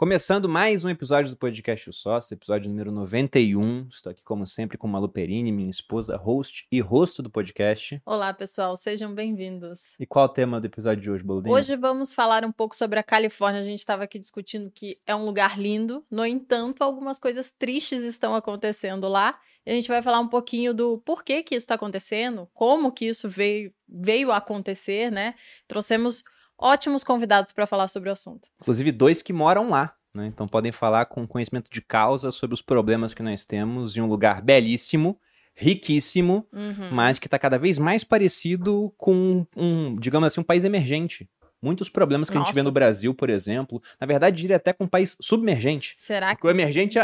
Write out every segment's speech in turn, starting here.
Começando mais um episódio do Podcast O Sócio, episódio número 91. Estou aqui, como sempre, com Malu Perini, minha esposa, host e rosto do podcast. Olá, pessoal, sejam bem-vindos. E qual é o tema do episódio de hoje, Boludinho? Hoje vamos falar um pouco sobre a Califórnia. A gente estava aqui discutindo que é um lugar lindo, no entanto, algumas coisas tristes estão acontecendo lá. E a gente vai falar um pouquinho do porquê que isso está acontecendo, como que isso veio a acontecer, né? Trouxemos ótimos convidados para falar sobre o assunto. Inclusive 2 que moram lá, né? Então podem falar com conhecimento de causa sobre os problemas que nós temos em um lugar belíssimo, riquíssimo, mas que está cada vez mais parecido com digamos assim, um país emergente. Muitos problemas que a gente vê no Brasil, por exemplo, na verdade diria até com um país submergente. Será que... Porque o emergente,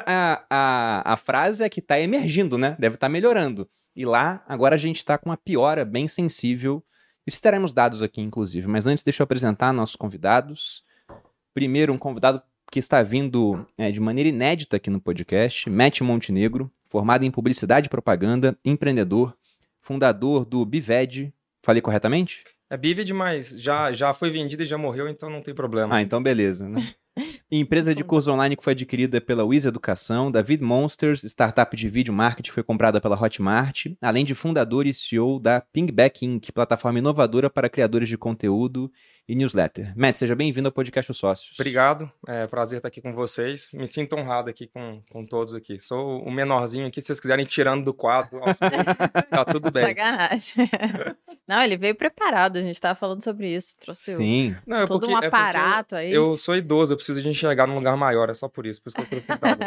a frase é que está emergindo, né? Deve estar melhorando. E lá, agora a gente está com uma piora bem sensível. E teremos dados aqui, inclusive. Mas antes, deixa eu apresentar nossos convidados. Primeiro, um convidado que está vindo de maneira inédita aqui no podcast, Matt Montenegro, formado em Publicidade e Propaganda, empreendedor, fundador do Bived. Falei corretamente? É Bived, mas já foi vendido e já morreu, então não tem problema. Ah, então beleza, né? Empresa de curso online que foi adquirida pela Wiz Educação, David Monsters, startup de vídeo marketing que foi comprada pela Hotmart, além de fundador e CEO da Pingback Inc., plataforma inovadora para criadores de conteúdo e newsletter. Matt, seja bem-vindo ao Podcast Os Sócios. Obrigado, é prazer estar aqui com vocês. Me sinto honrado aqui com todos aqui. Sou o menorzinho aqui, se vocês quiserem tirando do quadro, tá tudo bem. Sacanagem. Não, ele veio preparado, a gente estava falando sobre isso, trouxe todo um aparato aí. Eu sou idoso, eu preciso de enxergar num lugar maior, é só por isso que eu estou preparado.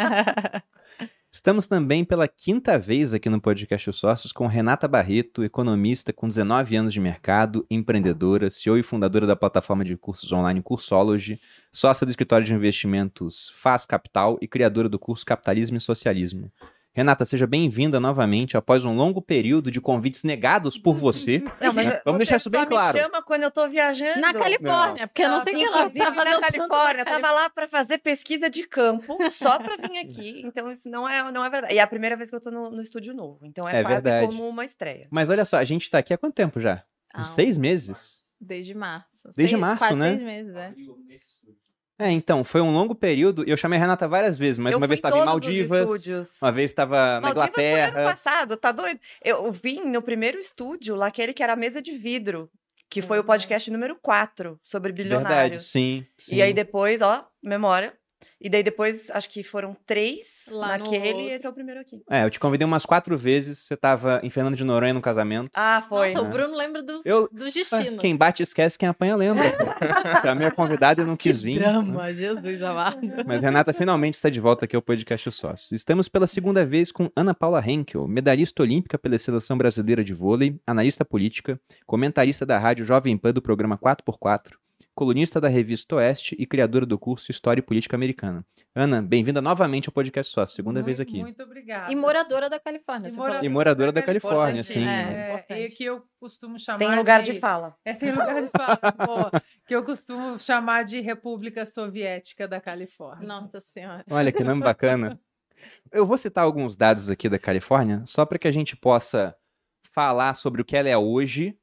Estamos também pela 5ª vez aqui no Podcast Os Sócios com Renata Barreto, economista com 19 anos de mercado, empreendedora, CEO e fundadora da plataforma de cursos online Cursology, sócia do escritório de investimentos Faz Capital e criadora do curso Capitalismo e Socialismo. Renata, seja bem-vinda novamente após um longo período de convites negados por você. Não, mas vamos deixar isso bem claro. Me chama quando eu tô viajando. Na Califórnia, porque eu não sei o que ela tá fazendo. Na Califórnia, eu tava lá para fazer pesquisa de campo, só para vir aqui. Então isso não é verdade. E é a primeira vez que eu tô no estúdio novo. Então é quase verdade. como uma estreia. Mas olha só, a gente tá aqui há quanto tempo já? Uns 6 meses? Desde março. Desde março, quase né? 6 meses, né? Então, foi um longo período, e eu chamei a Renata várias vezes, mas uma vez estava em Maldivas, uma vez estava na Inglaterra. Foi ano passado, tá doido? Eu vim no primeiro estúdio, lá aquele que era a Mesa de Vidro, que foi o podcast número 4, sobre bilionários. Verdade, sim. E aí depois, memória. E daí depois, acho que foram 3 lá naquele, e esse é o primeiro aqui. Eu te convidei umas 4 vezes, você tava em Fernando de Noronha no casamento. Ah, foi. Nossa, o Bruno lembra dos destinos. Quem bate esquece, quem apanha lembra. A minha convidada eu não quis vir. Drama, Jesus amado. Mas Renata finalmente está de volta aqui ao Podcast Os Sócios. Estamos pela 2ª vez com Ana Paula Henkel, medalhista olímpica pela Seleção Brasileira de Vôlei, analista política, comentarista da rádio Jovem Pan do programa 4x4, colunista da revista Oeste e criadora do curso História e Política Americana. Ana, bem-vinda novamente ao Podcast Sócio, 2ª vez aqui. Muito obrigada. E moradora da Califórnia. E moradora da Califórnia, sim. É que eu costumo chamar Tem lugar de fala. Tem lugar de fala. Que eu costumo chamar de República Soviética da Califórnia. Nossa Senhora. Olha que nome bacana. Eu vou citar alguns dados aqui da Califórnia, só para que a gente possa falar sobre o que ela é hoje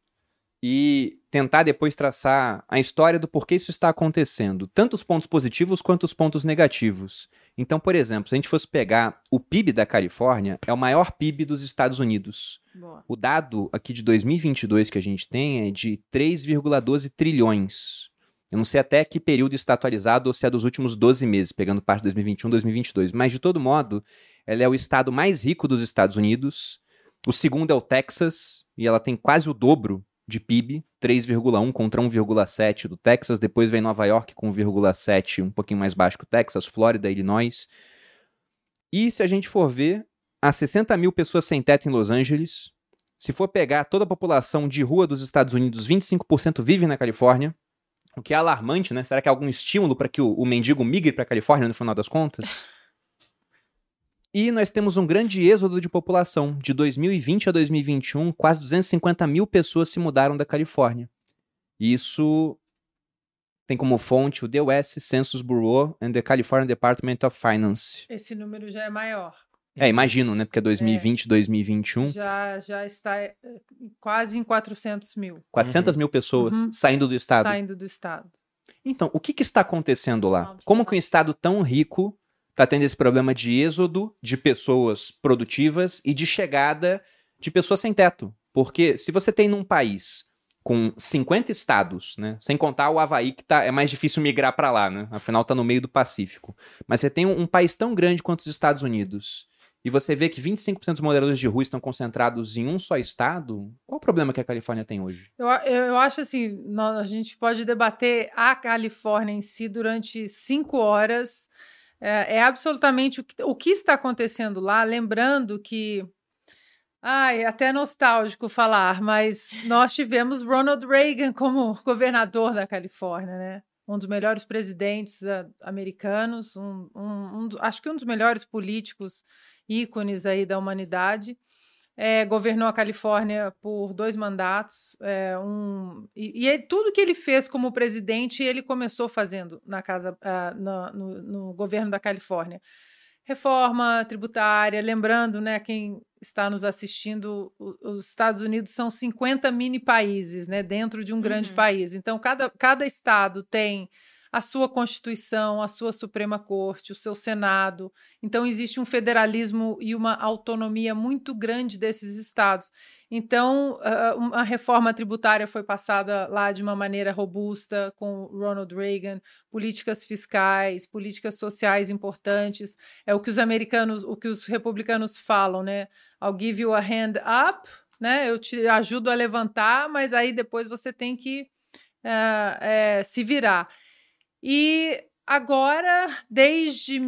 e tentar depois traçar a história do porquê isso está acontecendo, tanto os pontos positivos quanto os pontos negativos. Então, por exemplo, se a gente fosse pegar o PIB da Califórnia, é o maior PIB dos Estados Unidos. Boa. O dado aqui de 2022 que a gente tem é de 3,12 trilhões. Eu não sei até que período está atualizado ou se é dos últimos 12 meses, pegando parte de 2021, 2022. Mas, de todo modo, ela é o estado mais rico dos Estados Unidos. O segundo é o Texas, e ela tem quase o dobro de PIB, 3,1 contra 1,7 do Texas. Depois vem Nova York com 1,7, um pouquinho mais baixo que o Texas, Flórida, Illinois. E se a gente for ver, há 60 mil pessoas sem teto em Los Angeles. Se for pegar toda a população de rua dos Estados Unidos, 25% vive na Califórnia, o que é alarmante, né? Será que há algum estímulo para que o mendigo migre para a Califórnia no final das contas? E nós temos um grande êxodo de população. De 2020 a 2021, quase 250 mil pessoas se mudaram da Califórnia. E isso tem como fonte o The US Census Bureau and the California Department of Finance. Esse número já é maior. Imagino, né? Porque é 2020, 2021. Já está quase em 400 mil. 400 mil pessoas saindo do estado. Saindo do estado. Então, o que está acontecendo lá? Vamos Como falar. que um estado tão rico está tendo esse problema de êxodo de pessoas produtivas e de chegada de pessoas sem teto? Porque se você tem num país com 50 estados, né, sem contar o Havaí, que é mais difícil migrar para lá, né? Afinal, está no meio do Pacífico. Mas você tem um país tão grande quanto os Estados Unidos e você vê que 25% dos moradores de rua estão concentrados em um só estado, qual o problema que a Califórnia tem hoje? Eu acho assim, a gente pode debater a Califórnia em si durante 5 horas. É absolutamente o que está acontecendo lá, lembrando que é até nostálgico falar, mas nós tivemos Ronald Reagan como governador da Califórnia, né? Um dos melhores presidentes americanos, acho que um dos melhores políticos ícones aí da humanidade. Governou a Califórnia por 2 mandatos, tudo que ele fez como presidente, ele começou fazendo no governo da Califórnia. Reforma tributária, lembrando, né, quem está nos assistindo, os Estados Unidos são 50 mini países, né, dentro de um grande país. Então, cada estado tem a sua Constituição, a sua Suprema Corte, o seu Senado. Então, existe um federalismo e uma autonomia muito grande desses estados. Então, a reforma tributária foi passada lá de uma maneira robusta, com Ronald Reagan, políticas fiscais, políticas sociais importantes. É o que os republicanos falam, né? I'll give you a hand up, né? Eu te ajudo a levantar, mas aí depois você tem que se virar. E agora, desde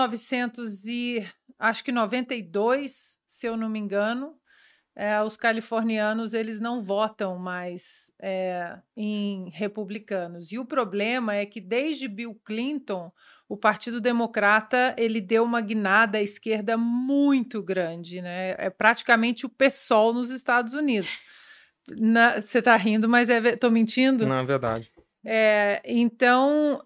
1992, se eu não me engano, os californianos eles não votam mais em republicanos. E o problema é que desde Bill Clinton, o Partido Democrata ele deu uma guinada à esquerda muito grande, né? É praticamente o PSOL nos Estados Unidos. Você está rindo, mas estou mentindo? Não, é verdade. Então,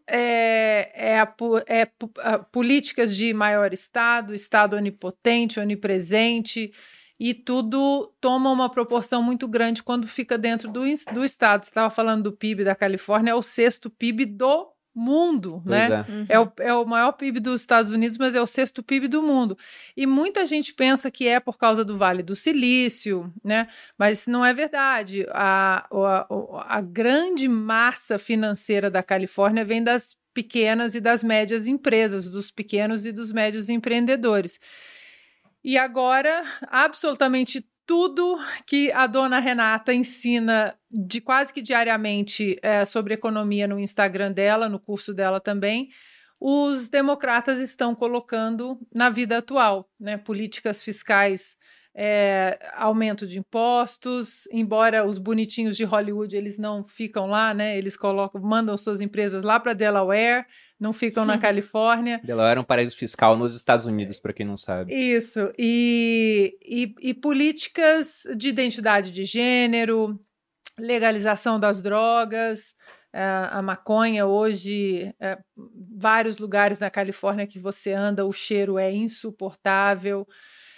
políticas de maior estado onipotente, onipresente, e tudo toma uma proporção muito grande quando fica dentro do estado. Você estava falando do PIB da Califórnia, é o 6º PIB do mundo, Pois né? É o maior PIB dos Estados Unidos, mas é o 6º PIB do mundo. E muita gente pensa que é por causa do Vale do Silício, né? Mas não é verdade. A grande massa financeira da Califórnia vem das pequenas e das médias empresas, dos pequenos e dos médios empreendedores. E agora, absolutamente tudo que a dona Renata ensina quase que diariamente sobre economia no Instagram dela, no curso dela também, os democratas estão colocando na vida atual, né? Políticas fiscais, aumento de impostos, embora os bonitinhos de Hollywood eles não ficam lá, né? Eles mandam suas empresas lá para Delaware, não ficam na Califórnia. Delaware é um paraíso fiscal nos Estados Unidos, para quem não sabe. Isso, e políticas de identidade de gênero, legalização das drogas, a maconha hoje, vários lugares na Califórnia que você anda, o cheiro é insuportável.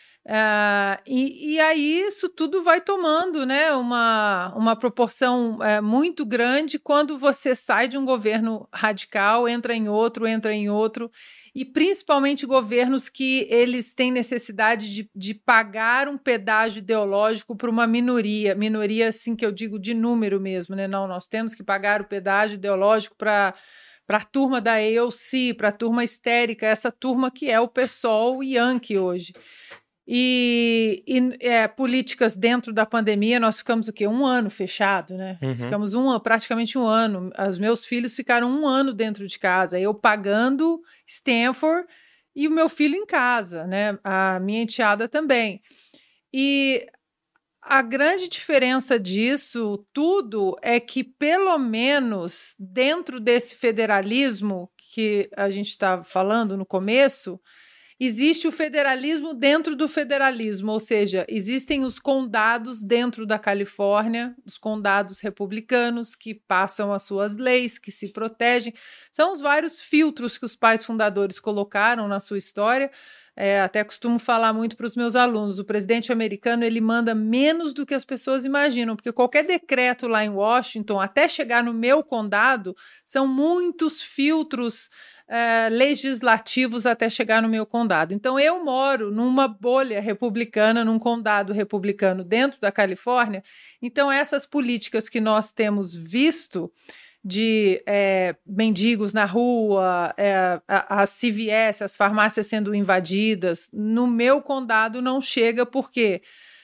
E aí isso tudo vai tomando, né, uma proporção muito grande quando você sai de um governo radical, entra em outro, e principalmente governos que eles têm necessidade de pagar um pedágio ideológico para uma minoria assim que eu digo de número mesmo, né? Não, nós temos que pagar o pedágio ideológico para a turma da AOC, para a turma histérica, essa turma que é o PSOL Yankee hoje. E políticas dentro da pandemia, nós ficamos o quê? 1 ano fechado, né? Ficamos praticamente um ano. Os meus filhos ficaram 1 ano dentro de casa, eu pagando Stanford e o meu filho em casa, né? A minha enteada também. E a grande diferença disso tudo é que, pelo menos dentro desse federalismo que a gente estava falando no começo, existe o federalismo dentro do federalismo, ou seja, existem os condados dentro da Califórnia, os condados republicanos que passam as suas leis, que se protegem. São os vários filtros que os pais fundadores colocaram na sua história. Até costumo falar muito para os meus alunos, o presidente americano ele manda menos do que as pessoas imaginam, porque qualquer decreto lá em Washington, até chegar no meu condado, são muitos filtros legislativos até chegar no meu condado. Então, eu moro numa bolha republicana, num condado republicano dentro da Califórnia, então essas políticas que nós temos visto de mendigos na rua, a CVS, as farmácias sendo invadidas, no meu condado não chega porque...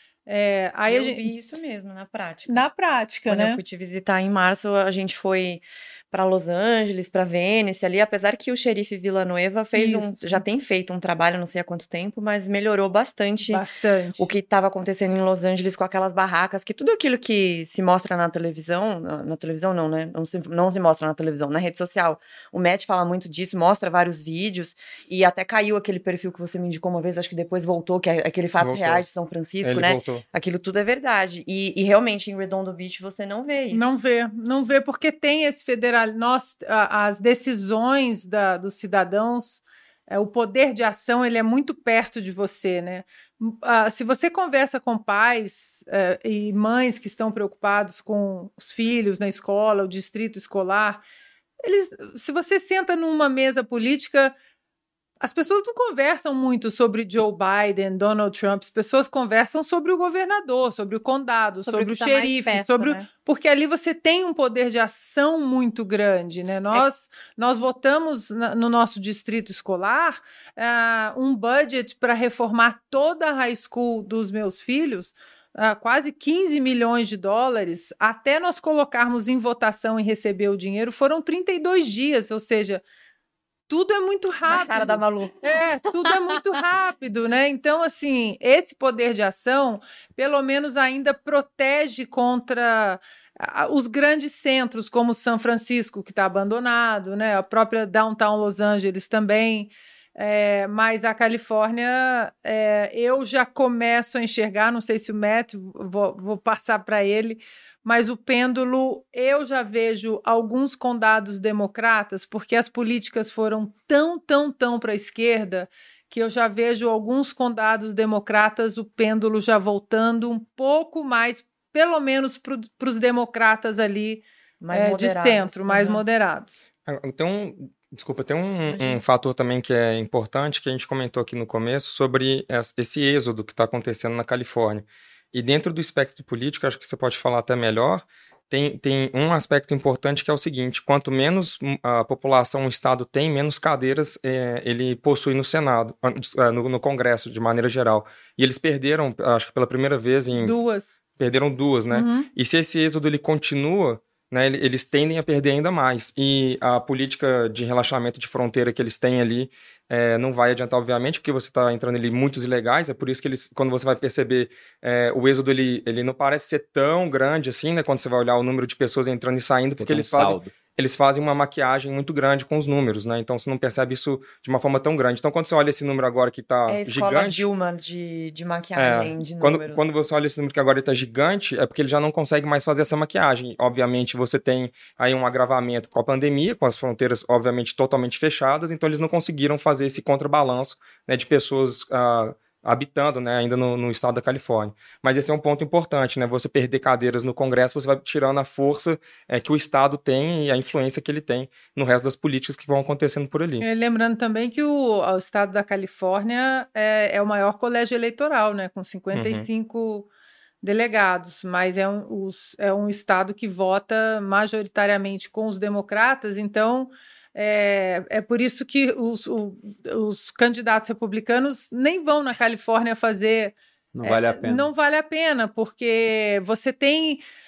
eu vi isso mesmo, na prática. Na prática, Quando né? eu fui te visitar em março, a gente foi para Los Angeles, para Vênice, ali, apesar que o xerife Villanueva já tem feito um trabalho, não sei há quanto tempo, mas melhorou bastante o que estava acontecendo em Los Angeles com aquelas barracas, que tudo aquilo que se mostra na televisão não, né? Não se mostra na televisão, na rede social. O Matt fala muito disso, mostra vários vídeos, e até caiu aquele perfil que você me indicou uma vez, acho que depois voltou, que é aquele Fatos Reais de São Francisco, Ele né? voltou. Aquilo tudo é verdade. E realmente em Redondo Beach você não vê isso. Não vê porque tem esse federal. As decisões dos cidadãos, o poder de ação, ele é muito perto de você, né? Se você conversa com pais e mães que estão preocupados com os filhos na escola, o distrito escolar, se você senta numa mesa política, as pessoas não conversam muito sobre Joe Biden, Donald Trump, as pessoas conversam sobre o governador, sobre o condado, sobre o xerife, perto, né? porque ali você tem um poder de ação muito grande, né? Nós votamos no nosso distrito escolar um budget para reformar toda a high school dos meus filhos, quase 15 milhões de dólares, até nós colocarmos em votação e receber o dinheiro, foram 32 dias, ou seja... Tudo é muito rápido. Na cara da Malu. Tudo é muito rápido, né? Então, assim, esse poder de ação, pelo menos ainda protege contra os grandes centros, como São Francisco, que está abandonado, né? A própria Downtown Los Angeles também. Mas a Califórnia, eu já começo a enxergar, não sei se o Matt, vou passar para ele, mas o pêndulo, eu já vejo alguns condados democratas, porque as políticas foram tão para a esquerda, que eu já vejo alguns condados democratas, o pêndulo já voltando um pouco mais, pelo menos para os democratas ali de centro, mais moderados. Tem um fator também que é importante, que a gente comentou aqui no começo, sobre esse êxodo que está acontecendo na Califórnia. E dentro do espectro político, acho que você pode falar até melhor, tem um aspecto importante que é o seguinte: quanto menos a população o Estado tem, menos cadeiras ele possui no Senado, no Congresso, de maneira geral. E eles perderam, acho que pela primeira vez Perderam duas, né? Uhum. E se esse êxodo ele continua, né, eles tendem a perder ainda mais. E a política de relaxamento de fronteira que eles têm ali não vai adiantar, obviamente, porque você está entrando ali muitos ilegais. É por isso que quando você vai perceber, o êxodo ele não parece ser tão grande assim, né? Quando você vai olhar o número de pessoas entrando e saindo, porque eles fazem uma maquiagem muito grande com os números, né? Então você não percebe isso de uma forma tão grande. Então quando você olha esse número agora que está gigante... escola Dilma de maquiagem, de números. Quando você olha esse número que agora está gigante, é porque ele já não consegue mais fazer essa maquiagem. Obviamente você tem aí um agravamento com a pandemia, com as fronteiras obviamente totalmente fechadas, então eles não conseguiram fazer esse contrabalanço, né, de pessoas... habitando, né, ainda no estado da Califórnia. Mas esse é um ponto importante, né? Você perder cadeiras no Congresso, você vai tirando a força que o Estado tem e a influência que ele tem no resto das políticas que vão acontecendo por ali. Lembrando também que o estado da Califórnia é o maior colégio eleitoral, né, com 55 delegados, mas é um estado que vota majoritariamente com os democratas, então... É por isso que os candidatos republicanos nem vão na Califórnia fazer... Não vale a pena. Não vale a pena, porque você tem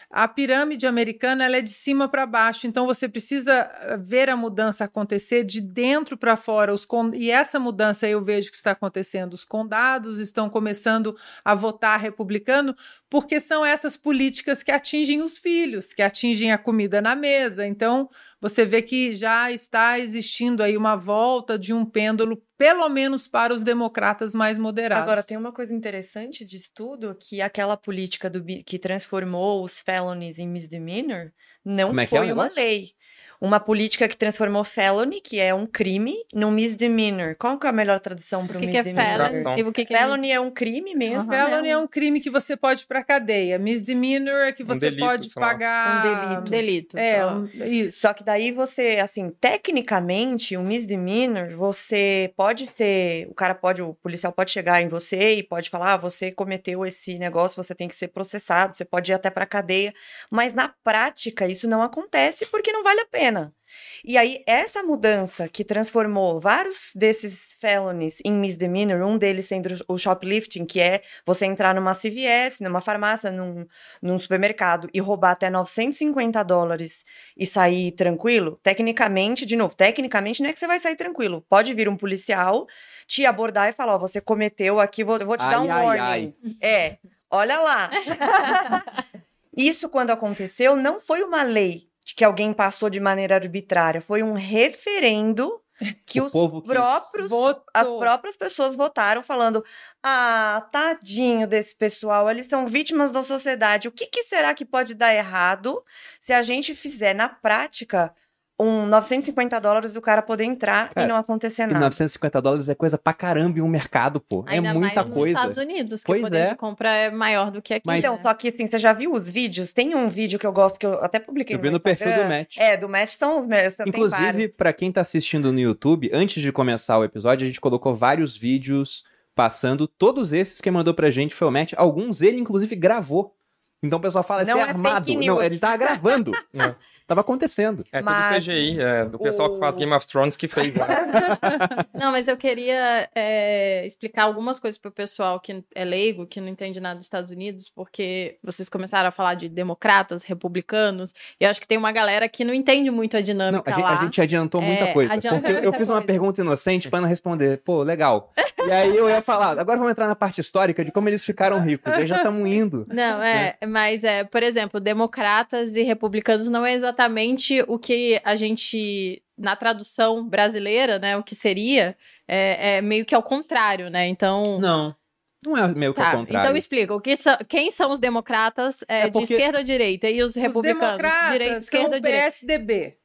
a pirâmide americana ela é de cima para baixo, então você precisa ver a mudança acontecer de dentro para fora. E essa mudança eu vejo que está acontecendo. Os condados estão começando a votar republicano porque são essas políticas que atingem os filhos, que atingem a comida na mesa. Então, você vê que já está existindo aí uma volta de um pêndulo, pelo menos para os democratas mais moderados. Agora, tem uma coisa interessante de estudo, que aquela política que transformou os felonies em misdemeanor não foi uma lei. Uma política que transformou felony, que é um crime, num misdemeanor. Qual que é a melhor tradução para o misdemeanor? O que felony é um crime mesmo. Felony é um crime que você pode ir para cadeia. Misdemeanor é que você pode pagar... Um delito. Isso. Só que daí você, assim, tecnicamente, um misdemeanor, você pode ser... O policial pode chegar em você e pode falar, você cometeu esse negócio, você tem que ser processado, você pode ir até para cadeia. Mas na prática, isso não acontece porque não vale a pena. E aí, essa mudança que transformou vários desses felonies em misdemeanor, um deles sendo o shoplifting, que é você entrar numa CVS, numa farmácia, num supermercado e roubar até $950 e sair tranquilo, tecnicamente não é que você vai sair tranquilo. Pode vir um policial, te abordar e falar, ó, você cometeu aqui, vou te dar um warning. Olha lá. Isso, quando aconteceu, não foi uma lei que alguém passou de maneira arbitrária. Foi um referendo que as próprias pessoas votaram falando, tadinho desse pessoal, eles são vítimas da sociedade. O que será que pode dar errado se a gente fizer, na prática, $950 do cara poder entrar e não acontecer nada? E $950 é coisa pra caramba em um mercado, pô. Ainda é muita mais coisa. Nos Estados Unidos, que o poder de compra é maior do que aqui. Então, só que assim, você já viu os vídeos? Tem um vídeo que eu gosto, que eu até publiquei no Instagram. Eu vi no perfil do Match. Do Match são os meus. Inclusive, pra quem tá assistindo no YouTube, antes de começar o episódio, a gente colocou vários vídeos passando. Todos esses quem mandou pra gente foi o Match. Alguns ele, inclusive, gravou. Então o pessoal fala, não é armado. Não, ele tava gravando. Tava acontecendo. É tudo CGI, do pessoal que faz Game of Thrones que fez. Não, mas eu queria explicar algumas coisas pro pessoal que é leigo, que não entende nada dos Estados Unidos, porque vocês começaram a falar de democratas, republicanos, e eu acho que tem uma galera que não entende muito a dinâmica lá. A gente adiantou muita coisa. Porque eu fiz uma pergunta inocente pra não responder. Pô, legal. E aí eu ia falar, agora vamos entrar na parte histórica de como eles ficaram ricos. Aí já estamos indo. Não, mas por exemplo, democratas e republicanos não é exatamente o que a gente, na tradução brasileira, né, o que seria, é meio que ao contrário, né, então... Não é meio que ao contrário. Então explica, quem são os democratas de esquerda ou direita e os republicanos? Direita, esquerda ou direita? PSDB.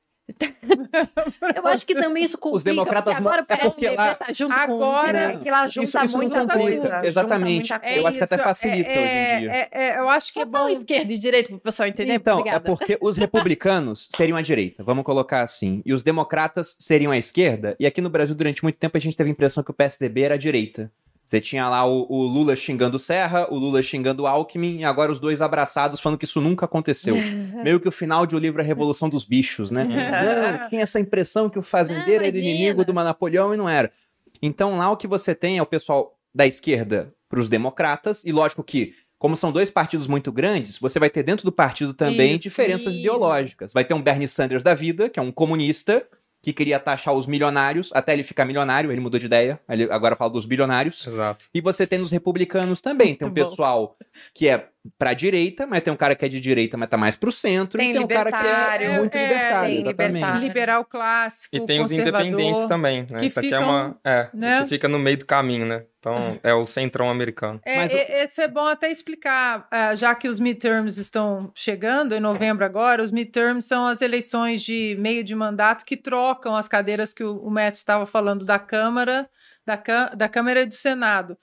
Eu acho que também isso complica. Os democratas agora porque lá tá junto que lá junta muita coisa. Exatamente. Eu acho que até facilita hoje em dia. Eu acho que é bom. Esquerda e direita para o pessoal entender. Então, Obrigada. é porque os republicanos seriam a direita, vamos colocar assim, e os democratas seriam a esquerda. E aqui no Brasil, durante muito tempo, a gente teve a impressão que o PSDB era a direita. Você tinha lá o Lula xingando o Serra, o Lula xingando o Alckmin, e agora os dois abraçados falando que isso nunca aconteceu. Meio que o final de O Livro A Revolução dos Bichos, né? Não, tinha essa impressão que o fazendeiro era inimigo do Napoleão e não era. Então lá o que você tem é o pessoal da esquerda para os democratas, e lógico que, como são dois partidos muito grandes, você vai ter dentro do partido também diferenças ideológicas. Vai ter um Bernie Sanders da vida, que é um comunista, que queria taxar os milionários, até ele ficar milionário, ele mudou de ideia, ele agora fala dos bilionários. Exato. E você tem nos republicanos também, tem um pessoal que é pra direita, mas tem um cara que é de direita, mas tá mais pro centro, e tem um cara que é muito libertário, exatamente. Liberal clássico, e tem os independentes também, né? Isso aqui que fica no meio do caminho, né? Então, é o centrão americano. Esse é bom até explicar, já que os midterms estão chegando, em novembro agora, os midterms são as eleições de meio de mandato que trocam as cadeiras que o Matt estava falando da Câmara, da Câmara e do Senado.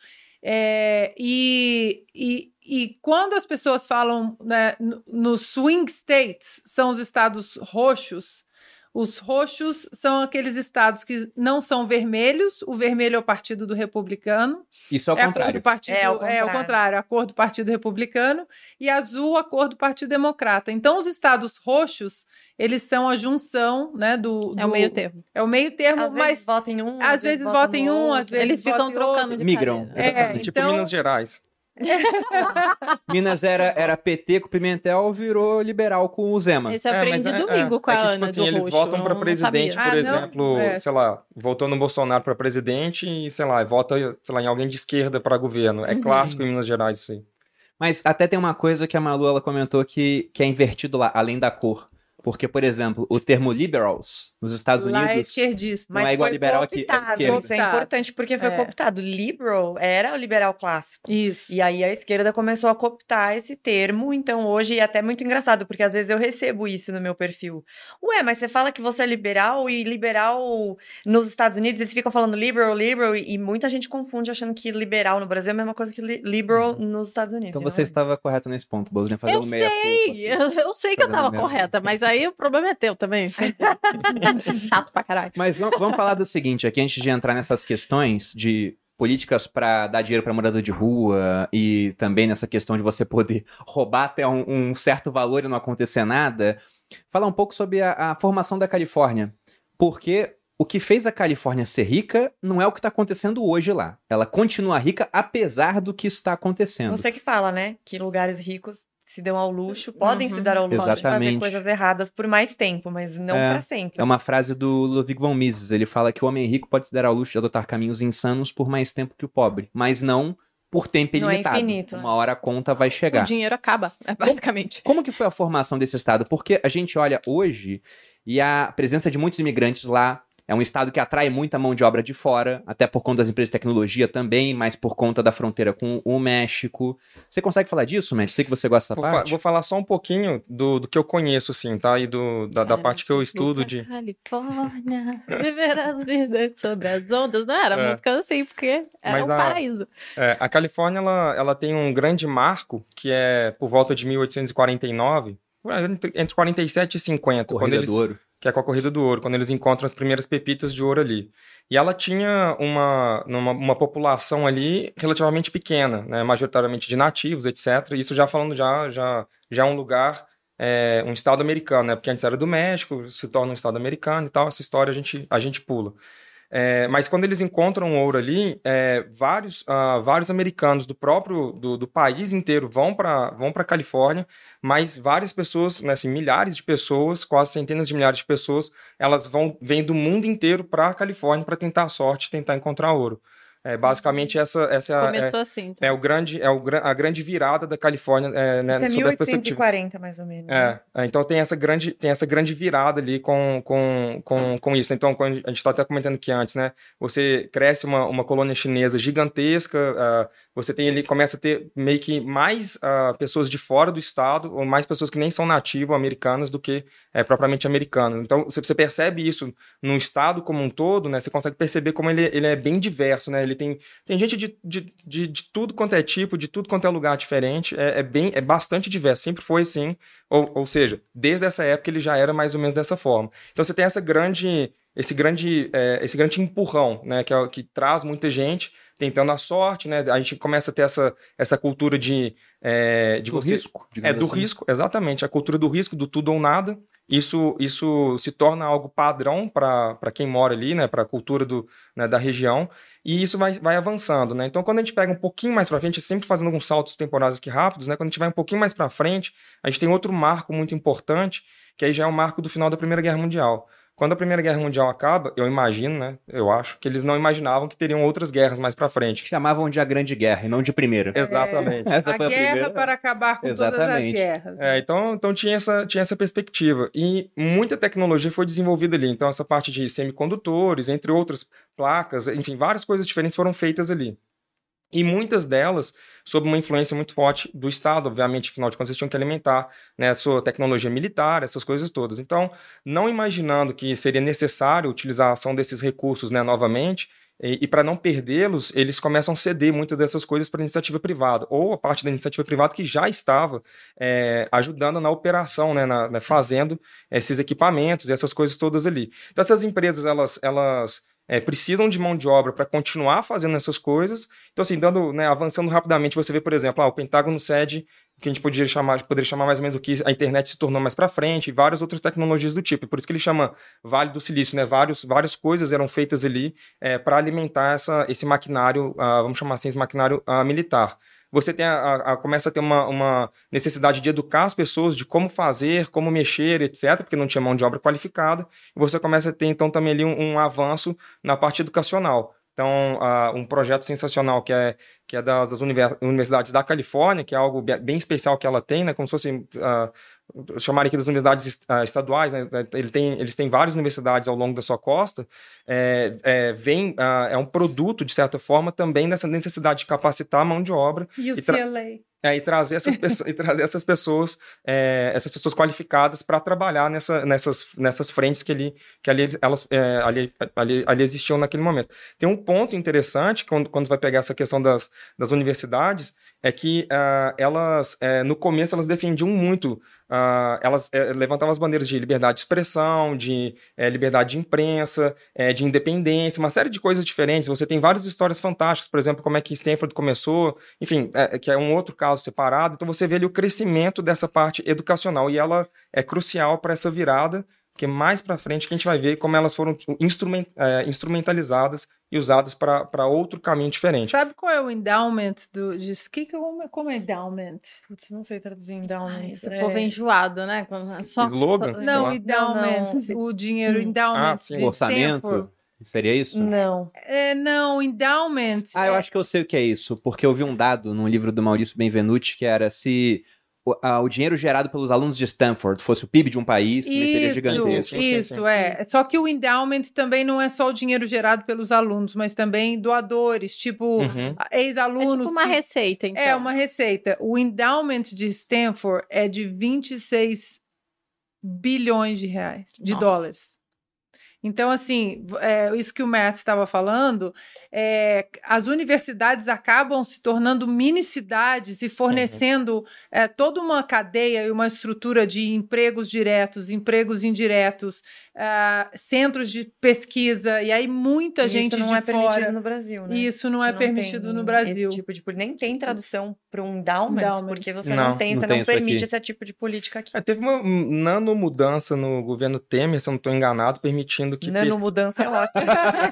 E quando as pessoas falam, né, nos swing states, são os estados roxos. Os roxos são aqueles estados que não são vermelhos. O vermelho é o Partido do Republicano. Isso é o contrário. É o contrário, a cor do Partido Republicano. E azul, a cor do Partido Democrata. Então, os estados roxos, eles são a junção, né, É o meio termo. É o meio termo, às vezes votam em um, às vezes votam em um, às vezes eles ficam trocando de migram. É, tipo então, Minas Gerais. Minas era PT com o Pimentel, virou liberal com o Zema. Esse eu aprendi domingo com a Ana tipo assim, do eles Roxo, votam para presidente, por exemplo, sei lá, votou no Bolsonaro para presidente e, sei lá, vota, sei lá, em alguém de esquerda para governo. É clássico em Minas Gerais isso aí. Mas até tem uma coisa que a Malu, ela comentou que é invertido lá, além da cor. Porque, por exemplo, o termo liberals nos Estados Unidos lá é esquerdista. não é igual liberal aqui. Isso é importante porque foi cooptado. Liberal era o liberal clássico. Isso. E aí a esquerda começou a cooptar esse termo. Então hoje é até muito engraçado, porque às vezes eu recebo isso no meu perfil. Ué, mas você fala que você é liberal e liberal nos Estados Unidos, eles ficam falando liberal, e muita gente confunde achando que liberal no Brasil é a mesma coisa que liberal nos Estados Unidos. Então você estava correta nesse ponto, Bozo, fazer eu sei que eu estava correta, mas aí o problema é teu também. Chato pra caralho. Mas vamos falar do seguinte, aqui antes de entrar nessas questões de políticas para dar dinheiro para morador de rua e também nessa questão de você poder roubar até um certo valor e não acontecer nada, falar um pouco sobre a formação da Califórnia. Porque o que fez a Califórnia ser rica não é o que está acontecendo hoje lá. Ela continua rica apesar do que está acontecendo. Você que fala, né? Que lugares ricos se dão ao luxo, podem se dar ao luxo de fazer coisas erradas por mais tempo, mas não para sempre. É uma frase do Ludwig von Mises. Ele fala que o homem rico pode se dar ao luxo de adotar caminhos insanos por mais tempo que o pobre, mas não por tempo ilimitado. Não é infinito. Uma hora a conta vai chegar. O dinheiro acaba, basicamente. Como que foi a formação desse estado? Porque a gente olha hoje e a presença de muitos imigrantes lá. É um estado que atrai muita mão de obra de fora, até por conta das empresas de tecnologia também, mas por conta da fronteira com o México. Você consegue falar disso, Matt? Sei que você gosta dessa parte. Vou falar só um pouquinho do que eu conheço, assim, tá? E da parte que eu estudo de... Califórnia, viver as vidas sobre as ondas. Não era música assim, porque era paraíso. A Califórnia, ela tem um grande marco, que é por volta de 1849, entre 47 e 50. Corrida do Ouro. Que é com a Corrida do Ouro, quando eles encontram as primeiras pepitas de ouro ali. E ela tinha uma população ali relativamente pequena, né, majoritariamente de nativos, etc. Isso já falando já é um lugar, um estado americano, né, porque antes era do México, se torna um estado americano e tal, essa história a gente pula. Mas quando eles encontram ouro ali, vários americanos do país inteiro vão para Califórnia, mas várias pessoas, né, assim, milhares de pessoas, quase centenas de milhares de pessoas, elas vêm do mundo inteiro para a Califórnia para tentar a sorte, tentar encontrar ouro. Basicamente essa começou assim, então. a grande virada da Califórnia, né, isso é sobre 1840 mais ou menos. Então tem essa grande virada ali com isso. Então quando a gente está até comentando aqui antes, né, você cresce uma colônia chinesa gigantesca, você tem ali, começa a ter meio que mais pessoas de fora do estado, ou mais pessoas que nem são nativo-americanas do que propriamente americanas. Então você percebe isso no estado como um todo, né, você consegue perceber como ele é bem diverso, né. Ele tem gente de tudo quanto é tipo, de tudo quanto é lugar diferente, é bastante diverso, sempre foi assim, ou seja, desde essa época ele já era mais ou menos dessa forma. Então você tem esse grande empurrão, né, que traz muita gente tentando a sorte, né, a gente começa a ter essa cultura do risco, exatamente, a cultura do risco, do tudo ou nada. Isso se torna algo padrão para quem mora ali, né, para a cultura da região, e isso vai avançando, né? Então, quando a gente pega um pouquinho mais para frente, sempre fazendo alguns saltos temporais aqui rápidos, né? Quando a gente vai um pouquinho mais para frente, a gente tem outro marco muito importante, que aí já é o marco do final da Primeira Guerra Mundial. Quando a Primeira Guerra Mundial acaba, eu imagino, né? Eu acho que eles não imaginavam que teriam outras guerras mais pra frente. Chamavam de a Grande Guerra e não de Primeira. Exatamente. Essa foi a guerra primeira. para acabar com todas as guerras. Então tinha essa perspectiva. E muita tecnologia foi desenvolvida ali. Então essa parte de semicondutores, entre outras placas, enfim, várias coisas diferentes foram feitas ali. E muitas delas sob uma influência muito forte do Estado, obviamente, afinal de contas, eles tinham que alimentar, né, a sua tecnologia militar, essas coisas todas. Então, não imaginando que seria necessário utilizar a ação desses recursos, né, novamente, e para não perdê-los, eles começam a ceder muitas dessas coisas para a iniciativa privada, ou a parte da iniciativa privada que já estava ajudando na operação, né, fazendo esses equipamentos e essas coisas todas ali. Então, essas empresas, elas precisam de mão de obra para continuar fazendo essas coisas. Então, assim, avançando rapidamente, você vê, por exemplo, o Pentágono cede, que a gente poderia chamar mais ou menos o que a internet se tornou mais para frente, e várias outras tecnologias do tipo. Por isso que ele chama Vale do Silício, né? Várias coisas eram feitas ali para alimentar esse maquinário, vamos chamar assim, esse maquinário militar. você tem começa a ter uma necessidade de educar as pessoas de como fazer, como mexer, etc., porque não tinha mão de obra qualificada, e você começa a ter, então, também ali um avanço na parte educacional. Então, um projeto sensacional que é das universidades da Califórnia, que é algo bem especial que ela tem, né, como se fosse... chamaria aqui das universidades estaduais, né? Eles têm várias universidades ao longo da sua costa, é um produto, de certa forma, também dessa necessidade de capacitar a mão de obra. E o CLA. E trazer essas pessoas qualificadas para trabalhar nessas frentes que ali existiam naquele momento. Tem um ponto interessante, quando você vai pegar essa questão das universidades, é que elas, no começo, elas defendiam muito, elas levantavam as bandeiras de liberdade de expressão, de liberdade de imprensa, de independência, uma série de coisas diferentes. Você tem várias histórias fantásticas, por exemplo, como é que Stanford começou, enfim, que é um outro caso separado. Então você vê ali o crescimento dessa parte educacional, e ela é crucial para essa virada, porque mais para frente que a gente vai ver como elas foram instrumentalizadas e usadas para outro caminho diferente. Sabe qual é o endowment como é endowment? Putz, não sei traduzir endowment. Esse povo é enjoado, né? Slogan? Não, endowment, o dinheiro, endowment. O orçamento? Seria isso? Não. Não, endowment. Eu acho que eu sei o que é isso, porque eu vi um dado num livro do Maurício Benvenuti que era se o dinheiro gerado pelos alunos de Stanford fosse o PIB de um país, também seria gigantesco. Isso, é. Só que o endowment também não é só o dinheiro gerado pelos alunos, mas também doadores, tipo ex-alunos. É tipo uma receita, então. É, uma receita. O endowment de Stanford é de 26 bilhões de reais, de dólares. Então, assim, isso que o Matt estava falando, as universidades acabam se tornando mini-cidades e fornecendo toda uma cadeia e uma estrutura de empregos diretos, empregos indiretos, centros de pesquisa, e aí muita gente de fora... Isso não é permitido no Brasil, né? Isso não é permitido no Brasil. Esse tipo de... Nem tem tradução para um endowment, porque você não permite esse tipo de política aqui. Teve uma nano-mudança no governo Temer, se eu não estou enganado, permitindo que... Nano-mudança é ótimo.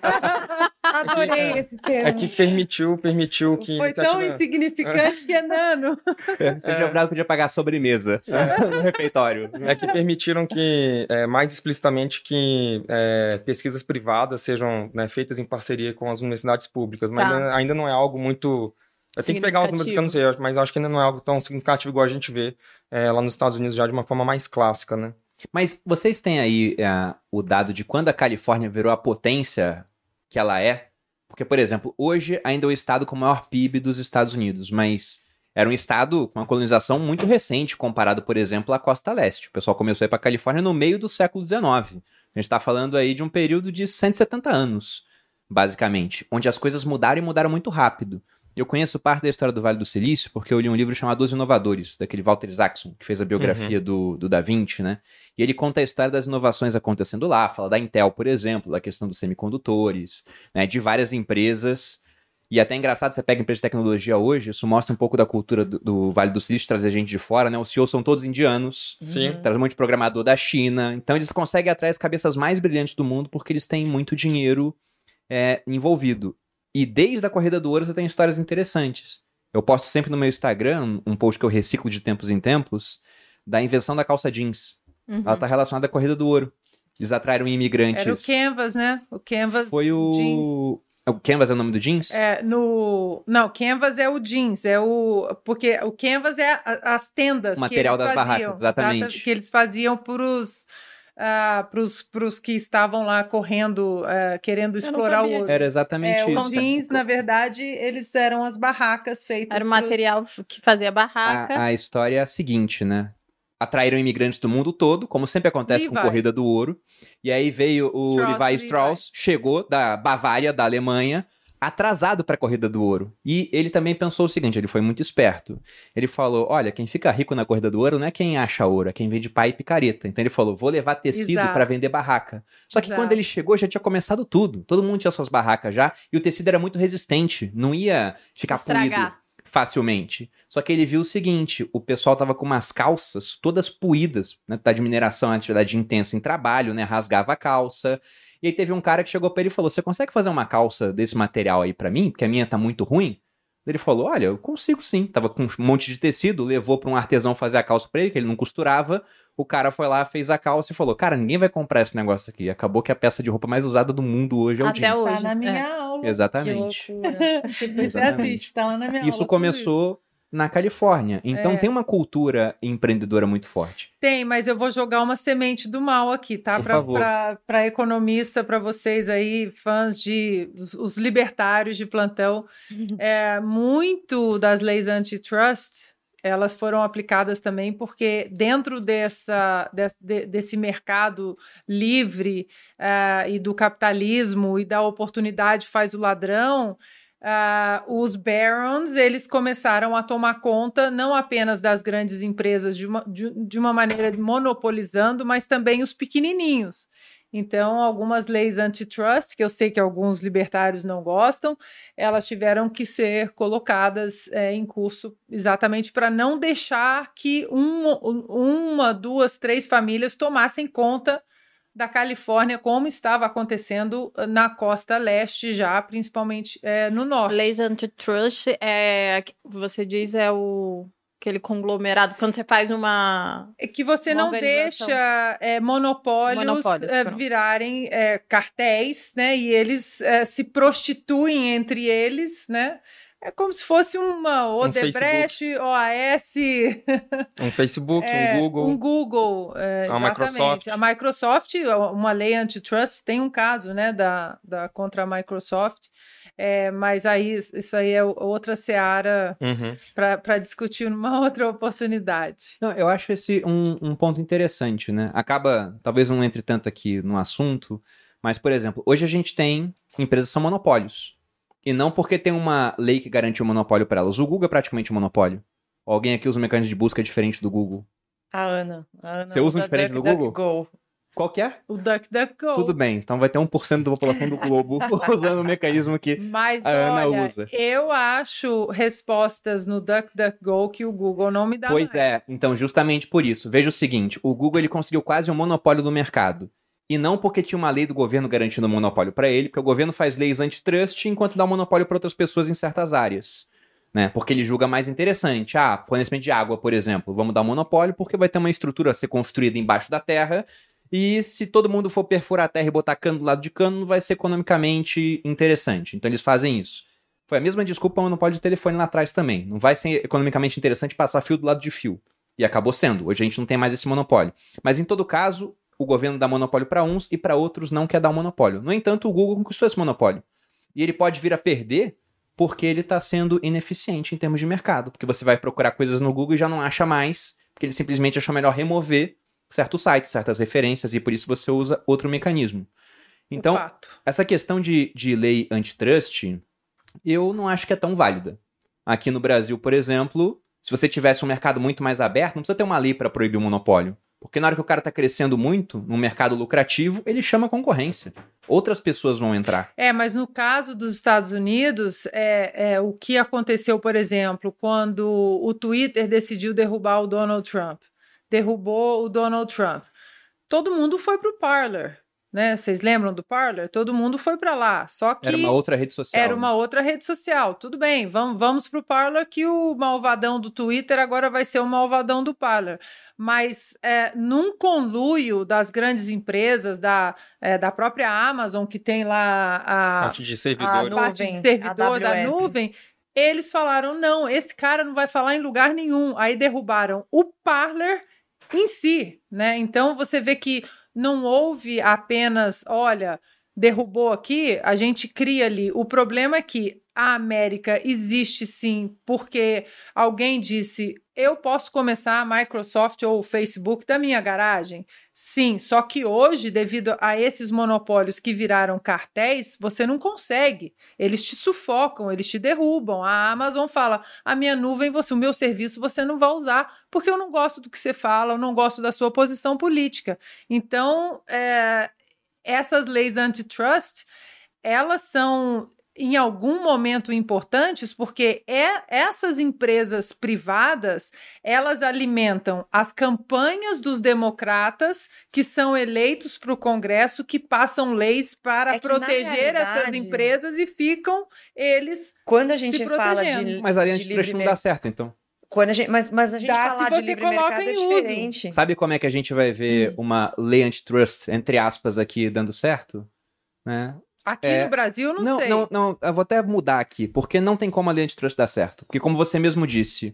Adorei esse termo. Que permitiu que... Foi tão insignificante que é nano. Você já podia pagar a sobremesa no refeitório. Que permitiram que, mais explicitamente, que pesquisas privadas sejam, né, feitas em parceria com as universidades públicas, mas ainda não é algo muito... Eu tenho que pegar os números que eu não sei, mas acho que ainda não é algo tão significativo igual a gente vê lá nos Estados Unidos já de uma forma mais clássica, né? Mas vocês têm aí o dado de quando a Califórnia virou a potência que ela é? Porque, por exemplo, hoje ainda é o estado com o maior PIB dos Estados Unidos, mas era um estado com uma colonização muito recente comparado, por exemplo, à Costa Leste. O pessoal começou a ir para a Califórnia no meio do século XIX. A gente está falando aí de um período de 170 anos, basicamente, onde as coisas mudaram e mudaram muito rápido. Eu conheço parte da história do Vale do Silício porque eu li um livro chamado Os Inovadores, daquele Walter Isaacson, que fez a biografia do Da Vinci, né? E ele conta a história das inovações acontecendo lá, fala da Intel, por exemplo, da questão dos semicondutores, né? De várias empresas. E até é engraçado, você pega empresas de tecnologia hoje, isso mostra um pouco da cultura do Vale do Silício, trazer gente de fora, né? Os CEOs são todos indianos, traz um monte de programador da China. Então eles conseguem atrair as cabeças mais brilhantes do mundo porque eles têm muito dinheiro envolvido. E desde a Corrida do Ouro você tem histórias interessantes. Eu posto sempre no meu Instagram um post que eu reciclo de tempos em tempos da invenção da calça jeans. Ela está relacionada à Corrida do Ouro. Eles atraíram imigrantes. Era o Canvas, né? O Canvas foi o jeans. O Canvas é o nome do jeans? Não, Canvas é o jeans. Porque o Canvas é as tendas. O material que eles das faziam, barracas, exatamente. Que eles faziam pros que estavam lá correndo, querendo explorar o ouro. Era exatamente isso. Os jeans, na verdade, eles eram as barracas feitas. Era o material que fazia a barraca. A história é a seguinte, né? Atraíram imigrantes do mundo todo, como sempre acontece com Corrida do Ouro. E aí veio o Levi Strauss, chegou da Bavária, da Alemanha, atrasado para a Corrida do Ouro. E ele também pensou o seguinte, ele foi muito esperto. Ele falou, olha, quem fica rico na Corrida do Ouro não é quem acha ouro, é quem vende pá e picareta. Então ele falou, vou levar tecido para vender barraca. Só que quando ele chegou, já tinha começado tudo. Todo mundo tinha suas barracas já, e o tecido era muito resistente, não ia ficar puído facilmente. Só que ele viu o seguinte, o pessoal tava com umas calças todas puídas, né, da de mineração, atividade intensa em trabalho, né, rasgava a calça. E aí teve um cara que chegou pra ele e falou, você consegue fazer uma calça desse material aí pra mim? Porque a minha tá muito ruim. Ele falou, olha, eu consigo sim. Tava com um monte de tecido, levou pra um artesão fazer a calça pra ele, que ele não costurava. O cara foi lá, fez a calça e falou, cara, ninguém vai comprar esse negócio aqui. Acabou que a peça de roupa mais usada do mundo hoje é o jeans. Até hoje. Tá na minha aula. Exatamente. Que loucura. Exatamente. Tá lá na minha aula. Isso começou na Califórnia. Então tem uma cultura empreendedora muito forte. Tem, mas eu vou jogar uma semente do mal aqui, tá? Por favor. Para economista, para vocês aí, fãs de os libertários de plantão. Muito das leis antitrust, elas foram aplicadas também porque dentro desse mercado livre e do capitalismo e da oportunidade faz o ladrão, os barons, eles começaram a tomar conta não apenas das grandes empresas de uma maneira monopolizando, mas também os pequenininhos. Então, algumas leis antitrust, que eu sei que alguns libertários não gostam, elas tiveram que ser colocadas em curso exatamente para não deixar que uma, duas, três famílias tomassem conta da Califórnia, como estava acontecendo na costa leste já, principalmente no norte. Leis antitrust, você diz, aquele conglomerado, quando você faz uma... É que você não deixa monopólios virarem cartéis, né? E eles se prostituem entre eles, né? É como se fosse uma Odebrecht, OAS... Um Facebook, um Google. Um Google, a Microsoft. A Microsoft, uma lei antitrust, tem um caso, né, contra a Microsoft, mas aí isso aí é outra seara para discutir numa outra oportunidade. Não, eu acho esse um ponto interessante, né? Acaba, talvez não entre tanto aqui no assunto, mas, por exemplo, hoje a gente tem empresas que são monopólios. E não porque tem uma lei que garante um monopólio para elas. O Google é praticamente um monopólio. Alguém aqui usa um mecanismo de busca diferente do Google? A Ana Você usa um diferente do Google? Go. Qual que é? O DuckDuckGo. Tudo bem, então vai ter 1% da população do globo usando o mecanismo que mas, a Ana usa. Eu acho respostas no DuckDuckGo que o Google não me dá Pois mais. Então justamente por isso. Veja o seguinte, o Google ele conseguiu quase um monopólio do mercado. E não porque tinha uma lei do governo garantindo um monopólio para ele, porque o governo faz leis antitrust enquanto dá um monopólio para outras pessoas em certas áreas. Né? Porque ele julga mais interessante. Fornecimento de água, por exemplo. Vamos dar um monopólio porque vai ter uma estrutura a ser construída embaixo da terra e se todo mundo for perfurar a terra e botar cano do lado de cano, não vai ser economicamente interessante. Então eles fazem isso. Foi a mesma desculpa para o monopólio de telefone lá atrás também. Não vai ser economicamente interessante passar fio do lado de fio. E acabou sendo. Hoje a gente não tem mais esse monopólio. Mas em todo caso, o governo dá monopólio para uns e para outros não quer dar um monopólio. No entanto, o Google conquistou esse monopólio. E ele pode vir a perder porque ele está sendo ineficiente em termos de mercado. Porque você vai procurar coisas no Google e já não acha mais, porque ele simplesmente achou melhor remover certos sites, certas referências, e por isso você usa outro mecanismo. Então, essa questão de lei antitrust, eu não acho que é tão válida. Aqui no Brasil, por exemplo, se você tivesse um mercado muito mais aberto, não precisa ter uma lei para proibir o monopólio. Porque na hora que o cara está crescendo muito, num mercado lucrativo, ele chama concorrência. Outras pessoas vão entrar. Mas no caso dos Estados Unidos, o que aconteceu, por exemplo, quando o Twitter decidiu derrubar o Donald Trump. Derrubou o Donald Trump. Todo mundo foi pro Parler. Né? Vocês lembram do Parler? Todo mundo foi para lá, só que... Era uma outra rede social. Era uma outra rede social. Tudo bem, vamos pro Parler que o malvadão do Twitter agora vai ser o malvadão do Parler. Mas num conluio das grandes empresas, da própria Amazon, que tem lá a parte de servidores. Parte de servidor da nuvem, eles falaram, não, esse cara não vai falar em lugar nenhum. Aí derrubaram o Parler em si, né? Então você vê que não houve apenas, olha, derrubou aqui, a gente cria ali. O problema é que a América existe sim, porque alguém disse, eu posso começar a Microsoft ou o Facebook da minha garagem? Sim, só que hoje, devido a esses monopólios que viraram cartéis, você não consegue. Eles te sufocam, eles te derrubam. A Amazon fala, a minha nuvem, o meu serviço você não vai usar, porque eu não gosto do que você fala, eu não gosto da sua posição política. Então, essas leis antitrust, elas são em algum momento importantes, porque essas empresas privadas, elas alimentam as campanhas dos democratas que são eleitos para o Congresso, que passam leis para proteger essas empresas e ficam eles quando a gente se fala protegendo. Mas a lei antitrust não dá certo, então. Quando a gente, mas a gente falar de livre mercado é diferente. Sabe como é que a gente vai ver uma lei antitrust, entre aspas, aqui dando certo? Né? Aqui no Brasil, eu não sei. Não, eu vou até mudar aqui, porque não tem como a lei antitrust dar certo. Porque como você mesmo disse,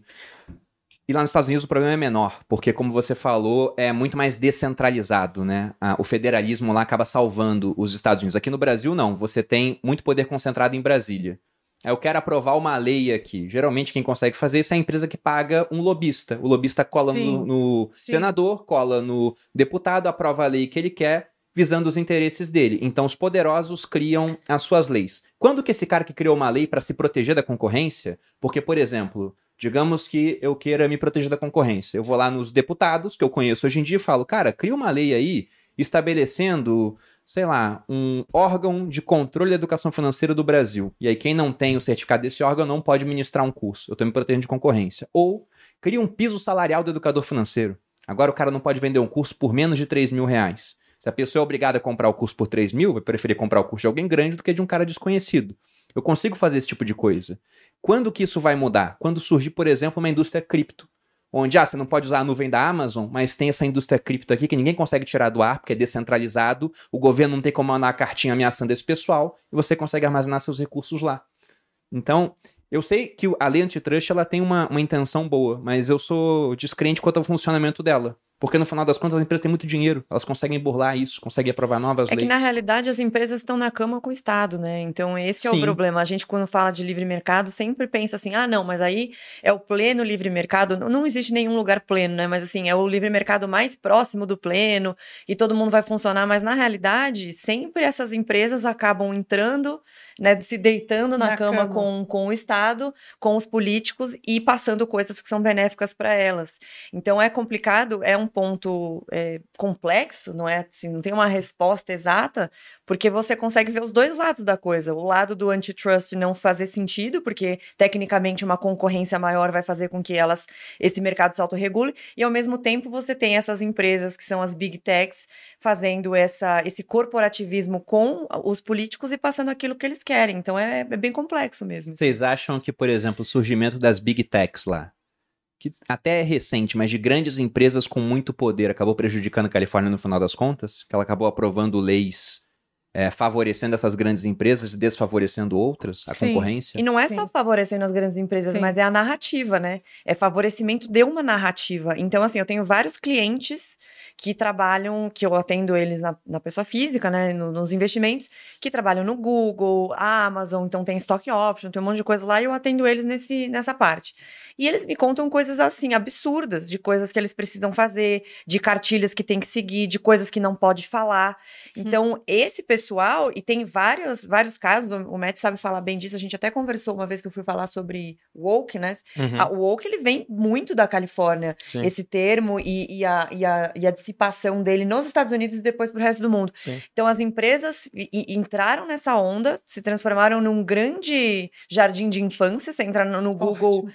e lá nos Estados Unidos o problema é menor, porque como você falou, é muito mais descentralizado, né? O federalismo lá acaba salvando os Estados Unidos. Aqui no Brasil, não. Você tem muito poder concentrado em Brasília. Eu quero aprovar uma lei aqui. Geralmente quem consegue fazer isso é a empresa que paga um lobista. O lobista cola no senador, cola no deputado, aprova a lei que ele quer, visando os interesses dele. Então os poderosos criam as suas leis. Quando que esse cara que criou uma lei para se proteger da concorrência? Porque, por exemplo, digamos que eu queira me proteger da concorrência. Eu vou lá nos deputados, que eu conheço hoje em dia, e falo, cara, cria uma lei aí estabelecendo, sei lá, um órgão de controle da educação financeira do Brasil. E aí quem não tem o certificado desse órgão não pode ministrar um curso. Eu estou me protegendo de concorrência. Ou cria um piso salarial do educador financeiro. Agora o cara não pode vender um curso por menos de R$3.000. Se a pessoa é obrigada a comprar o curso por 3 mil, vai preferir comprar o curso de alguém grande do que de um cara desconhecido. Eu consigo fazer esse tipo de coisa. Quando que isso vai mudar? Quando surgir, por exemplo, uma indústria cripto. Onde, você não pode usar a nuvem da Amazon, mas tem essa indústria cripto aqui que ninguém consegue tirar do ar, porque é descentralizado, o governo não tem como mandar a cartinha ameaçando esse pessoal, e você consegue armazenar seus recursos lá. Então, eu sei que a lei antitrust ela tem uma intenção boa, mas eu sou descrente quanto ao funcionamento dela. Porque no final das contas as empresas têm muito dinheiro, elas conseguem burlar isso, conseguem aprovar novas leis. É que na realidade as empresas estão na cama com o Estado, né? Então esse é o problema. A gente quando fala de livre mercado sempre pensa assim, não, mas aí é o pleno livre mercado. Não existe nenhum lugar pleno, né? Mas assim, é o livre mercado mais próximo do pleno e todo mundo vai funcionar. Mas na realidade, sempre essas empresas acabam entrando, né, se deitando na cama. Com o Estado, com os políticos e passando coisas que são benéficas para elas. Então é complicado, é um ponto complexo, não é assim, não tem uma resposta exata, porque você consegue ver os dois lados da coisa. O lado do antitrust não fazer sentido, porque tecnicamente uma concorrência maior vai fazer com que esse mercado se autorregule, e ao mesmo tempo você tem essas empresas que são as big techs fazendo esse corporativismo com os políticos e passando aquilo que eles querem. Então é bem complexo mesmo. Vocês acham que, por exemplo, o surgimento das big techs lá, que até é recente, mas de grandes empresas com muito poder, acabou prejudicando a Califórnia no final das contas? Que ela acabou aprovando leis favorecendo essas grandes empresas e desfavorecendo outras, a concorrência? E não é só favorecendo as grandes empresas, mas é a narrativa, né? É favorecimento de uma narrativa. Então, assim, eu tenho vários clientes que trabalham, que eu atendo eles na pessoa física, né, nos investimentos, que trabalham no Google, Amazon, então tem stock option, tem um monte de coisa lá, e eu atendo eles nessa parte. E eles me contam coisas assim, absurdas, de coisas que eles precisam fazer, de cartilhas que tem que seguir, de coisas que não pode falar. Então, esse pessoal, e tem vários casos, o Matt sabe falar bem disso, a gente até conversou uma vez que eu fui falar sobre woke, né? O woke, ele vem muito da Califórnia, esse termo, e a dissipação dele nos Estados Unidos e depois pro resto do mundo. Então, as empresas entraram nessa onda, se transformaram num grande jardim de infância. Você entra no Google,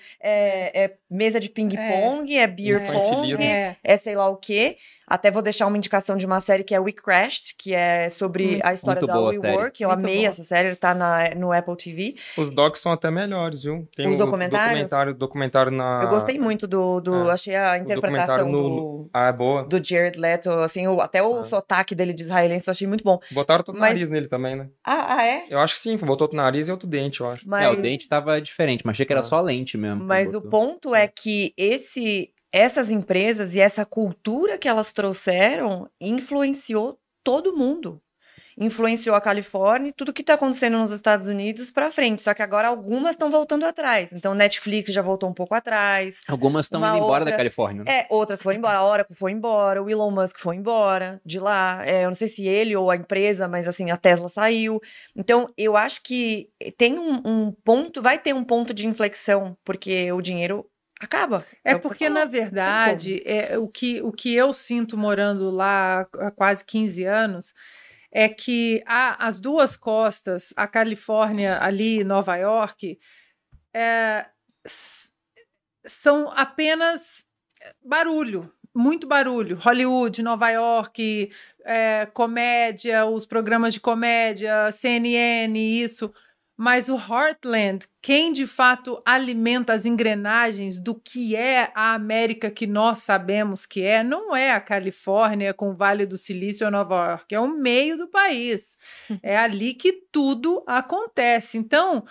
mesa de ping-pong, beer pong, sei lá o quê. Até vou deixar uma indicação de uma série que é We Crashed, que é sobre a história da WeWork. Eu amei essa série, tá no Apple TV. Os docs são até melhores, viu? Tem um documentário na... Eu gostei muito achei a interpretação do Jared Leto, assim, até o sotaque dele de israelense, eu achei muito bom. Botaram todo o nariz nele também, né? É? Eu acho que sim, botou outro nariz e outro dente, eu acho. O dente tava diferente, mas achei que era só lente mesmo. Mas o ponto é que essas empresas e essa cultura que elas trouxeram influenciou todo mundo. Influenciou a Califórnia e tudo que está acontecendo nos Estados Unidos para frente. Só que agora algumas estão voltando atrás. Então, Netflix já voltou um pouco atrás. Algumas estão indo embora da Califórnia. Outras foram embora. A Oracle foi embora, o Elon Musk foi embora de lá. Eu não sei se ele ou a empresa, mas assim, a Tesla saiu. Então, eu acho que tem um ponto, vai ter um ponto de inflexão, porque o dinheiro acaba. Porque, na verdade, o que eu sinto morando lá há quase 15 anos é que as duas costas, a Califórnia ali, Nova York, são apenas barulho, muito barulho. Hollywood, Nova York, comédia, os programas de comédia, CNN, isso. Mas o Heartland, quem de fato alimenta as engrenagens do que é a América que nós sabemos que não é a Califórnia com o Vale do Silício ou Nova York, é o meio do país. É ali que tudo acontece. Então,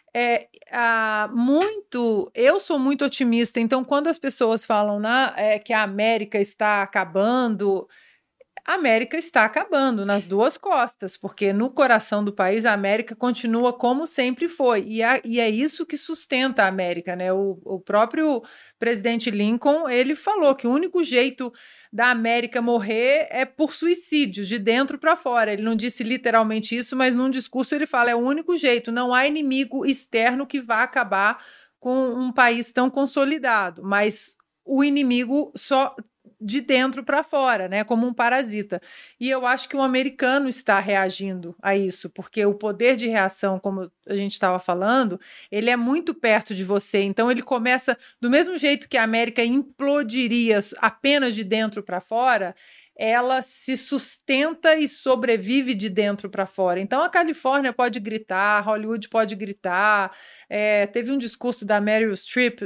eu sou muito otimista, então quando as pessoas falam que a América está acabando, a América está acabando nas duas costas, porque no coração do país a América continua como sempre foi, e é isso que sustenta a América, né? O próprio presidente Lincoln, ele falou que o único jeito da América morrer é por suicídio, de dentro para fora. Ele não disse literalmente isso, mas num discurso ele fala, é o único jeito, não há inimigo externo que vá acabar com um país tão consolidado, mas o inimigo só de dentro para fora, né, como um parasita. E eu acho que o americano está reagindo a isso, porque o poder de reação, como a gente estava falando, ele é muito perto de você. Então ele começa, do mesmo jeito que a América implodiria apenas de dentro para fora, ela se sustenta e sobrevive de dentro para fora. Então a Califórnia pode gritar, Hollywood pode gritar. Teve um discurso da Meryl Streep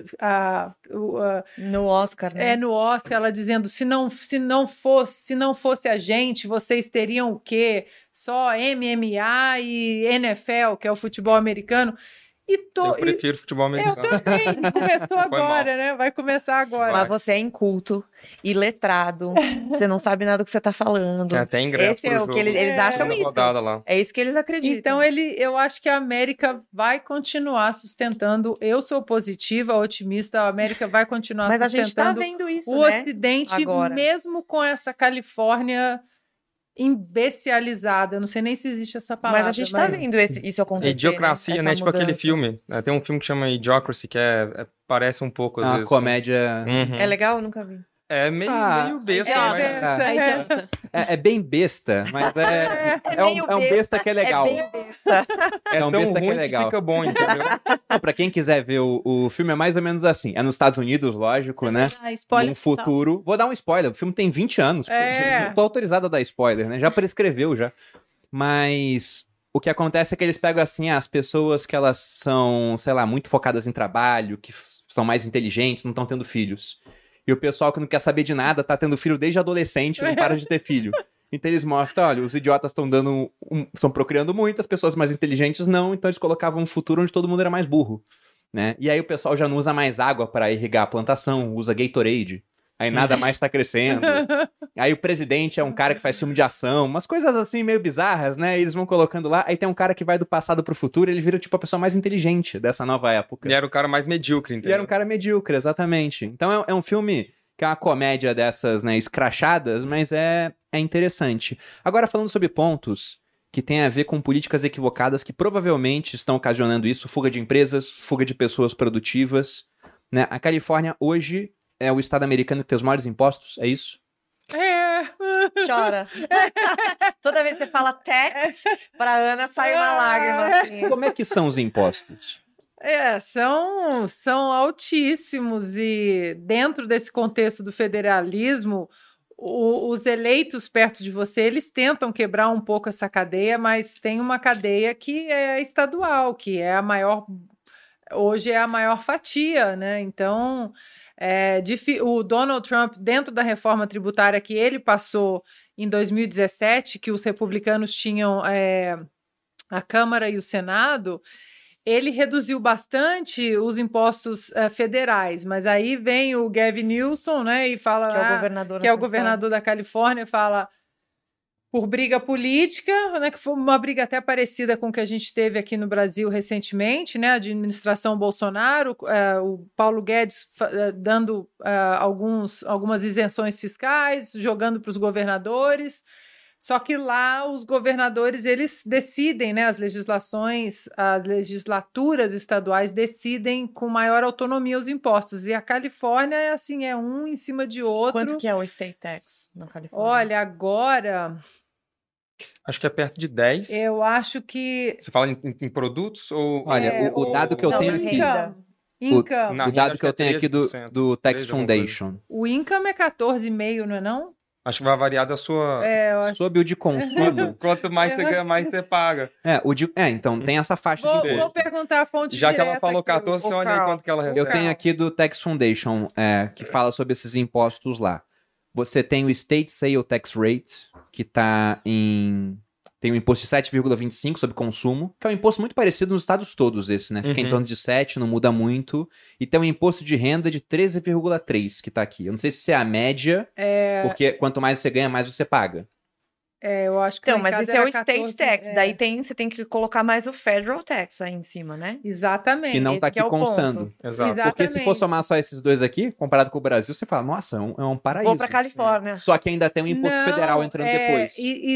no Oscar, né? No Oscar, ela dizendo, se não fosse a gente, vocês teriam o quê? Só MMA e NFL, que é o futebol americano. Eu prefiro futebol americano. Eu também. Começou agora, né? Vai começar agora. Mas você é inculto e letrado. Você não sabe nada do que você tá falando. Até ingresso. Esse é o que eles acham isso. Lá. É isso que eles acreditam. Então, eu acho que a América vai continuar sustentando. Eu sou positiva, otimista. A América vai continuar sustentando. Mas a gente tá vendo isso, o Ocidente, agora. Mesmo com essa Califórnia imbecializada, eu não sei nem se existe essa palavra. Mas a gente tá vendo isso acontecer. Idiocracia, né? Tipo aquele filme. Tem um filme que chama Idiocracy, que parece um pouco, às vezes. Uma comédia. Uhum. É legal? Eu nunca vi. É meio besta. É bem besta, mas é um besta que é legal. É bem besta. É um besta que é legal. Que fica bom, entendeu? Pra quem quiser ver o filme, é mais ou menos assim. É nos Estados Unidos, lógico, né? Spoiler, um futuro. Vou dar um spoiler. O filme tem 20 anos. Não tô autorizado a dar spoiler, né? Já prescreveu, já. Mas o que acontece é que eles pegam, assim, as pessoas que elas são, sei lá, muito focadas em trabalho, que são mais inteligentes, não estão tendo filhos. E o pessoal que não quer saber de nada tá tendo filho desde adolescente, não para de ter filho. Então eles mostram, olha, os idiotas estão procriando muito, as pessoas mais inteligentes não, então eles colocavam um futuro onde todo mundo era mais burro, né? E aí o pessoal já não usa mais água para irrigar a plantação, usa Gatorade. Aí nada mais tá crescendo. Aí o presidente é um cara que faz filme de ação, umas coisas assim meio bizarras, né? E eles vão colocando lá. Aí tem um cara que vai do passado pro futuro, ele vira tipo a pessoa mais inteligente dessa nova época. E era o cara mais medíocre, entendeu? E era um cara medíocre, exatamente. Então é um filme que é uma comédia dessas, né, escrachadas, mas é interessante. Agora, falando sobre pontos que tem a ver com políticas equivocadas que provavelmente estão ocasionando isso, fuga de empresas, fuga de pessoas produtivas, né? A Califórnia hoje é o estado americano que tem os maiores impostos, é isso? Chora. Toda vez que você fala tax, pra Ana sai uma lágrima. Assim. Como é que são os impostos? São altíssimos e dentro desse contexto do federalismo, os eleitos perto de você, eles tentam quebrar um pouco essa cadeia, mas tem uma cadeia que é estadual, que é a maior, hoje é a maior fatia, né? Então, o Donald Trump, dentro da reforma tributária que ele passou em 2017, que os republicanos tinham a Câmara e o Senado, ele reduziu bastante os impostos federais, mas aí vem o Gavin Newsom, né, e fala que é o governador da Califórnia, fala por briga política, né, que foi uma briga até parecida com o que a gente teve aqui no Brasil recentemente, né, a administração Bolsonaro, o Paulo Guedes dando algumas isenções fiscais, jogando para os governadores. Só que lá os governadores, eles decidem, né, as legislaturas estaduais decidem com maior autonomia os impostos. E a Califórnia é assim, é um em cima de outro. Quanto que é o state tax na Califórnia? Olha, agora Acho que é perto de 10. Eu acho que... Você fala em produtos ou... Olha, o dado que eu tenho aqui... Income. O dado que eu tenho aqui do Tax Foundation. O income é 14,5, não é não? Acho que vai variar da sua... Sob o de consumo. Quanto mais você ganha, mais você paga. Então tem essa faixa de imposto. Vou perguntar a fonte Já que ela falou 14, você olha aí quanto que ela recebe. Eu tenho aqui do Tax Foundation, que fala sobre esses impostos lá. Você tem o State Sale Tax Rate, que tá em... Tem um imposto de 7,25 sobre consumo, que é um imposto muito parecido nos estados todos esse, né? Fica em torno de 7, não muda muito. E tem um imposto de renda de 13,3 que tá aqui. Eu não sei se isso é a média, porque quanto mais você ganha, mais você paga. Eu acho que então, mas esse é o State Tax. Daí você tem que colocar mais o Federal Tax aí em cima, né? Exatamente. Que não tá aqui constando. Exato. Porque se for somar só esses dois aqui, comparado com o Brasil, você fala, nossa, é um paraíso. Vou pra Califórnia. Só que ainda tem um imposto federal entrando depois.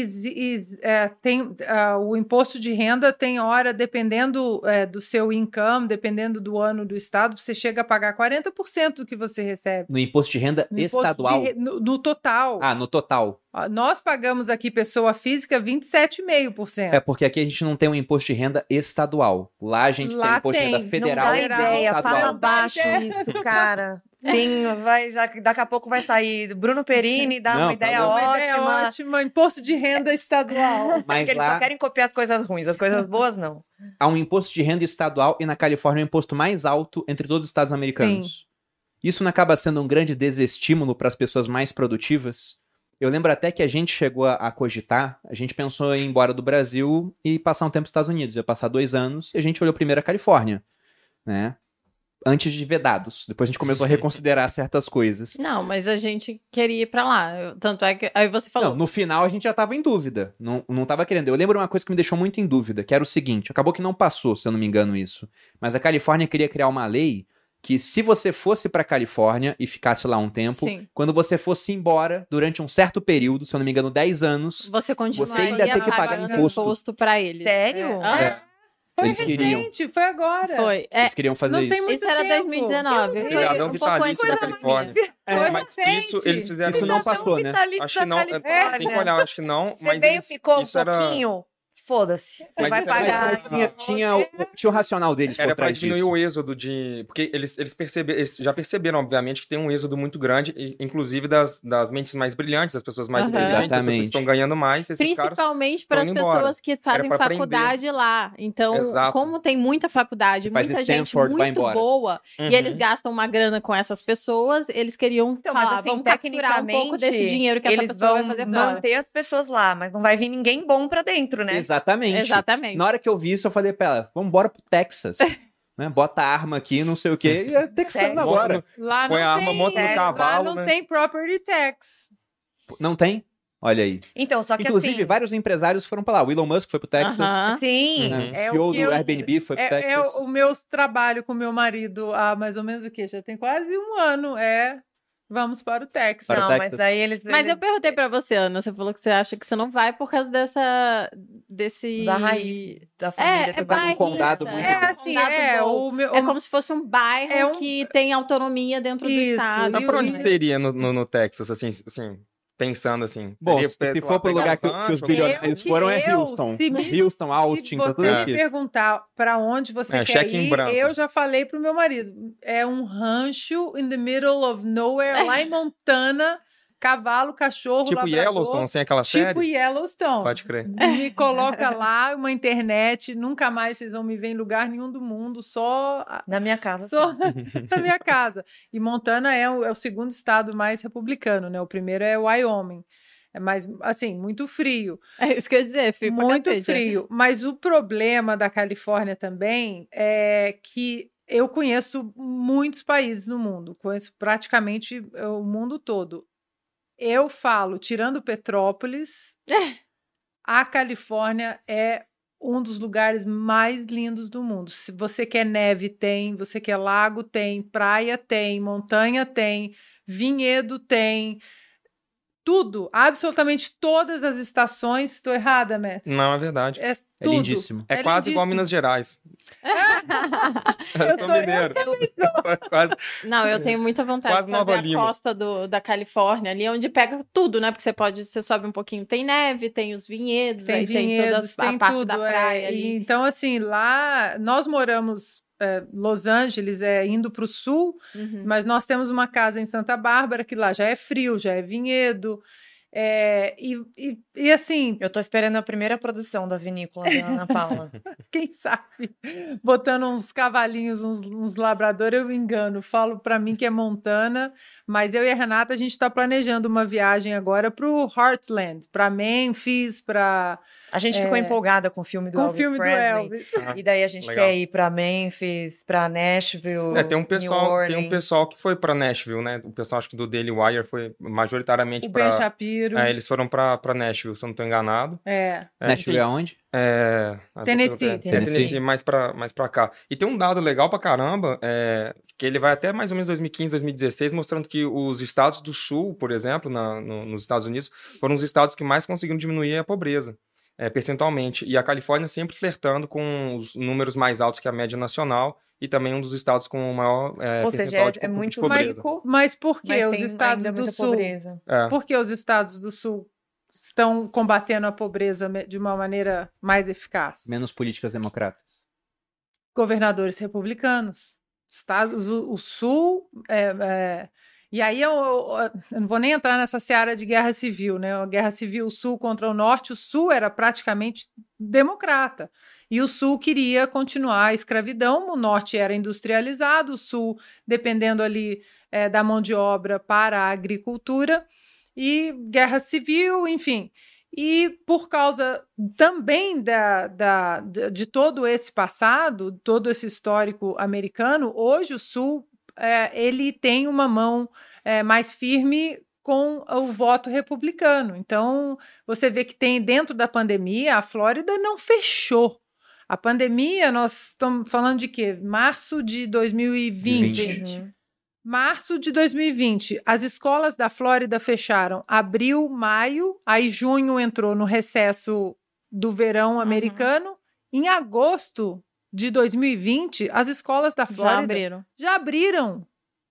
O imposto de renda tem hora, dependendo do seu income, dependendo do ano do estado, você chega a pagar 40% do que você recebe. No imposto de renda estadual? No total. No total. Nós pagamos aqui, pessoa física, 27,5%. É porque aqui a gente não tem um imposto de renda estadual. Lá a gente tem um imposto de renda federal. Não dá ideia, fala baixo isso, cara. Daqui a pouco vai sair Bruno Perini, dá uma ideia ótima. Imposto de renda estadual. Mas eles só querem copiar as coisas ruins, as coisas boas não. Há um imposto de renda estadual e na Califórnia é o imposto mais alto entre todos os estados americanos. Sim. Isso não acaba sendo um grande desestímulo para as pessoas mais produtivas? Eu lembro até que a gente chegou a cogitar, a gente pensou em ir embora do Brasil e passar um tempo nos Estados Unidos. Ia passar 2 anos e a gente olhou primeiro a Califórnia, né? Antes de vedados. Depois a gente começou a reconsiderar certas coisas. Não, mas a gente queria ir pra lá. Tanto é que... Aí você falou... Não, no final a gente já tava em dúvida. Não tava querendo. Eu lembro uma coisa que me deixou muito em dúvida, que era o seguinte. Acabou que não passou, se eu não me engano, isso. Mas a Califórnia queria criar uma lei que se você fosse pra Califórnia e ficasse lá um tempo, quando você fosse embora, durante um certo período, se eu não me engano, 10 anos, você ainda tem que pagar imposto pra eles. Sério? Foi eles queriam. Foi agora. Eles queriam fazer isso. Isso era 2019. Cidadão vitalício da Califórnia. Mas isso eles fizeram. Isso não passou, né? Acho que não. Tem que olhar, acho que não. Você veio, ficou um pouquinho... Foda-se, você vai pagar. Tinha o racional deles por trás disso. Era pra diminuir o êxodo de... Porque eles já perceberam, obviamente, que tem um êxodo muito grande, inclusive das mentes mais brilhantes, das pessoas mais inteligentes, das pessoas que estão ganhando mais, principalmente para as pessoas que fazem faculdade lá. Então, como tem muita faculdade, muita gente muito boa, e eles gastam uma grana com essas pessoas, eles queriam falar, vamos capturar um pouco desse dinheiro que essa pessoa vai fazer fora. Eles vão manter as pessoas lá, mas não vai vir ninguém bom pra dentro, né? Exatamente. Na hora que eu vi isso, eu falei pra ela, vamos embora pro Texas. Né? Bota a arma aqui, não sei o quê, e é texano agora. Lá põe a arma, monta no cavalo, lá não tem property tax. Não tem? Olha aí. Então, só que inclusive, vários empresários foram pra lá. O Elon Musk foi pro Texas. Sim. O CEO do Airbnb foi pro Texas. O meu trabalho com meu marido há mais ou menos o quê? Já tem quase 1 ano. Vamos para o Texas. Mas daí eles... Mas eu perguntei pra você, Ana, você falou que você acha que você não vai por causa desse... Da raiz da família. Um condado muito é como se fosse um bairro que tem autonomia dentro do estado. Mas pra onde seria no Texas, assim, pensando assim? Bom, se for pro lugar que os bilionários foram, é Houston. Houston, Austin, tá tudo aqui. Se você me perguntar pra onde você quer ir, eu já falei pro meu marido. É um rancho in the middle of nowhere, lá em Montana, cavalo, cachorro, tipo labrador. Yellowstone, assim, aquela série? Tipo Yellowstone. Pode crer. Me coloca lá, uma internet, nunca mais vocês vão me ver em lugar nenhum do mundo, só... Na minha casa. Só na minha casa. E Montana é o segundo estado mais republicano, né? O primeiro é Wyoming. É mais, assim, muito frio. É isso que eu ia dizer, frio pra muito cacete, frio. Mas o problema da Califórnia também é que eu conheço muitos países no mundo. Conheço praticamente o mundo todo. Eu falo, tirando Petrópolis, a Califórnia é um dos lugares mais lindos do mundo. Se você quer neve, tem. Você quer lago, tem. Praia, tem. Montanha, tem. Vinhedo, tem. Tudo. Absolutamente todas as estações. Estou errada, Matt? Não, é verdade. É lindíssimo. É quase igual Minas Gerais. Eu sou mineiro. Quase. Não, eu tenho muita vontade de fazer a costa da Califórnia, ali onde pega tudo, né? Porque você sobe um pouquinho, tem neve, tem os vinhedos, aí tem toda a parte tudo, da praia ali. Então, assim, lá nós moramos... Los Angeles indo para o sul, mas nós temos uma casa em Santa Bárbara que lá já é frio, já é vinhedo. E assim... Eu tô esperando a primeira produção da vinícola da Ana Paula. Quem sabe? Botando uns cavalinhos, uns labradores, eu engano. Falo para mim que é Montana, mas eu e a Renata, a gente está planejando uma viagem agora para o Heartland, para Memphis, para... A gente ficou empolgada com o filme do Elvis Presley. E daí a gente quer ir para Memphis, para Nashville, tem um pessoal que foi para Nashville, né? O pessoal, acho que do Daily Wire foi majoritariamente para... Ben Shapiro. Eles foram para Nashville, se eu não estou enganado. Nashville é aonde? Tennessee, mais para cá. E tem um dado legal pra caramba, que ele vai até mais ou menos 2015, 2016, mostrando que os estados do sul, por exemplo, nos Estados Unidos, foram os estados que mais conseguiram diminuir a pobreza. Percentualmente, e a Califórnia sempre flertando com os números mais altos que a média nacional e também um dos estados com o maior percentual de pobreza. Mas por que os estados do sul? Por que os estados do sul estão combatendo a pobreza de uma maneira mais eficaz? Menos políticas democratas. Governadores republicanos. O sul... E aí eu não vou nem entrar nessa seara de guerra civil, né? A guerra civil sul contra o norte, o sul era praticamente democrata. E o sul queria continuar a escravidão, o norte era industrializado, o sul dependendo ali da mão de obra para a agricultura, e guerra civil, enfim. E por causa também de todo esse passado, todo esse histórico americano, hoje o sul... ele tem uma mão mais firme com o voto republicano. Então, você vê que tem dentro da pandemia, a Flórida não fechou. A pandemia, nós estamos falando de quê? Março de 2020. Março de 2020, as escolas da Flórida fecharam abril, maio, aí junho entrou no recesso do verão americano. Em agosto de 2020, as escolas da Flórida já abriram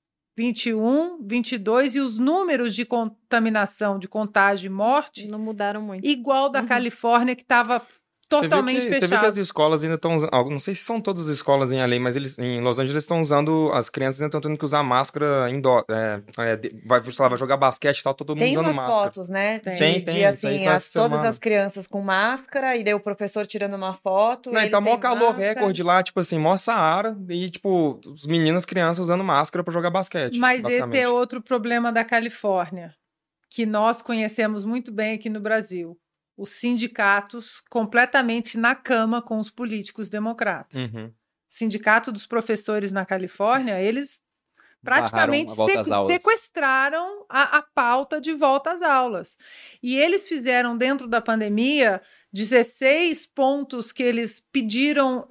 21, 22, e os números de contaminação, de contágio e morte não mudaram muito. Igual da Califórnia, que estava totalmente fechado. Você vê que as escolas ainda estão usando, não sei se são todas as escolas em LA, mas em Los Angeles estão usando, as crianças ainda estão tendo que usar máscara indoor, vai jogar basquete e tal, todo mundo usando máscara. Tem umas fotos, né? Tem assim, todas as crianças com máscara, e daí o professor tirando uma foto. Não, tá mó calor recorde lá, tipo assim, mó Saara, e tipo, os meninos, crianças usando máscara pra jogar basquete. Mas esse é outro problema da Califórnia, que nós conhecemos muito bem aqui no Brasil. Os sindicatos completamente na cama com os políticos democratas. O sindicato dos professores na Califórnia, eles praticamente sequestraram a pauta de volta às aulas. E eles fizeram, dentro da pandemia, 16 pontos que eles pediram,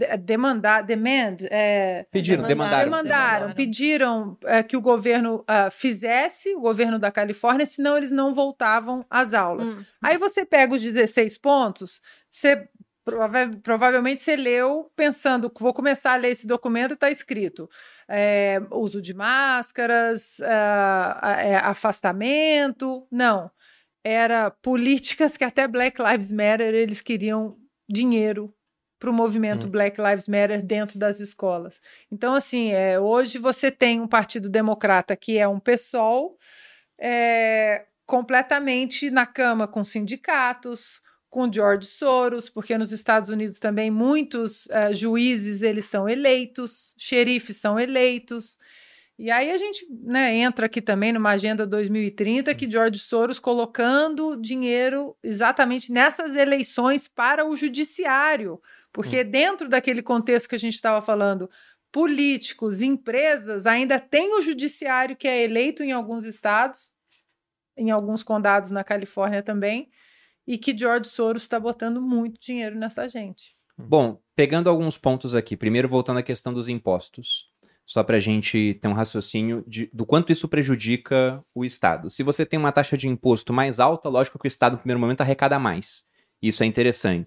pediram que o governo fizesse, o governo da Califórnia, senão eles não voltavam às aulas. Aí você pega os 16 pontos, provavelmente você leu pensando, vou começar a ler esse documento e está escrito uso de máscaras, afastamento. Não. Era políticas que até Black Lives Matter, eles queriam dinheiro para o movimento Black Lives Matter dentro das escolas. Então, assim, hoje você tem um partido democrata que é um PSOL completamente na cama com sindicatos, com George Soros, porque nos Estados Unidos também muitos juízes eles são eleitos, xerifes são eleitos. E aí a gente entra aqui também numa Agenda 2030 que George Soros colocando dinheiro exatamente nessas eleições para o judiciário, porque dentro daquele contexto que a gente estava falando, políticos, empresas, ainda tem o judiciário que é eleito em alguns estados, em alguns condados na Califórnia também, e que George Soros está botando muito dinheiro nessa gente. Bom, pegando alguns pontos aqui, primeiro voltando à questão dos impostos, só para a gente ter um raciocínio do quanto isso prejudica o Estado. Se você tem uma taxa de imposto mais alta, lógico que o Estado, no primeiro momento, arrecada mais. Isso é interessante.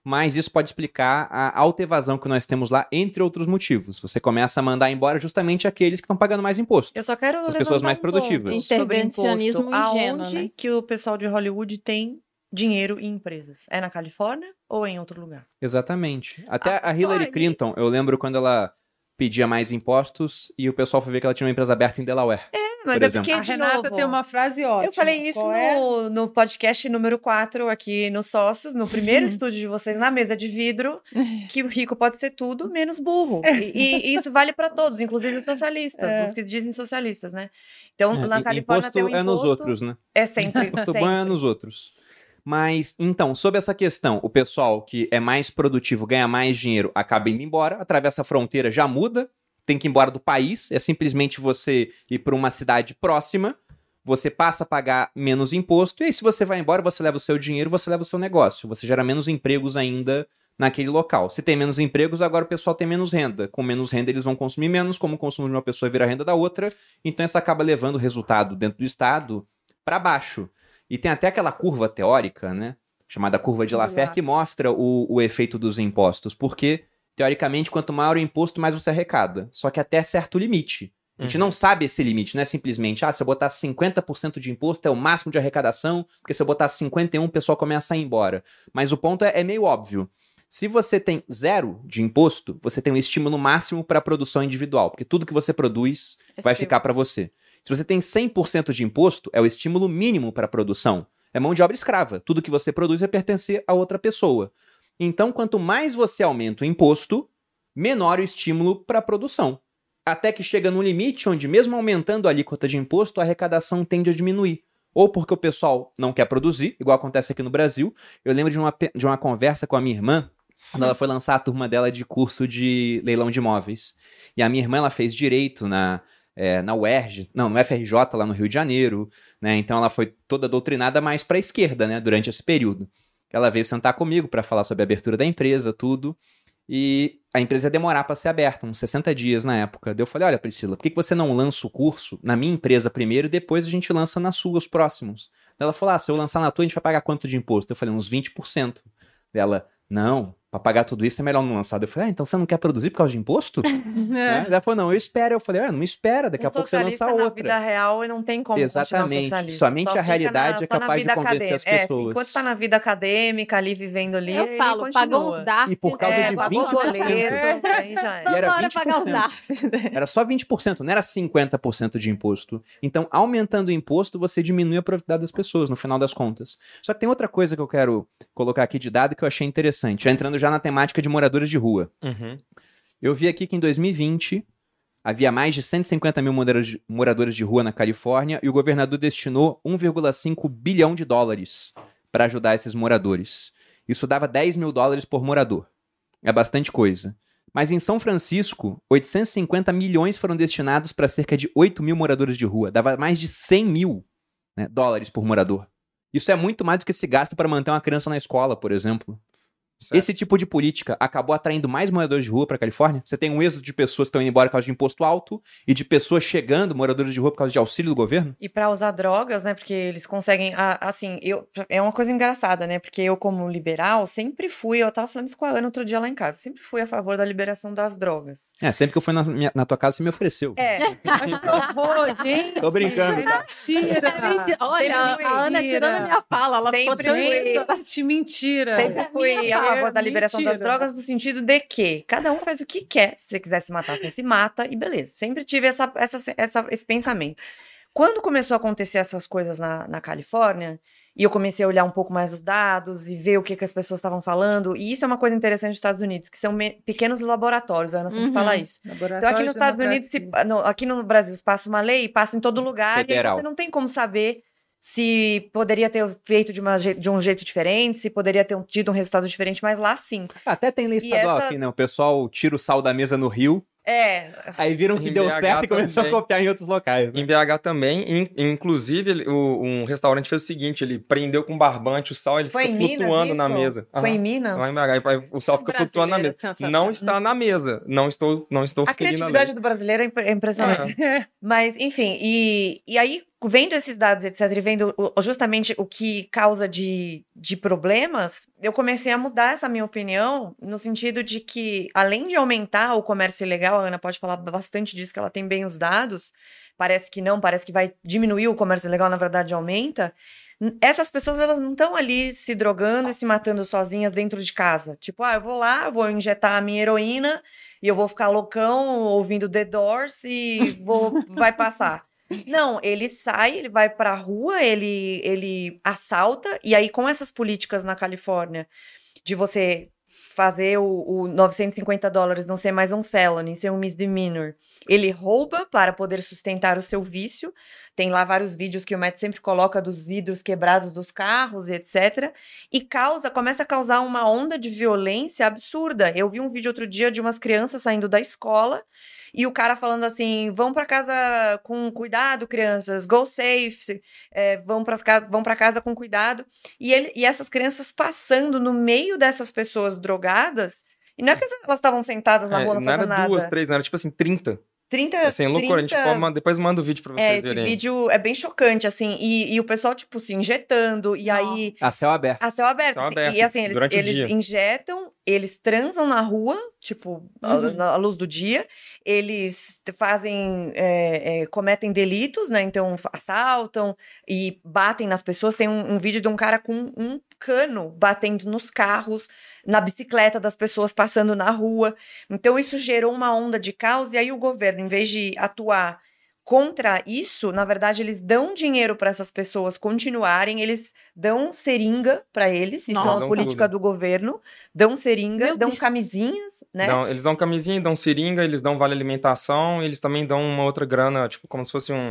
mas isso pode explicar a alta evasão que nós temos lá, entre outros motivos. Você começa a mandar embora justamente aqueles que estão pagando mais imposto. Eu só quero as pessoas mais produtivas. Intervencionismo ingênuo, Aonde né? que o pessoal de Hollywood tem dinheiro em empresas? É na Califórnia ou em outro lugar? Exatamente. Até a Hillary Clinton, eu lembro quando ela pedia mais impostos e o pessoal foi ver que ela tinha uma empresa aberta em Delaware. Mas por é exemplo. porque, A de Renata novo, tem uma frase ótima. eu falei isso no podcast número 4 aqui no Sócios, no primeiro estúdio de vocês, na mesa de vidro, que o rico pode ser tudo menos burro. E isso vale para todos, inclusive os socialistas, os que dizem socialistas, né? Então, na Califórnia tem um imposto... é nos outros, né? É sempre. Imposto bom é nos outros. Mas, então, sobre essa questão, o pessoal que é mais produtivo, ganha mais dinheiro, acaba indo embora, atravessa a fronteira, já muda, tem que ir embora do país, é simplesmente você ir para uma cidade próxima, você passa a pagar menos imposto, e aí se você vai embora, você leva o seu dinheiro, você leva o seu negócio, você gera menos empregos ainda naquele local. Se tem menos empregos, agora o pessoal tem menos renda. Com menos renda, eles vão consumir menos, como o consumo de uma pessoa vira a renda da outra, então isso acaba levando o resultado dentro do estado para baixo. E tem até aquela curva teórica, né, chamada curva de Laffer, que mostra o efeito dos impostos, porque, teoricamente, quanto maior o imposto, mais você arrecada. Só que até certo limite. A gente não sabe esse limite, não é simplesmente, se eu botar 50% de imposto é o máximo de arrecadação, porque se eu botar 51%, o pessoal começa a ir embora. Mas o ponto é meio óbvio. Se você tem 0 de imposto, você tem um estímulo máximo para a produção individual, porque tudo que você produz vai ficar para você. Se você tem 100% de imposto, é o estímulo mínimo para a produção. É mão de obra escrava. Tudo que você produz vai pertencer a outra pessoa. Então, quanto mais você aumenta o imposto, menor o estímulo para a produção. Até que chega num limite onde, mesmo aumentando a alíquota de imposto, a arrecadação tende a diminuir. Ou porque o pessoal não quer produzir, igual acontece aqui no Brasil. Eu lembro de uma conversa com a minha irmã, quando ela foi lançar a turma dela de curso de leilão de imóveis. E a minha irmã, ela fez direito na UERJ, não, no FRJ, lá no Rio de Janeiro, né? Então ela foi toda doutrinada mais para a esquerda, né, durante esse período. Ela veio sentar comigo para falar sobre a abertura da empresa, tudo, e a empresa ia demorar para ser aberta, uns 60 dias na época. Daí eu falei, olha, Priscila, por que você não lança o curso na minha empresa primeiro e depois a gente lança na sua os próximos? Daí ela falou, se eu lançar na tua, a gente vai pagar quanto de imposto? Eu falei, uns 20%. Daí ela, não... Pra pagar tudo isso é melhor não lançar. Eu falei, então você não quer produzir por causa de imposto? Né? Ela falou, não, eu espero. Eu falei, não espera, daqui a pouco você lança outra. Na vida real, não tem como exatamente. Somente a realidade é capaz de convencer as pessoas. Enquanto tá na vida acadêmica, ali, vivendo ali, eu falo, pagou uns DARF. E por causa de 20%. Aí já é. E era 20%. Pagar o DARF. Era só 20%, não era 50% de imposto. Então, aumentando o imposto, você diminui a produtividade das pessoas, no final das contas. Só que tem outra coisa que eu quero colocar aqui de dado que eu achei interessante. Já entrando já na temática de moradores de rua. Eu vi aqui que em 2020 havia mais de 150 mil moradores de rua na Califórnia e o governador destinou 1,5 bilhão de dólares para ajudar esses moradores. Isso dava 10 mil dólares por morador. É bastante coisa. Mas em São Francisco, 850 milhões foram destinados para cerca de 8 mil moradores de rua. Dava mais de 100 mil, né, dólares por morador. Isso é muito mais do que se gasta para manter uma criança na escola, por exemplo. Certo. Esse tipo de política acabou atraindo mais moradores de rua para a Califórnia. Você tem um êxodo de pessoas que estão indo embora por causa de imposto alto e de pessoas chegando, moradores de rua, por causa de auxílio do governo. E para usar drogas, né? Porque eles conseguem... assim, é uma coisa engraçada, né? Porque eu, como liberal, sempre fui... Eu tava falando isso com a Ana outro dia lá em casa. Sempre fui a favor da liberação das drogas. Sempre que eu fui na tua casa, você me ofereceu. Mas que horror, gente. Tô brincando. Mentira. Olha, a Ana tirando a minha fala. Ela ficou mentira. Sempre fui a favor da liberação das drogas, no sentido de que cada um faz o que quer. Se você quiser se matar, você se mata e beleza. Sempre tive esse pensamento. Quando começou a acontecer essas coisas na Califórnia, e eu comecei a olhar um pouco mais os dados e ver o que as pessoas estavam falando, e isso é uma coisa interessante dos Estados Unidos, que são pequenos laboratórios, a Ana sempre fala isso. Então aqui nos Estados Unidos, aqui no Brasil, se passa uma lei, passa em todo lugar, federal. E aí você não tem como saber se poderia ter feito de um jeito diferente, se poderia ter tido um resultado diferente, mas lá sim. Até tem lei estadual aqui, né? O pessoal tira o sal da mesa no Rio. Aí viram que deu certo e começou a copiar em outros locais. Né? Em BH também, inclusive, um restaurante fez o seguinte, ele prendeu com barbante o sal, ele fica flutuando na mesa. Foi em Minas? Lá em BH, o sal fica flutuando na mesa. Não está na mesa, não estou a criatividade do brasileiro é impressionante. Mas, enfim, e aí vendo esses dados, etc., e vendo justamente o que causa de problemas, eu comecei a mudar essa minha opinião, no sentido de que, além de aumentar o comércio ilegal, a Ana pode falar bastante disso, que ela tem bem os dados, parece que não, parece que vai diminuir o comércio ilegal, na verdade aumenta. Essas pessoas, elas não estão ali se drogando e se matando sozinhas dentro de casa. Tipo, eu vou lá, eu vou injetar a minha heroína e eu vou ficar loucão ouvindo The Doors e vai passar. Não, ele sai, ele vai pra rua, ele assalta, e aí com essas políticas na Califórnia de você fazer o $950 não ser mais um felony, ser um misdemeanor, ele rouba para poder sustentar o seu vício. Tem lá vários vídeos que o Matt sempre coloca dos vidros quebrados dos carros e etc. E começa a causar uma onda de violência absurda. Eu vi um vídeo outro dia de umas crianças saindo da escola e o cara falando assim, vão para casa com cuidado, crianças, go safe, vão para casa com cuidado. E essas crianças passando no meio dessas pessoas drogadas, e não é que elas estavam sentadas na rua não fazendo nada. Não era 2, 3, não era tipo assim, 30. Assim, loucura, 30... a gente depois manda o vídeo pra vocês verem. Esse vídeo é bem chocante, assim, e o pessoal, tipo, se injetando, e aí... A céu aberto. A céu aberto. Céu aberto, e assim, durante eles o dia. injetam, eles transam na rua, tipo, à luz do dia, eles cometem delitos, né, então assaltam e batem nas pessoas. Tem um vídeo de um cara com um cano batendo nos carros, na bicicleta das pessoas passando na rua. Então isso gerou uma onda de caos, e aí o governo, em vez de atuar contra isso, na verdade eles dão dinheiro para essas pessoas continuarem, eles dão seringa para eles, isso é uma política do governo, dão seringa, dão camisinhas, né? Eles dão camisinha, dão seringa, eles dão vale alimentação, eles também dão uma outra grana, tipo, como se fosse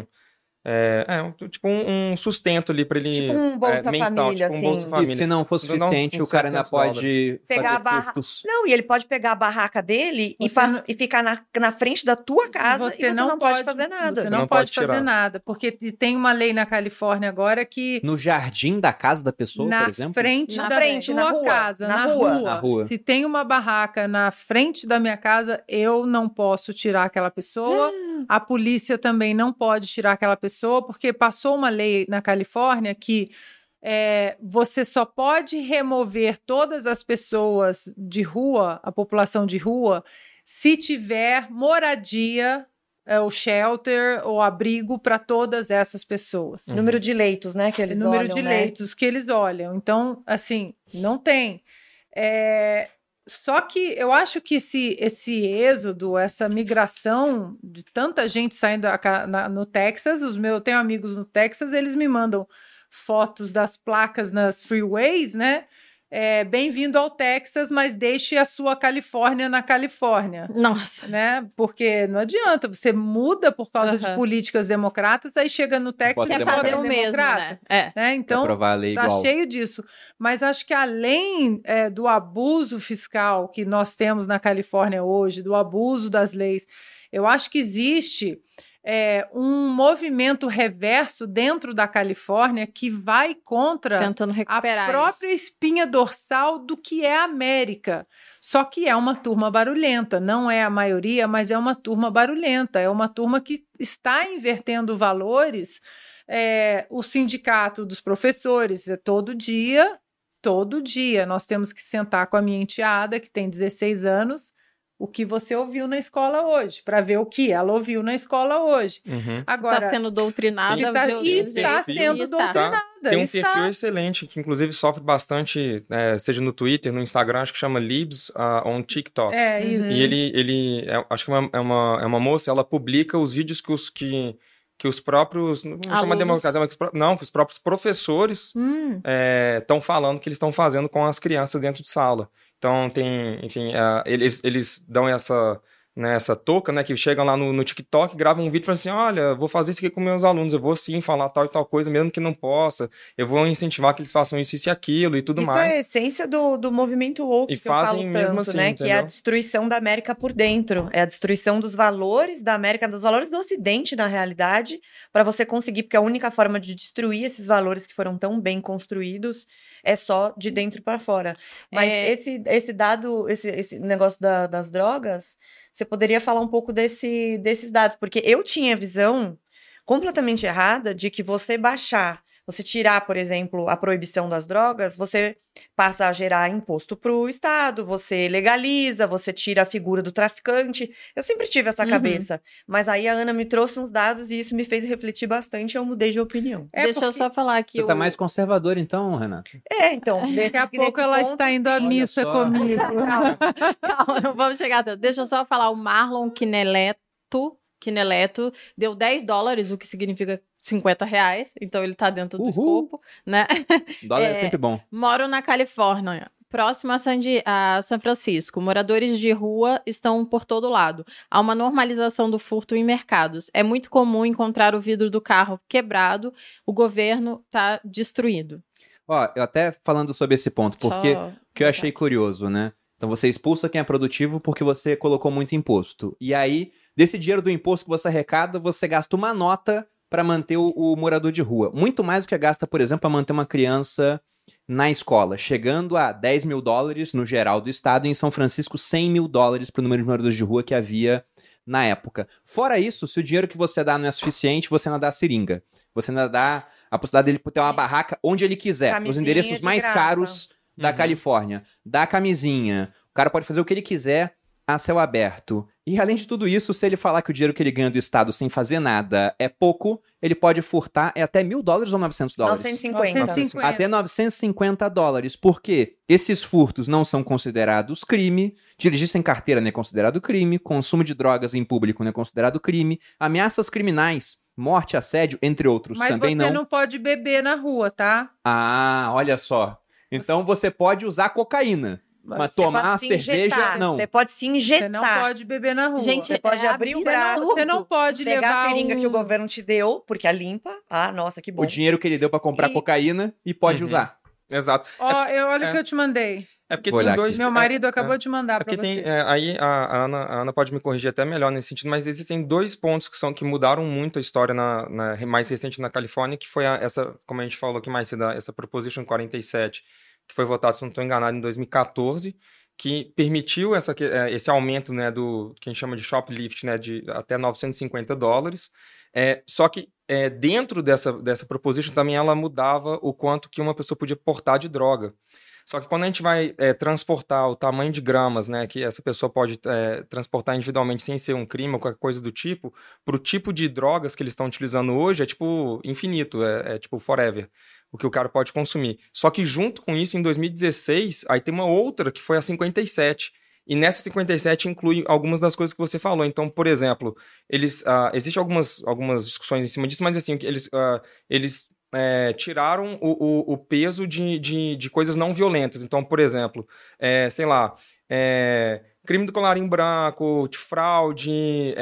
tipo um sustento ali pra ele... Tipo um Bolsa Família, tipo um Bolsa Família. E se não fosse suficiente, o cara ainda pode pegar a barraca. Não, e ele pode pegar a barraca dele e ficar na frente da tua casa, e você não pode fazer nada. Você não pode fazer nada, porque tem uma lei na Califórnia agora que... No jardim da casa da pessoa, por exemplo? Na tua casa, na rua. Se tem uma barraca na frente da minha casa, eu não posso tirar aquela pessoa. A polícia também não pode tirar aquela pessoa, porque passou uma lei na Califórnia que você só pode remover todas as pessoas de rua, a população de rua, se tiver moradia, o shelter, ou abrigo para todas essas pessoas. Número de leitos, né, que eles olham, Número de leitos que eles olham. Então, assim, não tem. Só que eu acho que esse êxodo, essa migração de tanta gente saindo no Texas, eu tenho amigos no Texas, eles me mandam fotos das placas nas freeways, né? Bem-vindo ao Texas, mas deixe a sua Califórnia na Califórnia. Nossa. Né? Porque não adianta, você muda por causa de políticas democratas, aí chega no Texas e quer fazer o mesmo, né? Então, aprovar a lei tá igual. cheio disso. Mas acho que além do abuso fiscal que nós temos na Califórnia hoje, do abuso das leis, eu acho que existe... um movimento reverso dentro da Califórnia que vai contra tentando recuperar a própria espinha dorsal do que é a América. Só que é uma turma barulhenta, não é a maioria, mas é uma turma barulhenta, é uma turma que está invertendo valores. O sindicato dos professores todo dia, nós temos que sentar com a minha enteada, que tem 16 anos, o que você ouviu na escola hoje, para ver o que ela ouviu na escola hoje. Agora, está sendo doutrinada. Está sendo doutrinada. Tem um perfil excelente, que inclusive sofre bastante, seja no Twitter, no Instagram, acho que chama Libs on TikTok. Isso. E ele acho que é uma moça, ela publica os vídeos que os próprios, não chama democracia, mas que os próprios professores estão falando que eles estão fazendo com as crianças dentro de sala. Então, eles dão essa touca, né, que chegam lá no TikTok, gravam um vídeo e falam assim, olha, vou fazer isso aqui com meus alunos, eu vou sim falar tal e tal coisa, mesmo que não possa, eu vou incentivar que eles façam isso e aquilo e tudo mais. Isso é a essência do movimento woke, que fazem eu falo mesmo tanto, assim, né, entendeu? que é a destruição da América por dentro, é a destruição dos valores da América, dos valores do Ocidente, na realidade, para você conseguir, porque a única forma de destruir esses valores que foram tão bem construídos é só de dentro para fora. Mas esse dado, esse negócio das drogas, você poderia falar um pouco desses dados, porque eu tinha visão, completamente errada de que você tirar, por exemplo, a proibição das drogas, você passa a gerar imposto para o Estado, você legaliza, você tira a figura do traficante. Eu sempre tive essa cabeça, mas aí a Ana me trouxe uns dados e isso me fez refletir bastante e eu mudei de opinião. Deixa eu só falar aqui. Você tá mais conservadora então, Renata? Então. Daqui a pouco ela está indo à missa comigo. Calma, não vamos chegar até. Deixa eu só falar, o Marlon Quineleto deu $10, o que significa R$50, então ele tá dentro do escopo, né? Dólar é sempre bom. Moro na Califórnia, próximo a São Francisco. Moradores de rua estão por todo lado. Há uma normalização do furto em mercados. É muito comum encontrar o vidro do carro quebrado, o governo tá destruído. Ó, eu até falando sobre esse ponto, porque o que eu achei curioso, né? Então você expulsa quem é produtivo porque você colocou muito imposto. E aí, desse dinheiro do imposto que você arrecada, você gasta uma nota para manter o morador de rua. Muito mais do que gasta, por exemplo, para manter uma criança na escola, chegando a $10 mil no geral do estado, e em São Francisco $100 mil para o número de moradores de rua que havia na época. Fora isso, se o dinheiro que você dá não é suficiente, você ainda dá a seringa. Você ainda dá a possibilidade dele ter uma barraca onde ele quiser, nos endereços mais caros da Califórnia. Dá a camisinha, o cara pode fazer o que ele quiser a céu aberto. E além de tudo isso, se ele falar que o dinheiro que ele ganha do Estado sem fazer nada é pouco, ele pode furtar até $1.000 ou $900? 950. Até $950. Porque esses furtos não são considerados crime, dirigir sem carteira não é considerado crime, consumo de drogas em público não é considerado crime, ameaças criminais, morte, assédio, entre outros, também não. Mas você não pode beber na rua, tá? Ah, olha só. Então você pode usar cocaína. Mas tomar cerveja, não. Você pode se injetar. Você não pode beber na rua. Gente, você pode abrir o braço. Você não pode pegar levar a seringa que o governo te deu, porque é limpa. Ah, nossa, que bom. O dinheiro que ele deu pra comprar cocaína e pode usar. Exato. Olha o que eu te mandei. É porque tem dois... Meu marido acabou de mandar pra você. Aí a Ana pode me corrigir até melhor nesse sentido, mas existem dois pontos que mudaram muito a história mais recente na Califórnia, que foi essa, como a gente falou aqui mais cedo, essa Proposition 47, que foi votada, se não estou enganado, em 2014, que permitiu esse aumento, né, do que a gente chama de shoplift, né, de até $950. Só que dentro dessa proposition também ela mudava o quanto que uma pessoa podia portar de droga. Só que quando a gente vai transportar o tamanho de gramas, né, que essa pessoa pode transportar individualmente sem ser um crime ou qualquer coisa do tipo, para o tipo de drogas que eles estão utilizando hoje é tipo infinito, é tipo forever, o que o cara pode consumir. Só que junto com isso, em 2016, aí tem uma outra que foi a 57. E nessa 57 inclui algumas das coisas que você falou. Então, por exemplo, existem algumas discussões em cima disso, mas assim, eles tiraram o peso de coisas não violentas. Então, por exemplo, sei lá, crime do colarinho branco, de fraude,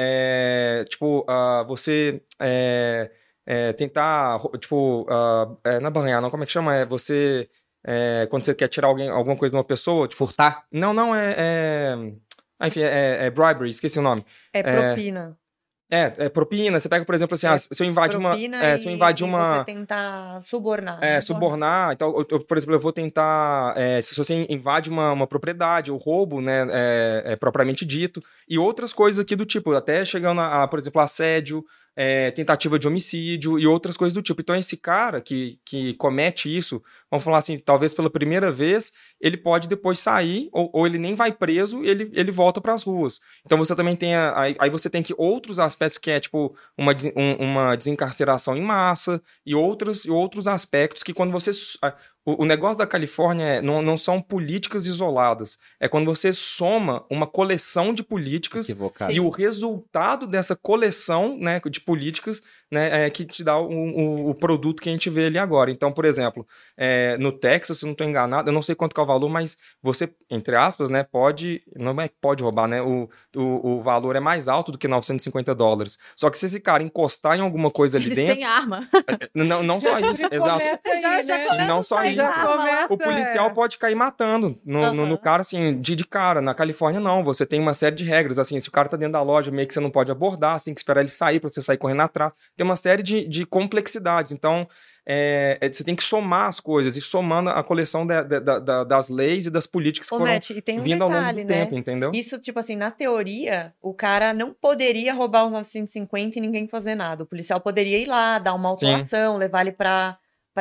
você tentar, não é barranhar, não, como é que chama? Você, quando você quer tirar alguma coisa de uma pessoa, furtar? Não, enfim, é bribery, esqueci o nome. Propina. Propina. Você pega, por exemplo, assim, se eu invadir você tentar subornar. Subornar. Então, por exemplo, eu vou tentar... se você invade uma propriedade, o roubo, né, propriamente dito, e outras coisas aqui do tipo, até chegando a por exemplo, assédio, tentativa de homicídio e outras coisas do tipo. Então, esse cara que comete isso, vamos falar assim, talvez pela primeira vez, ele pode depois sair, ou ele nem vai preso, ele volta para as ruas. Então, você também tem aí você tem que outros aspectos que é tipo uma desencarceração em massa e outros aspectos que quando você... O negócio da Califórnia não são políticas isoladas. É quando você soma uma coleção de políticas e o resultado dessa coleção, né, de políticas, né, que te dá o produto que a gente vê ali agora. Então, por exemplo, no Texas, se eu não estou enganado, eu não sei quanto que é o valor, mas você, entre aspas, né, não é que pode roubar, né? O valor é mais alto do que $950. Só que se esse cara encostar em alguma coisa ali dentro... Eles têm arma. Não só isso, exato. Aí, né? Não só o policial pode cair matando no cara, assim, de cara. Na Califórnia, não. Você tem uma série de regras, assim, se o cara tá dentro da loja, meio que você não pode abordar, você tem que esperar ele sair pra você sair correndo atrás. Tem uma série de complexidades. Então, você tem que somar as coisas, e somando a coleção das leis e das políticas que foram vindo ao longo do tempo, entendeu? Isso, tipo assim, na teoria, o cara não poderia roubar os 950 e ninguém fazer nada. O policial poderia ir lá, dar uma autuação, levar ele pra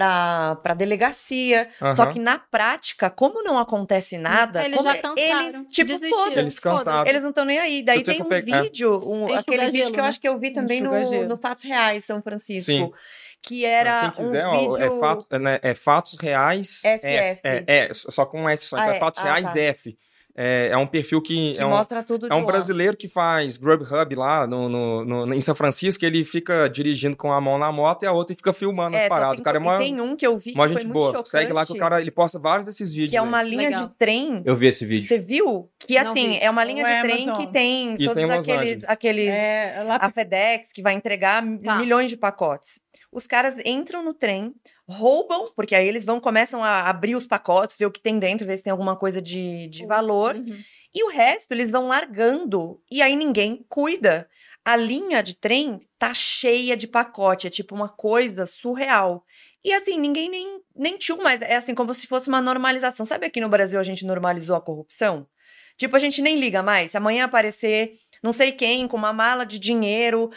delegacia. Só que na prática, como não acontece nada, eles já cansaram, eles cansaram. Eles não estão nem aí. Daí tem um vídeo, aquele vídeo que eu acho que eu vi também no Fatos Reais, São Francisco. Sim. Que era quem quiser, vídeo... Fatos Reais SF. Só com um S só. Então é Fatos Reais F. É um perfil que mostra tudo de um brasileiro que faz Grubhub lá em São Francisco, ele fica dirigindo com a mão na moto e a outra fica filmando as paradas. O cara tem um que eu vi que foi muito chocante. Segue lá que o cara, ele posta vários desses vídeos. Que é uma linha de trem. Eu vi esse vídeo. Você viu? Que assim, é uma linha de trem que tem todos aqueles a FedEx que vai entregar milhões de pacotes. Os caras entram no trem, roubam, porque aí eles começam a abrir os pacotes, ver o que tem dentro, ver se tem alguma coisa de valor. E o resto eles vão largando, e aí ninguém cuida. A linha de trem tá cheia de pacote, é tipo uma coisa surreal. E assim, ninguém nem tinha mais, é assim como se fosse uma normalização. Sabe aqui no Brasil a gente normalizou a corrupção? Tipo, a gente nem liga mais. Se amanhã aparecer não sei quem com uma mala de dinheiro,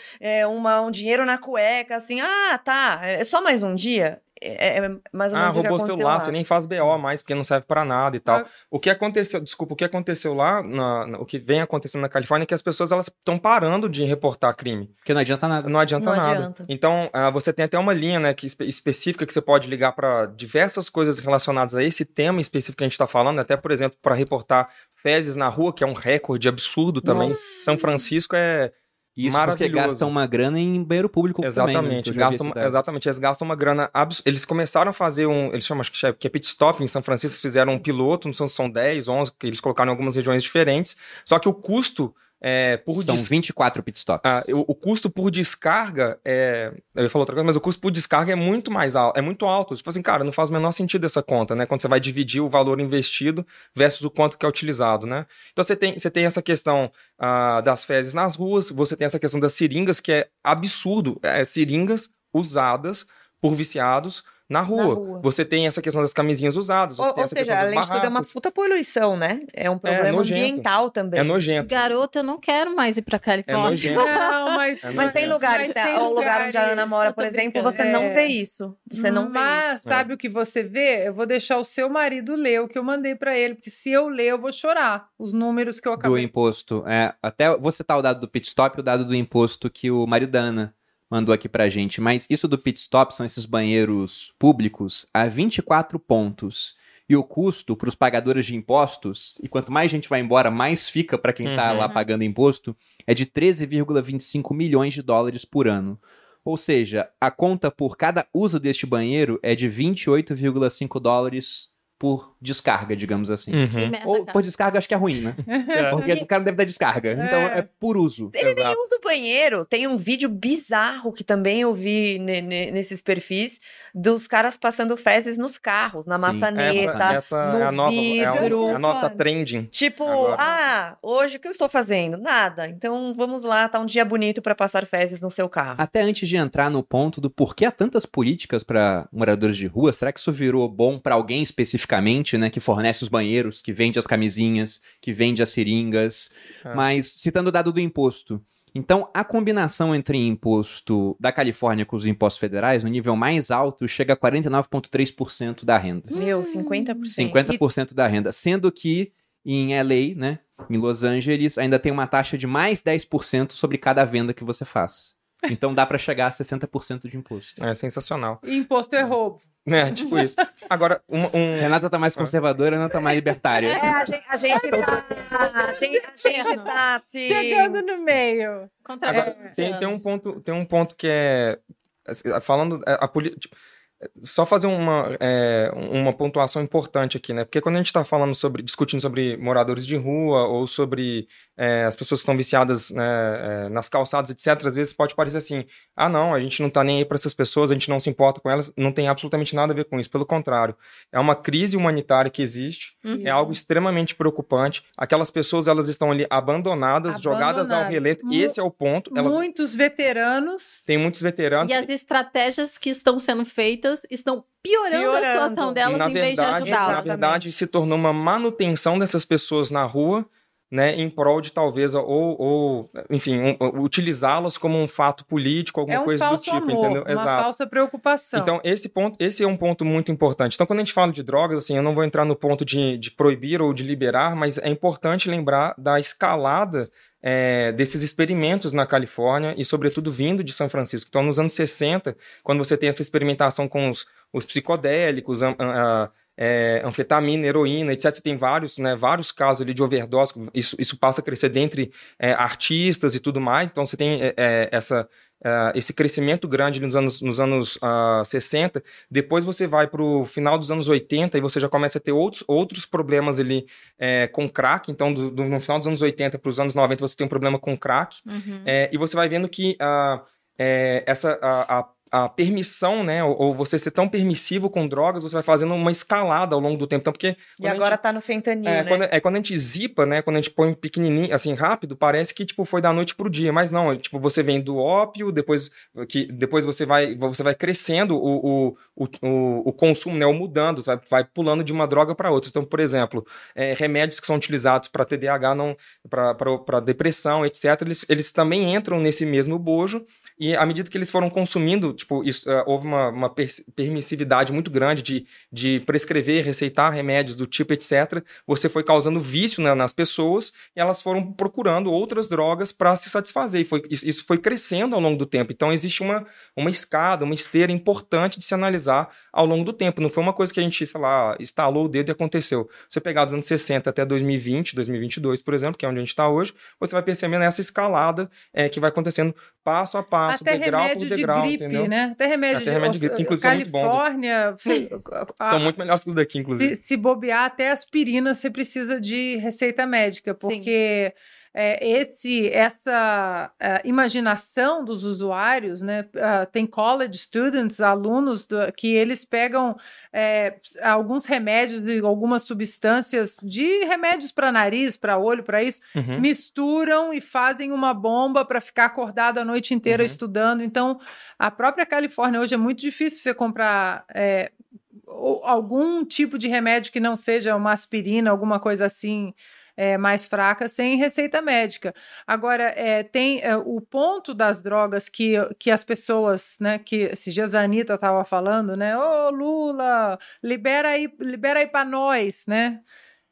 um dinheiro na cueca, assim, tá, é só mais um dia. Mais ou menos roubou o celular, você nem faz BO mais, porque não serve pra nada e tal. O que aconteceu lá, o que vem acontecendo na Califórnia é que as pessoas, elas estão parando de reportar crime. Porque não adianta nada. Não adianta nada. Então, você tem até uma linha, né, específica que você pode ligar para diversas coisas relacionadas a esse tema específico que a gente tá falando, até, por exemplo, para reportar fezes na rua, que é um recorde absurdo também. Nossa. São Francisco isso porque gastam uma grana em banheiro público também, né? Exatamente, eles gastam uma grana absurda. Eles começaram a fazer eles chamam, acho que é pit stop em São Francisco, eles fizeram um piloto, não são 10, 11, que eles colocaram em algumas regiões diferentes, só que o custo são 24 pit stops. O custo por descarga eu ia falar outra coisa, mas o custo por descarga é muito mais alto, é muito alto. Tipo assim, cara, não faz o menor sentido essa conta, né? Quando você vai dividir o valor investido versus o quanto que é utilizado, né? Então você tem essa questão das fezes nas ruas, você tem essa questão das seringas, que é absurdo. Seringas usadas por viciados na rua. Você tem essa questão das camisinhas usadas, você tem essa questão das barracas. Além de tudo, é uma puta poluição, né? É um problema ambiental também. É nojento. Garota, eu não quero mais ir pra Califórnia. É nojento. Não, mas tem lugares, o lugar onde a Ana mora, por exemplo, você não vê isso. Você não vê isso. Mas sabe o que você vê? Eu vou deixar o seu marido ler o que eu mandei pra ele, porque se eu ler, eu vou chorar. Os números que eu acabei. Do imposto. Até vou citar o dado do pit stop e o dado do imposto que o marido da Ana mandou aqui pra gente, mas isso do pit stop são esses banheiros públicos a 24 pontos. E o custo para os pagadores de impostos, e quanto mais gente vai embora, mais fica para quem tá lá pagando imposto, é de 13,25 milhões de dólares por ano. Ou seja, a conta por cada uso deste banheiro é de 28,5 dólares por descarga, digamos assim. Ou por descarga, acho que é ruim, né? Porque o cara deve dar descarga. Então, é por uso. Ele nem usa o banheiro. Tem um vídeo bizarro que também eu vi nesses perfis dos caras passando fezes nos carros, na maçaneta, essa no vidro. É a nota trending. Tipo, hoje o que eu estou fazendo? Nada. Então, vamos lá, tá um dia bonito para passar fezes no seu carro. Até antes de entrar no ponto do porquê há tantas políticas para moradores de rua, será que isso virou bom para alguém especificamente, né, que fornece os banheiros, que vende as camisinhas, que vende as seringas, mas citando o dado do imposto. Então, a combinação entre imposto da Califórnia com os impostos federais, no nível mais alto, chega a 49,3% da renda. 50%. 50% da renda, sendo que em LA, né, em Los Angeles, ainda tem uma taxa de mais 10% sobre cada venda que você faz. Então dá para chegar a 60% de imposto. É sensacional. E imposto é roubo. Tipo isso. Agora, Renata tá mais conservadora, Ana tá mais libertária. A gente tá chegando no meio. Agora, tem um ponto que é falando a política. Só fazer uma pontuação importante aqui, né? Porque quando a gente está discutindo sobre moradores de rua ou sobre as pessoas que estão viciadas, né, nas calçadas, etc., às vezes pode parecer assim, não, a gente não tá nem aí para essas pessoas, a gente não se importa com elas, não tem absolutamente nada a ver com isso, pelo contrário, é uma crise humanitária que existe, é algo extremamente preocupante, aquelas pessoas, elas estão ali abandonadas, jogadas ao relento, esse é o ponto. Muitos veteranos. Tem muitos veteranos. E as estratégias que estão sendo feitas estão piorando a situação delas em vez de ajudá-las. Na verdade, se tornou uma manutenção dessas pessoas na rua, né, em prol de talvez, enfim, utilizá-las como um fato político, alguma coisa do tipo, amor, entendeu? Uma falsa preocupação. Então, esse é um ponto muito importante. Então, quando a gente fala de drogas, assim, eu não vou entrar no ponto de proibir ou de liberar, mas é importante lembrar da escalada desses experimentos na Califórnia e, sobretudo, vindo de São Francisco. Então, nos anos 60, quando você tem essa experimentação com os psicodélicos, anfetamina, heroína, etc. Você tem vários casos ali de overdose. Isso passa a crescer dentre artistas e tudo mais. Então, você tem esse crescimento grande nos anos 60. Depois você vai para o final dos anos 80 e você já começa a ter outros problemas ali com crack. Então, no final dos anos 80 para os anos 90, você tem um problema com crack. E você vai vendo que a permissão, né, ou você ser tão permissivo com drogas, você vai fazendo uma escalada ao longo do tempo. Então, porque e agora tá no fentanil, né? Quando a gente zipa, né, quando a gente põe pequenininho, assim, rápido, parece que, tipo, foi da noite pro dia, mas não, tipo, você vem do ópio, depois você vai crescendo o consumo, né, ou mudando, vai pulando de uma droga para outra. Então, por exemplo, remédios que são utilizados para TDAH, para depressão, etc., eles também entram nesse mesmo bojo. E à medida que eles foram consumindo, tipo, houve uma permissividade muito grande de prescrever, receitar remédios do tipo, etc. Você foi causando vício, né, nas pessoas e elas foram procurando outras drogas para se satisfazer. Isso foi crescendo ao longo do tempo. Então, existe uma escada, uma esteira importante de se analisar ao longo do tempo. Não foi uma coisa que a gente, sei lá, estalou o dedo e aconteceu. Você pegar dos anos 60 até 2020, 2022, por exemplo, que é onde a gente está hoje, você vai percebendo essa escalada que vai acontecendo passo a passo, até degrau remédio por degrau, de gripe, entendeu? né? Até remédio de gripe, que inclusive Califórnia, são muito bons. São muito melhores que os daqui, inclusive. Se bobear, até aspirina você precisa de receita médica, porque essa imaginação dos usuários, né? Tem college students, alunos que eles pegam alguns remédios de algumas substâncias, de remédios para nariz, para olho, para isso, misturam e fazem uma bomba para ficar acordado a noite inteira estudando. Então, a própria Califórnia hoje é muito difícil você comprar algum tipo de remédio que não seja uma aspirina, alguma coisa assim, mais fraca, sem receita médica. Agora, tem o ponto das drogas que as pessoas, né, que esses dias a Anitta estava falando, né, Lula, libera aí para nós, né?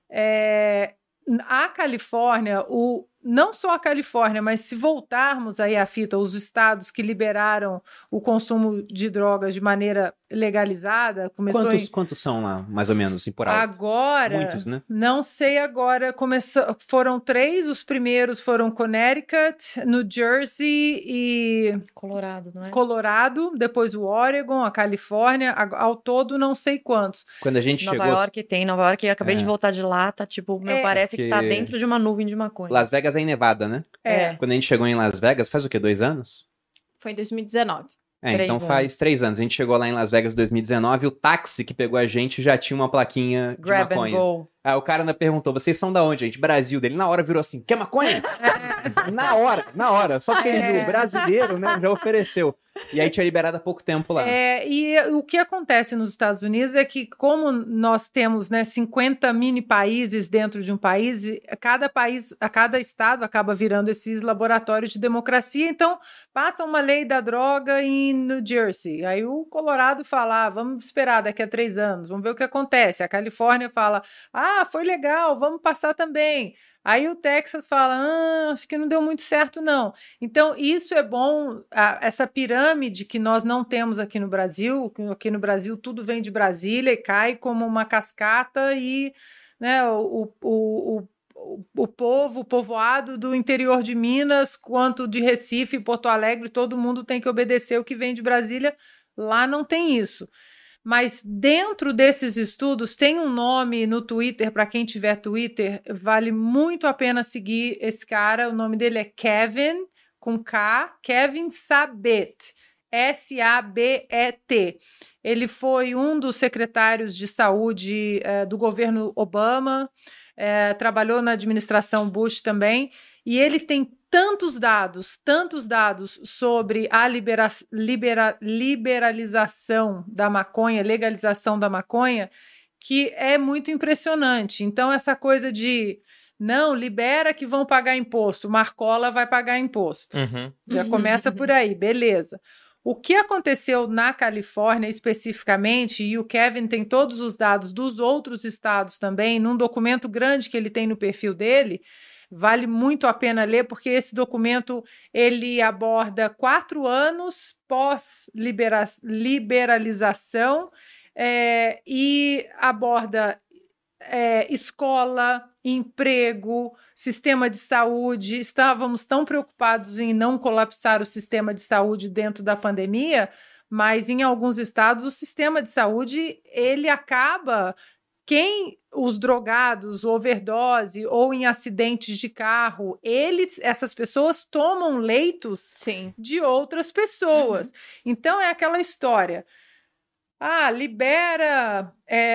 A Califórnia, não só a Califórnia, mas se voltarmos aí à fita, os estados que liberaram o consumo de drogas de maneira legalizada, Quantos são lá, mais ou menos, assim, por alto? Agora, muitos, né? Não sei agora, foram 3, os primeiros foram Connecticut, New Jersey e... Colorado, não é? Colorado, depois o Oregon, a Califórnia, ao todo não sei quantos. Quando a gente Nova York, eu acabei de voltar de lá, tá tipo, parece que tá dentro de uma nuvem de maconha. Las Vegas é em Nevada, né? Quando a gente chegou em Las Vegas, faz o quê, 2 anos? Foi em 2019. Então faz 3 anos. A gente chegou lá em Las Vegas em 2019, o táxi que pegou a gente já tinha uma plaquinha de Grab maconha. And go. Aí o cara ainda perguntou, vocês são da onde, gente? Brasil. Dele na hora virou assim, quer maconha? Na hora. Só porque ele viu brasileiro, né, já ofereceu. E aí tinha liberado há pouco tempo lá. E o que acontece nos Estados Unidos é que, como nós temos, né, 50 mini países dentro de um país, cada estado acaba virando esses laboratórios de democracia. Então, passa uma lei da droga em New Jersey. Aí o Colorado fala, vamos esperar daqui a 3 anos, vamos ver o que acontece. A Califórnia fala, foi legal, vamos passar também. Aí o Texas fala, acho que não deu muito certo, não. Então, isso é bom, essa pirâmide que nós não temos aqui no Brasil, aqui no Brasil tudo vem de Brasília e cai como uma cascata e, né, o povoado do interior de Minas, quanto de Recife, Porto Alegre, todo mundo tem que obedecer o que vem de Brasília. Lá não tem isso. Mas dentro desses estudos tem um nome no Twitter, para quem tiver Twitter, vale muito a pena seguir esse cara. O nome dele é Kevin, com K, Kevin Sabet, S-A-B-E-T. Ele foi um dos secretários de saúde do governo Obama, trabalhou na administração Bush também, e ele tem tantos dados sobre a liberalização da maconha, legalização da maconha, que é muito impressionante. Então, essa coisa de não, libera que vão pagar imposto, Marcola vai pagar imposto. Já começa por aí, beleza. O que aconteceu na Califórnia especificamente, e o Kevin tem todos os dados dos outros estados também, num documento grande que ele tem no perfil dele, vale muito a pena ler, porque esse documento ele aborda 4 anos pós-liberalização e aborda escola, emprego, sistema de saúde. Estávamos tão preocupados em não colapsar o sistema de saúde dentro da pandemia, mas em alguns estados o sistema de saúde ele acaba... os drogados, overdose ou em acidentes de carro, essas pessoas tomam leitos Sim. de outras pessoas. Então, é aquela história. Libera...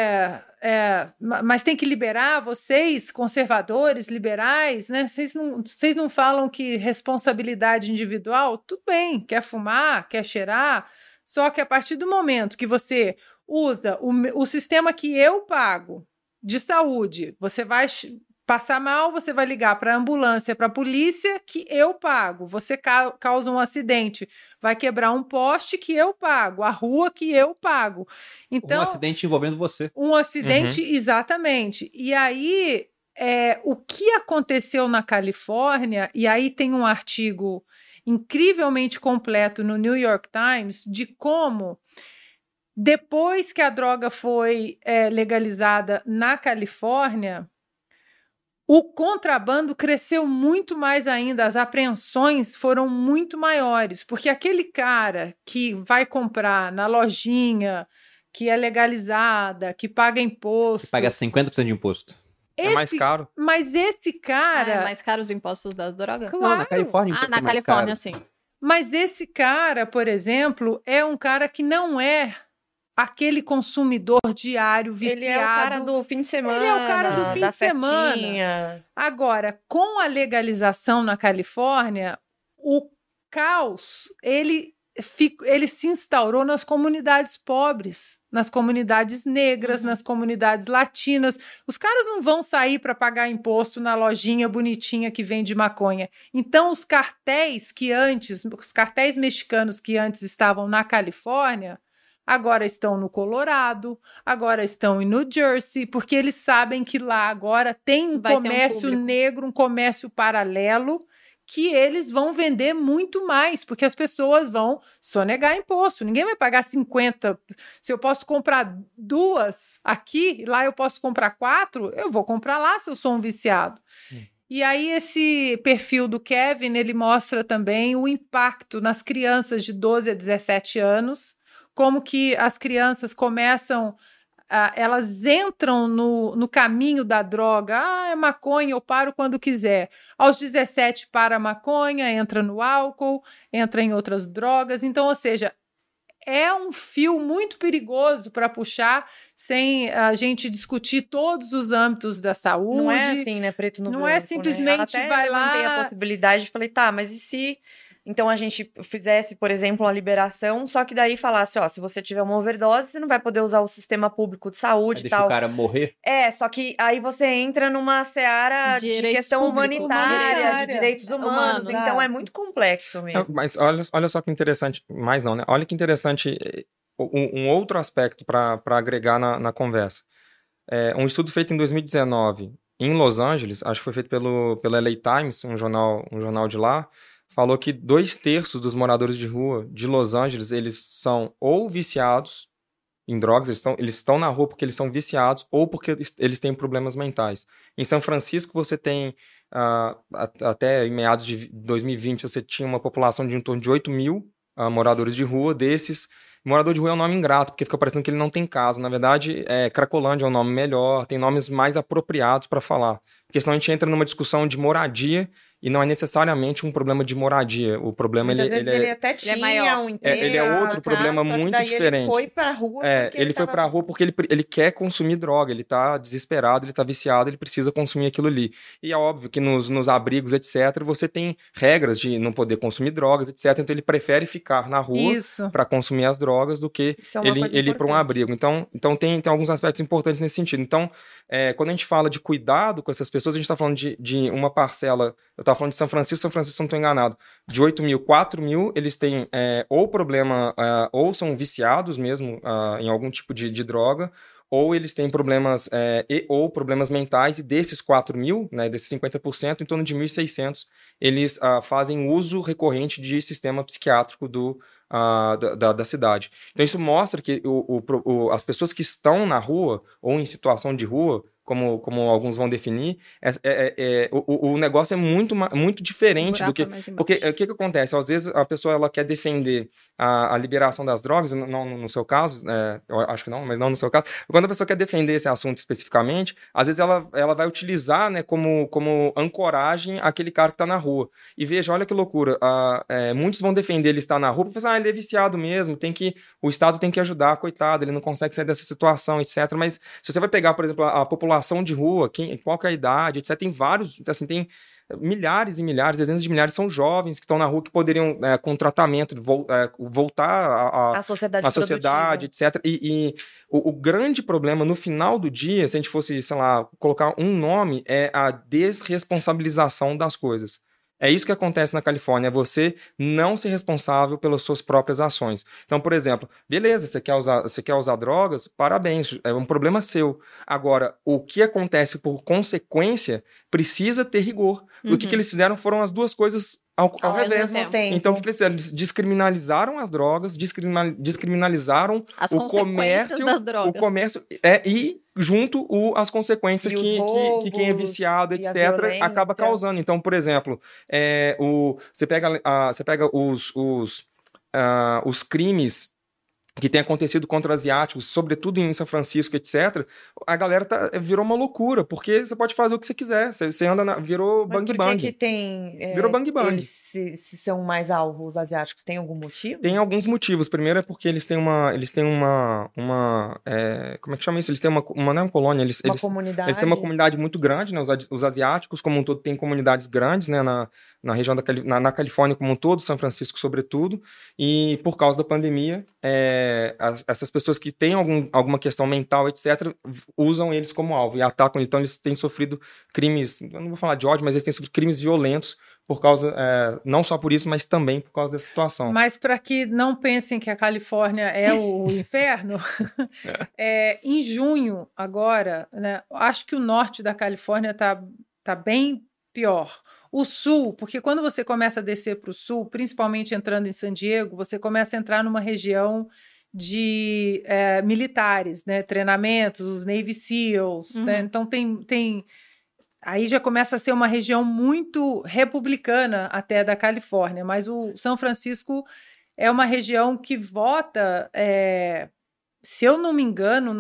mas tem que liberar vocês, conservadores, liberais, né? Vocês não falam que responsabilidade individual? Tudo bem, quer fumar, quer cheirar, só que a partir do momento que você usa o sistema que eu pago de saúde, você vai passar mal, você vai ligar para a ambulância, para a polícia, que eu pago. Você causa um acidente, vai quebrar um poste que eu pago, a rua que eu pago. Então, um acidente envolvendo você. Um acidente, exatamente. E aí, o que aconteceu na Califórnia, e aí tem um artigo incrivelmente completo no New York Times de como... Depois que a droga foi legalizada na Califórnia, o contrabando cresceu muito mais ainda, as apreensões foram muito maiores, porque aquele cara que vai comprar na lojinha, que é legalizada, que paga imposto... Que paga 50% de imposto. É mais caro. Mas esse cara... é mais caro os impostos da droga? Claro. Não, na Califórnia na Califórnia, sim. Mas esse cara, por exemplo, é um cara que não é aquele consumidor diário viciado. Ele é o cara do fim de semana. Ele é o cara do fim de semana. Festinha. Agora, com a legalização na Califórnia, o caos, ele se instaurou nas comunidades pobres, nas comunidades negras, nas comunidades latinas. Os caras não vão sair para pagar imposto na lojinha bonitinha que vende maconha. Então, os cartéis mexicanos que antes estavam na Califórnia, agora estão no Colorado, agora estão em New Jersey, porque eles sabem que lá agora tem um comércio negro, um comércio paralelo, que eles vão vender muito mais, porque as pessoas vão sonegar imposto. Ninguém vai pagar 50. Se eu posso comprar 2 aqui, lá eu posso comprar 4, eu vou comprar lá se eu sou um viciado. E aí esse perfil do Kevin, ele mostra também o impacto nas crianças de 12 a 17 anos, como que as crianças começam, elas entram no caminho da droga. É maconha, eu paro quando quiser. Aos 17 para a maconha, entra no álcool, entra em outras drogas. Então, ou seja, é um fio muito perigoso para puxar sem a gente discutir todos os âmbitos da saúde. Não é assim, né, preto no branco. Não é simplesmente até vai lá... levantei a possibilidade e falei, tá, mas e se... Então, a gente fizesse, por exemplo, uma liberação, só que daí falasse, se você tiver uma overdose, você não vai poder usar o sistema público de saúde e tal. Deixa o cara morrer? Só que aí você entra numa seara de questão humanitária, de direitos humanos. Então, é muito complexo mesmo. Mas olha só que interessante, mais não, né? Olha que interessante, um outro aspecto para agregar na conversa. Um estudo feito em 2019 em Los Angeles, acho que foi feito pelo LA Times, um jornal de lá, falou que 2/3 dos moradores de rua de Los Angeles, eles são ou viciados em drogas, eles estão na rua porque eles são viciados ou porque eles têm problemas mentais. Em São Francisco, você tem, até em meados de 2020, você tinha uma população de em torno de 8 mil moradores de rua. Desses, Morador de rua é um nome ingrato, porque fica parecendo que ele não tem casa. Na verdade, Cracolândia é um nome melhor, tem nomes mais apropriados para falar. Porque senão a gente entra numa discussão de moradia e não é necessariamente um problema de moradia. O problema, ele até tinha maior. Ele é outro problema muito diferente. Ele foi pra rua ele foi pra rua porque ele quer consumir droga, ele tá desesperado, ele tá viciado, ele precisa consumir aquilo ali. E é óbvio que nos abrigos, etc., você tem regras de não poder consumir drogas, etc., então ele prefere ficar na rua para consumir as drogas do que ele ir para um abrigo. Então tem alguns aspectos importantes nesse sentido. Então, quando a gente fala de cuidado com essas pessoas, a gente tá falando de uma parcela. Eu estava falando de São Francisco, se eu não estou enganado. De 8 mil, 4 mil, eles têm ou problema, ou são viciados mesmo em algum tipo de droga, ou eles têm problemas, ou problemas mentais, e desses 4 mil, né, desses 50%, em torno de 1.600, eles fazem uso recorrente de sistema psiquiátrico da cidade. Então isso mostra que as pessoas que estão na rua, ou em situação de rua, como alguns vão definir, o negócio é muito diferente do que... Porque o que acontece? Às vezes a pessoa ela quer defender a liberação das drogas, não no seu caso, eu acho que não, mas não no seu caso. Quando a pessoa quer defender esse assunto especificamente, às vezes ela vai utilizar, né, como ancoragem aquele cara que está na rua. E veja, olha que loucura, muitos vão defender ele estar na rua, porque ele é viciado mesmo, o Estado tem que ajudar, coitado, ele não consegue sair dessa situação, etc. Mas se você vai pegar, por exemplo, a população de rua, qual que é a idade, etc. Tem vários, assim, tem milhares e milhares, dezenas de milhares são jovens que estão na rua que poderiam, com tratamento, voltar à sociedade, etc. E o grande problema, no final do dia, se a gente fosse, sei lá, colocar um nome, é a desresponsabilização das coisas. É isso que acontece na Califórnia, é você não ser responsável pelas suas próprias ações. Então, por exemplo, beleza, você quer usar drogas? Parabéns, é um problema seu. Agora, o que acontece por consequência precisa ter rigor. O que eles fizeram foram as duas coisas ao revés. Então, o que eles fizeram? Eles descriminalizaram as drogas, descriminalizaram o comércio das drogas. O comércio e junto as consequências que quem é viciado, etc., acaba causando. Então, por exemplo, você pega os crimes que tem acontecido contra asiáticos, sobretudo em São Francisco, etc., a galera virou uma loucura, porque você pode fazer o que você quiser, você anda virou bang bang. Mas por que tem... virou bang bang. Eles se são mais alvos, os asiáticos, tem algum motivo? Tem alguns motivos. Primeiro é porque eles têm uma como é que chama isso? Eles têm uma não é uma colônia, uma comunidade. Eles têm uma comunidade muito grande, né? Os asiáticos, como um todo, têm comunidades grandes, né? Na região na Califórnia como um todo, São Francisco sobretudo, e por causa da pandemia, essas pessoas que têm alguma questão mental, etc., usam eles como alvo e atacam. Então eles têm sofrido crimes, eu não vou falar de ódio, mas eles têm sofrido crimes violentos por causa, não só por isso, mas também por causa dessa situação. Mas para que não pensem que a Califórnia é o inferno, em junho agora, né, acho que o norte da Califórnia tá bem pior. O sul, porque quando você começa a descer para o sul, principalmente entrando em San Diego, você começa a entrar numa região de militares, né, treinamentos, os Navy SEALs, né, então tem aí já começa a ser uma região muito republicana até da Califórnia, mas o São Francisco é uma região que vota, se eu não me engano,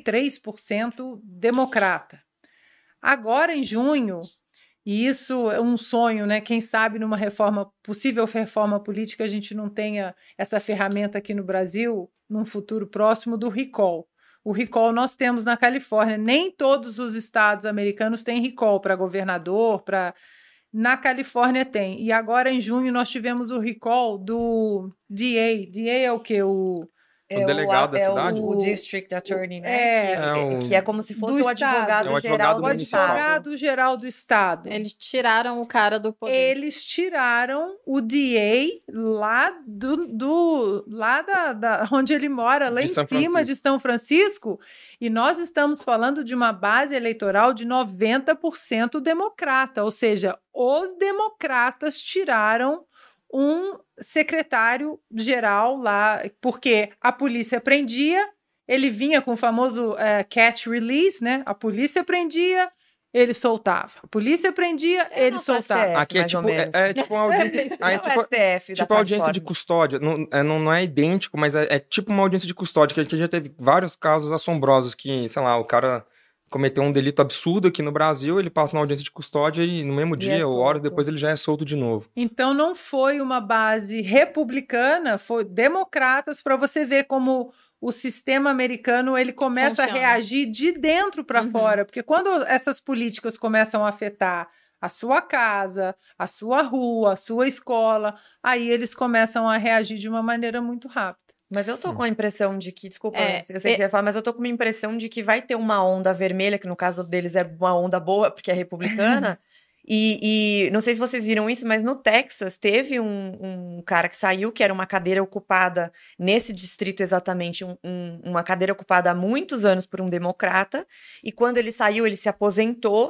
93% democrata. Agora, em junho, e isso é um sonho, né? Quem sabe numa possível reforma política, a gente não tenha essa ferramenta aqui no Brasil, num futuro próximo, do recall. O recall nós temos na Califórnia. Nem todos os estados americanos têm recall para governador, na Califórnia tem. E agora, em junho, nós tivemos o recall do DA. DA é o quê? O delegado da cidade? O District Attorney, né? Que é como se fosse o advogado-geral do estado. O advogado-geral do estado. Eles tiraram o cara do poder. Eles tiraram o DA lá lá onde ele mora, lá em cima de São Francisco, e nós estamos falando de uma base eleitoral de 90% democrata, ou seja, os democratas tiraram um secretário-geral lá, porque a polícia prendia, ele vinha com o famoso catch release, né? A polícia prendia, ele soltava. A polícia prendia, ele soltava. STF, aqui é tipo uma audiência, tipo a audiência de custódia. Não é idêntico, mas é tipo uma audiência de custódia, que a gente já teve vários casos assombrosos que, sei lá, o cara cometeu um delito absurdo aqui no Brasil, ele passa na audiência de custódia e no mesmo dia, ou horas depois, ele já é solto de novo. Então não foi uma base republicana, foi democratas, para você ver como o sistema americano ele começa a reagir de dentro para fora, porque quando essas políticas começam a afetar a sua casa, a sua rua, a sua escola, aí eles começam a reagir de uma maneira muito rápida. Mas eu tô com a impressão de que, desculpa, eu sei que você ia falar, mas eu tô com uma impressão de que vai ter uma onda vermelha, que no caso deles é uma onda boa, porque é republicana, e não sei se vocês viram isso, mas no Texas teve um cara que saiu, que era uma cadeira ocupada nesse distrito exatamente, uma cadeira ocupada há muitos anos por um democrata, e quando ele saiu, ele se aposentou,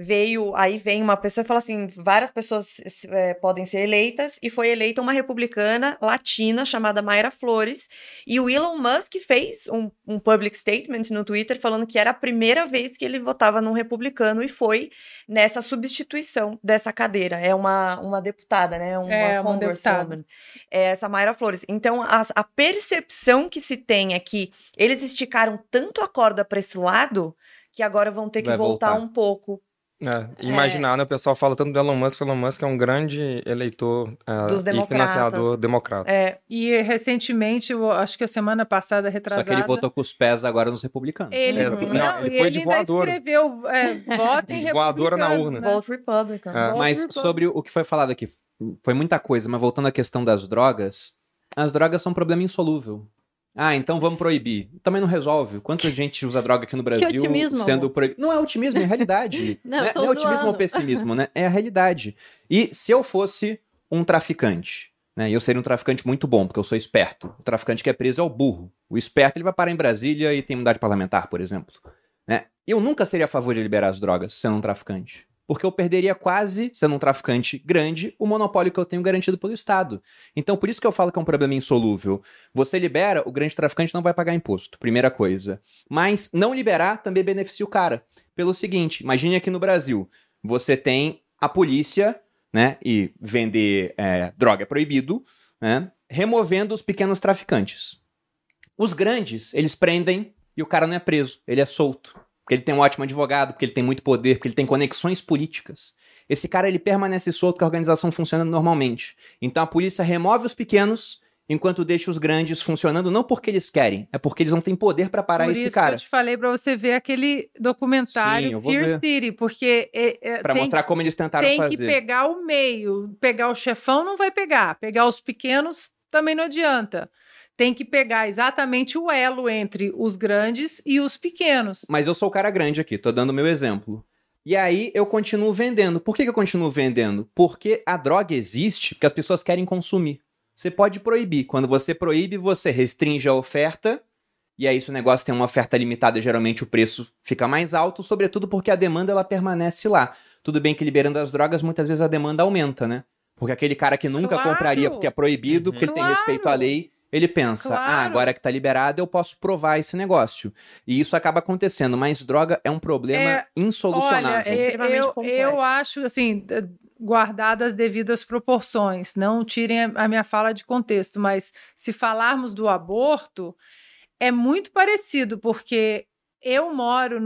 aí vem uma pessoa e fala assim, várias pessoas podem ser eleitas, e foi eleita uma republicana latina chamada Mayra Flores, e o Elon Musk fez um public statement no Twitter falando que era a primeira vez que ele votava num republicano, e foi nessa substituição dessa cadeira. É uma deputada, né? Uma congresswoman. Essa Mayra Flores. Então, a percepção que se tem é que eles esticaram tanto a corda para esse lado que agora vão ter que voltar um pouco. Imaginar, né? O pessoal fala tanto do Elon Musk, é um grande eleitor e financiador democrata. E recentemente, eu acho que a semana passada, retrasada... Só que ele votou com os pés agora nos republicanos. Ele foi de voadora. Ele escreveu, votem republicano. Voadora na urna. Né? Vote Republican. Mas sobre o que foi falado aqui, foi muita coisa, mas voltando à questão das drogas, as drogas são um problema insolúvel. Então vamos proibir. Também não resolve. Quanta gente usa droga aqui no Brasil sendo proibido? Não é otimismo, é realidade. não é otimismo ou pessimismo, né? É a realidade. E se eu fosse um traficante, né? Eu seria um traficante muito bom, porque eu sou esperto. O traficante que é preso é o burro. O esperto ele vai parar em Brasília e tem imunidade parlamentar, por exemplo. Né? Eu nunca seria a favor de liberar as drogas sendo um traficante. Porque eu perderia quase, sendo um traficante grande, o monopólio que eu tenho garantido pelo Estado. Então, por isso que eu falo que é um problema insolúvel. Você libera, o grande traficante não vai pagar imposto, primeira coisa. Mas não liberar também beneficia o cara. Pelo seguinte, imagine aqui no Brasil, você tem a polícia, né, e vender droga é proibido, né, removendo os pequenos traficantes. Os grandes, eles prendem e o cara não é preso, ele é solto. Porque ele tem um ótimo advogado, porque ele tem muito poder, porque ele tem conexões políticas. Esse cara, ele permanece solto, que a organização funciona normalmente. Então a polícia remove os pequenos, enquanto deixa os grandes funcionando, não porque eles querem, é porque eles não têm poder para parar esse cara. Por isso que eu te falei para você ver aquele documentário Fear City, porque... para mostrar como eles tentaram fazer. Tem que pegar o meio, pegar o chefão não vai pegar os pequenos também não adianta. Tem que pegar exatamente o elo entre os grandes e os pequenos. Mas eu sou o cara grande aqui, tô dando o meu exemplo. E aí eu continuo vendendo. Por que eu continuo vendendo? Porque a droga existe porque as pessoas querem consumir. Você pode proibir. Quando você proíbe, você restringe a oferta. E aí se o negócio tem uma oferta limitada, geralmente o preço fica mais alto, sobretudo porque a demanda ela permanece lá. Tudo bem que liberando as drogas, muitas vezes a demanda aumenta, né? Porque aquele cara que nunca compraria porque é proibido, porque ele tem respeito à lei... Ele pensa, agora que tá liberado, eu posso provar esse negócio. E isso acaba acontecendo, mas droga é um problema insolucionável. Olha, eu acho, assim, guardadas as devidas proporções, não tirem a minha fala de contexto, mas se falarmos do aborto, é muito parecido, porque eu moro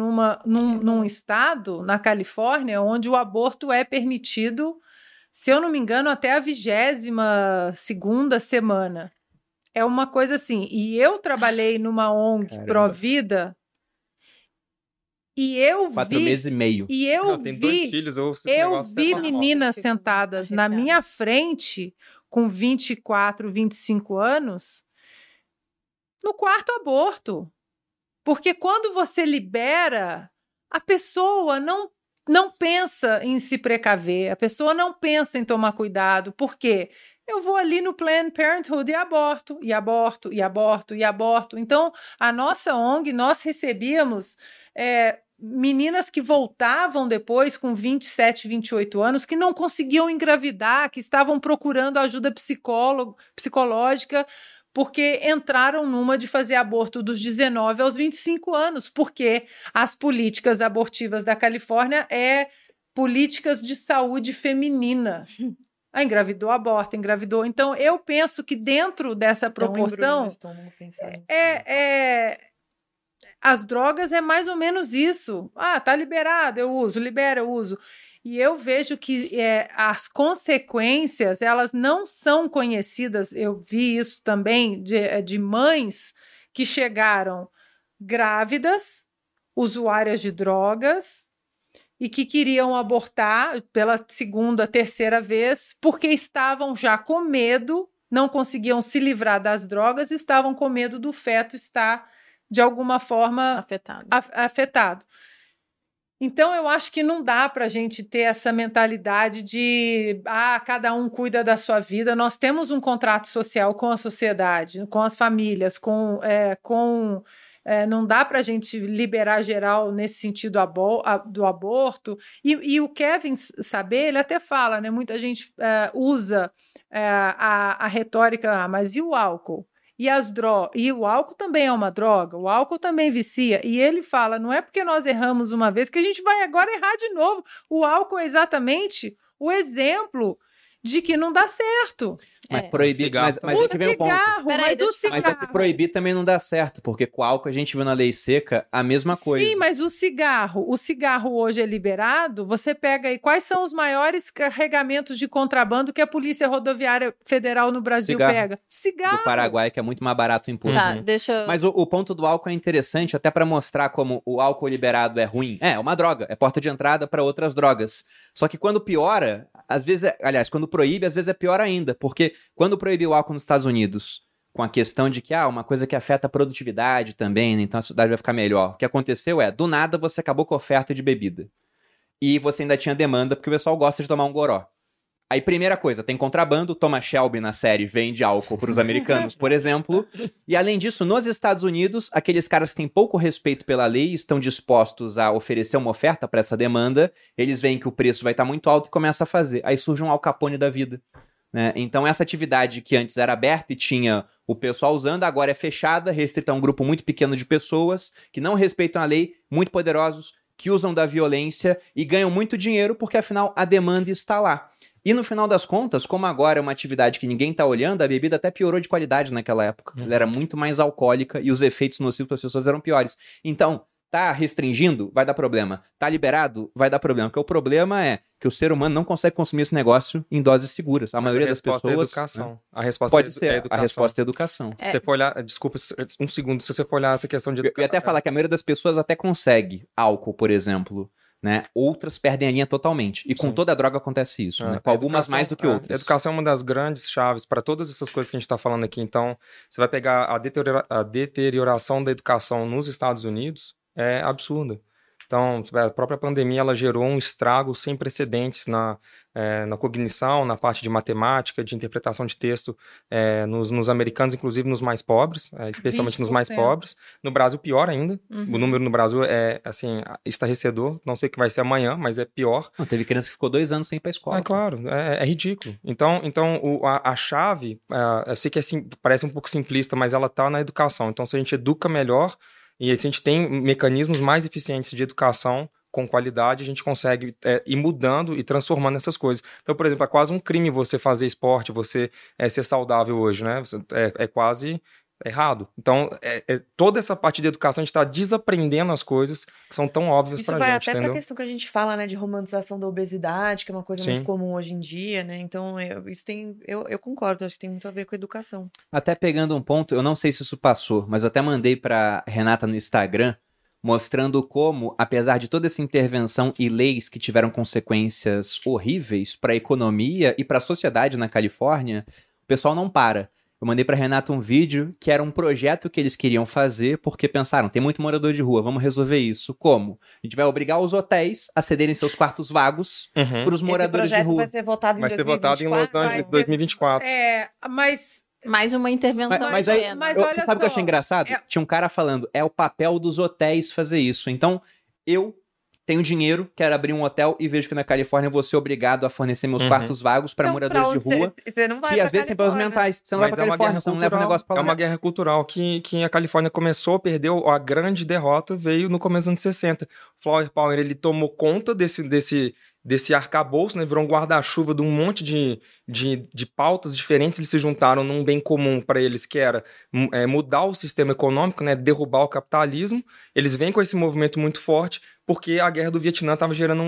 num estado, na Califórnia, onde o aborto é permitido, se eu não me engano, até a 22ª semana. É uma coisa assim, e eu trabalhei numa ONG Pró-Vida e eu vi... 4 meses e meio. E eu tenho vi, 2 filhos, eu vi meninas sentadas na minha frente com 24, 25 anos no quarto aborto. Porque quando você libera, a pessoa não pensa em se precaver, a pessoa não pensa em tomar cuidado. Por quê? Eu vou ali no Planned Parenthood e aborto, e aborto, e aborto, e aborto. Então, a nossa ONG, nós recebíamos meninas que voltavam depois com 27, 28 anos, que não conseguiam engravidar, que estavam procurando ajuda psicológica, porque entraram numa de fazer aborto dos 19 aos 25 anos, porque as políticas abortivas da Califórnia políticas de saúde feminina. Engravidou, aborta, engravidou. Então, eu penso que dentro dessa proporção, as drogas é mais ou menos isso. Tá liberado, eu uso, libera, eu uso. E eu vejo que as consequências, elas não são conhecidas. Eu vi isso também de mães que chegaram grávidas, usuárias de drogas, e que queriam abortar pela segunda, terceira vez, porque estavam já com medo, não conseguiam se livrar das drogas, estavam com medo do feto estar, de alguma forma, afetado. Então, eu acho que não dá para a gente ter essa mentalidade de cada um cuida da sua vida. Nós temos um contrato social com a sociedade, com as famílias, não dá para a gente liberar geral nesse sentido do aborto. E o Kevin Sabet, ele até fala, né? Muita gente usa a retórica, mas e o álcool? E o álcool também é uma droga, o álcool também vicia. E ele fala, não é porque nós erramos uma vez que a gente vai agora errar de novo. O álcool é exatamente o exemplo de que não dá certo. Mas proibir, mas aqui vem um ponto. Mas proibir também não dá certo, porque com o álcool a gente viu na lei seca a mesma coisa. Sim, mas o cigarro hoje é liberado, você pega aí, quais são os maiores carregamentos de contrabando que a Polícia Rodoviária Federal no Brasil pega? Cigarro. Do Paraguai, que é muito mais barato o imposto. Mas o ponto do álcool é interessante, até para mostrar como o álcool liberado é ruim. É uma droga, é porta de entrada para outras drogas. Só que quando piora, às vezes, quando proíbe, às vezes é pior ainda, porque quando proibiu o álcool nos Estados Unidos, com a questão de que uma coisa que afeta a produtividade também, né, então a cidade vai ficar melhor. O que aconteceu do nada você acabou com a oferta de bebida. E você ainda tinha demanda, porque o pessoal gosta de tomar um goró. Aí, primeira coisa, tem contrabando, Thomas Shelby na série vende álcool para os americanos, por exemplo. E além disso, nos Estados Unidos, aqueles caras que têm pouco respeito pela lei estão dispostos a oferecer uma oferta para essa demanda, eles veem que o preço vai estar muito alto e começam a fazer. Aí surge um Al Capone da vida. Né? Então essa atividade que antes era aberta e tinha o pessoal usando, agora é fechada, restrita a um grupo muito pequeno de pessoas que não respeitam a lei, muito poderosos, que usam da violência e ganham muito dinheiro porque afinal a demanda está lá. E no final das contas, como agora é uma atividade que ninguém está olhando, a bebida até piorou de qualidade naquela época. Ela era muito mais alcoólica e os efeitos nocivos para as pessoas eram piores. Então, tá restringindo? Vai dar problema. Tá liberado? Vai dar problema. Porque o problema é que o ser humano não consegue consumir esse negócio em doses seguras. A maioria das pessoas... É educação. Né? A resposta pode ser. Educação. A resposta é educação. Se você for olhar... Desculpa, um segundo. Se você for olhar essa questão de educação... Eu ia até falar que a maioria das pessoas até consegue álcool, por exemplo. Né? Outras perdem a linha totalmente. E com toda a droga acontece isso. Né? Com algumas mais do que outras. A educação é uma das grandes chaves para todas essas coisas que a gente está falando aqui. Então, você vai pegar a deterioração da educação nos Estados Unidos, é absurda. Então, a própria pandemia ela gerou um estrago sem precedentes na cognição, na parte de matemática, de interpretação de texto nos americanos, inclusive nos mais pobres, especialmente 20%. Nos mais pobres. No Brasil, pior ainda. O número no Brasil é, assim, estarrecedor. Não sei o que vai ser amanhã, mas é pior. Não, teve criança que ficou 2 anos sem ir para a escola. É claro, é ridículo. Então a chave, eu sei que parece um pouco simplista, mas ela está na educação. Então, se a gente educa melhor, e se a gente tem mecanismos mais eficientes de educação com qualidade, a gente consegue ir mudando e transformando essas coisas. Então, por exemplo, é quase um crime você fazer esporte, você ser saudável hoje, né? É quase errado. Então, toda essa parte de educação, a gente está desaprendendo as coisas que são tão óbvias para a gente, Isso vai até para a questão que a gente fala, né, de romantização da obesidade, que é uma coisa muito comum hoje em dia, né? Então, eu concordo, acho que tem muito a ver com a educação. Até pegando um ponto, eu não sei se isso passou, mas eu até mandei para Renata no Instagram, mostrando como, apesar de toda essa intervenção e leis que tiveram consequências horríveis para a economia e para a sociedade na Califórnia, o pessoal não para. Eu mandei pra Renata um vídeo que era um projeto que eles queriam fazer porque pensaram, tem muito morador de rua, vamos resolver isso. Como? A gente vai obrigar os hotéis a cederem seus quartos vagos para os moradores de rua. Vai ser votado em 2024. Vai ser votado em Los Angeles em 2024. Mas... Mais uma intervenção. Mas sabe o que eu achei engraçado? Tinha um cara falando, é o papel dos hotéis fazer isso. Então, eu tenho dinheiro, quero abrir um hotel e vejo que na Califórnia eu vou ser obrigado a fornecer meus quartos vagos para moradores de rua, você não vai que às vezes tem problemas mentais. Você não vai pra Califórnia, você não leva o negócio pra lá. É uma guerra cultural que a Califórnia começou, perdeu, a grande derrota veio no começo dos anos 60. O Flower Power, ele tomou conta desse arcabouço, né? Virou um guarda-chuva de um monte de pautas diferentes. Eles se juntaram num bem comum para eles, que era mudar o sistema econômico, né? Derrubar o capitalismo. Eles vêm com esse movimento muito forte, porque a guerra do Vietnã estava gerando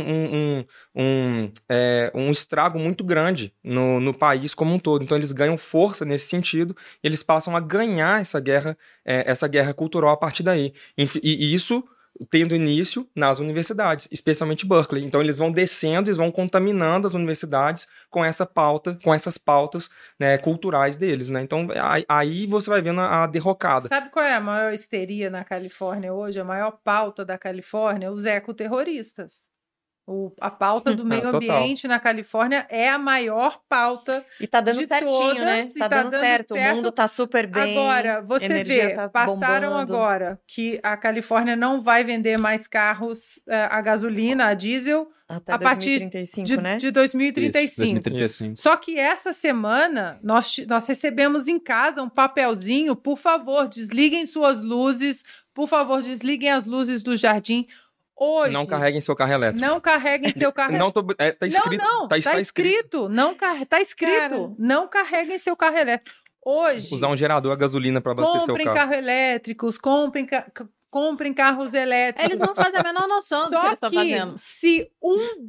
um estrago muito grande no país como um todo. Então eles ganham força nesse sentido, e eles passam a ganhar essa guerra cultural a partir daí. E isso tendo início nas universidades, especialmente Berkeley. Então eles vão descendo, eles vão contaminando as universidades com essas pautas, né, culturais deles, né? Então aí você vai vendo a derrocada. Sabe qual é a maior histeria na Califórnia hoje? A maior pauta da Califórnia? Os ecoterroristas. A pauta do meio ambiente na Califórnia é a maior pauta. E tá dando certinho, todas, né? Tá dando certo. O mundo tá super bem. Agora, você vê, passaram agora que a Califórnia não vai vender mais carros a gasolina, a diesel, até a partir 2035, né? de 2035. Isso, 2035. Só que essa semana nós recebemos em casa um papelzinho: por favor, desliguem suas luzes, por favor, desliguem as luzes do jardim. Hoje, não carreguem seu carro elétrico. Não carreguem seu carro elétrico. Tá escrito. Tá escrito. Tá escrito. Não carreguem seu carro elétrico. Hoje. Usar um gerador a gasolina para abastecer o carro. Comprem carros elétricos, comprem carros elétricos. Eles não fazem a menor noção do que eles estão fazendo. Se um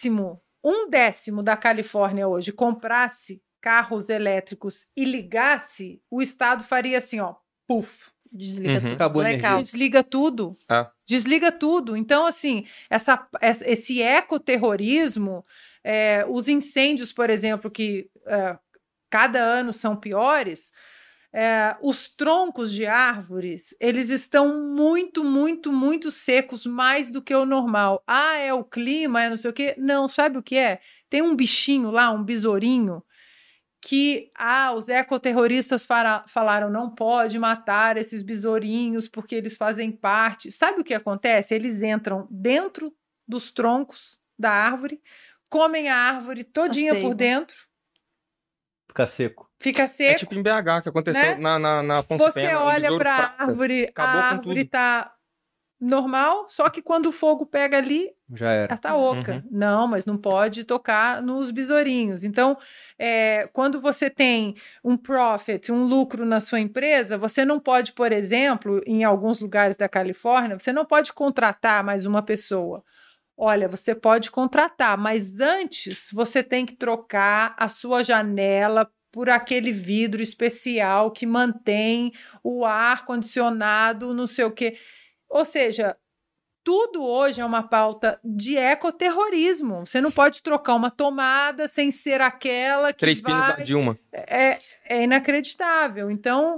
décimo da Califórnia hoje comprasse carros elétricos e ligasse, o Estado faria assim, ó, puf. Desliga tudo. Acabou a energia. Desliga tudo. Desliga tudo. Então, assim, esse ecoterrorismo, os incêndios, por exemplo, que cada ano são piores, os troncos de árvores, eles estão muito, muito, muito secos, mais do que o normal. É o clima, é não sei o quê. Não, sabe o que é? Tem um bichinho lá, um besourinho, que os ecoterroristas falaram: não pode matar esses besourinhos porque eles fazem parte. Sabe o que acontece? Eles entram dentro dos troncos da árvore, comem a árvore todinha por dentro. Fica seco. É tipo em BH, que aconteceu, né? na Afonso Você Pena, olha para a árvore tá normal, só que quando o fogo pega ali, já era. Ela tá oca. Não, mas não pode tocar nos besourinhos. Então, quando você tem um profit, um lucro na sua empresa, você não pode, por exemplo, em alguns lugares da Califórnia, você não pode contratar mais uma pessoa. Olha, você pode contratar, mas antes você tem que trocar a sua janela por aquele vidro especial que mantém o ar condicionado, não sei o quê. Ou seja, tudo hoje é uma pauta de ecoterrorismo. Você não pode trocar uma tomada sem ser aquela que 3 pinos da Dilma. É inacreditável. Então,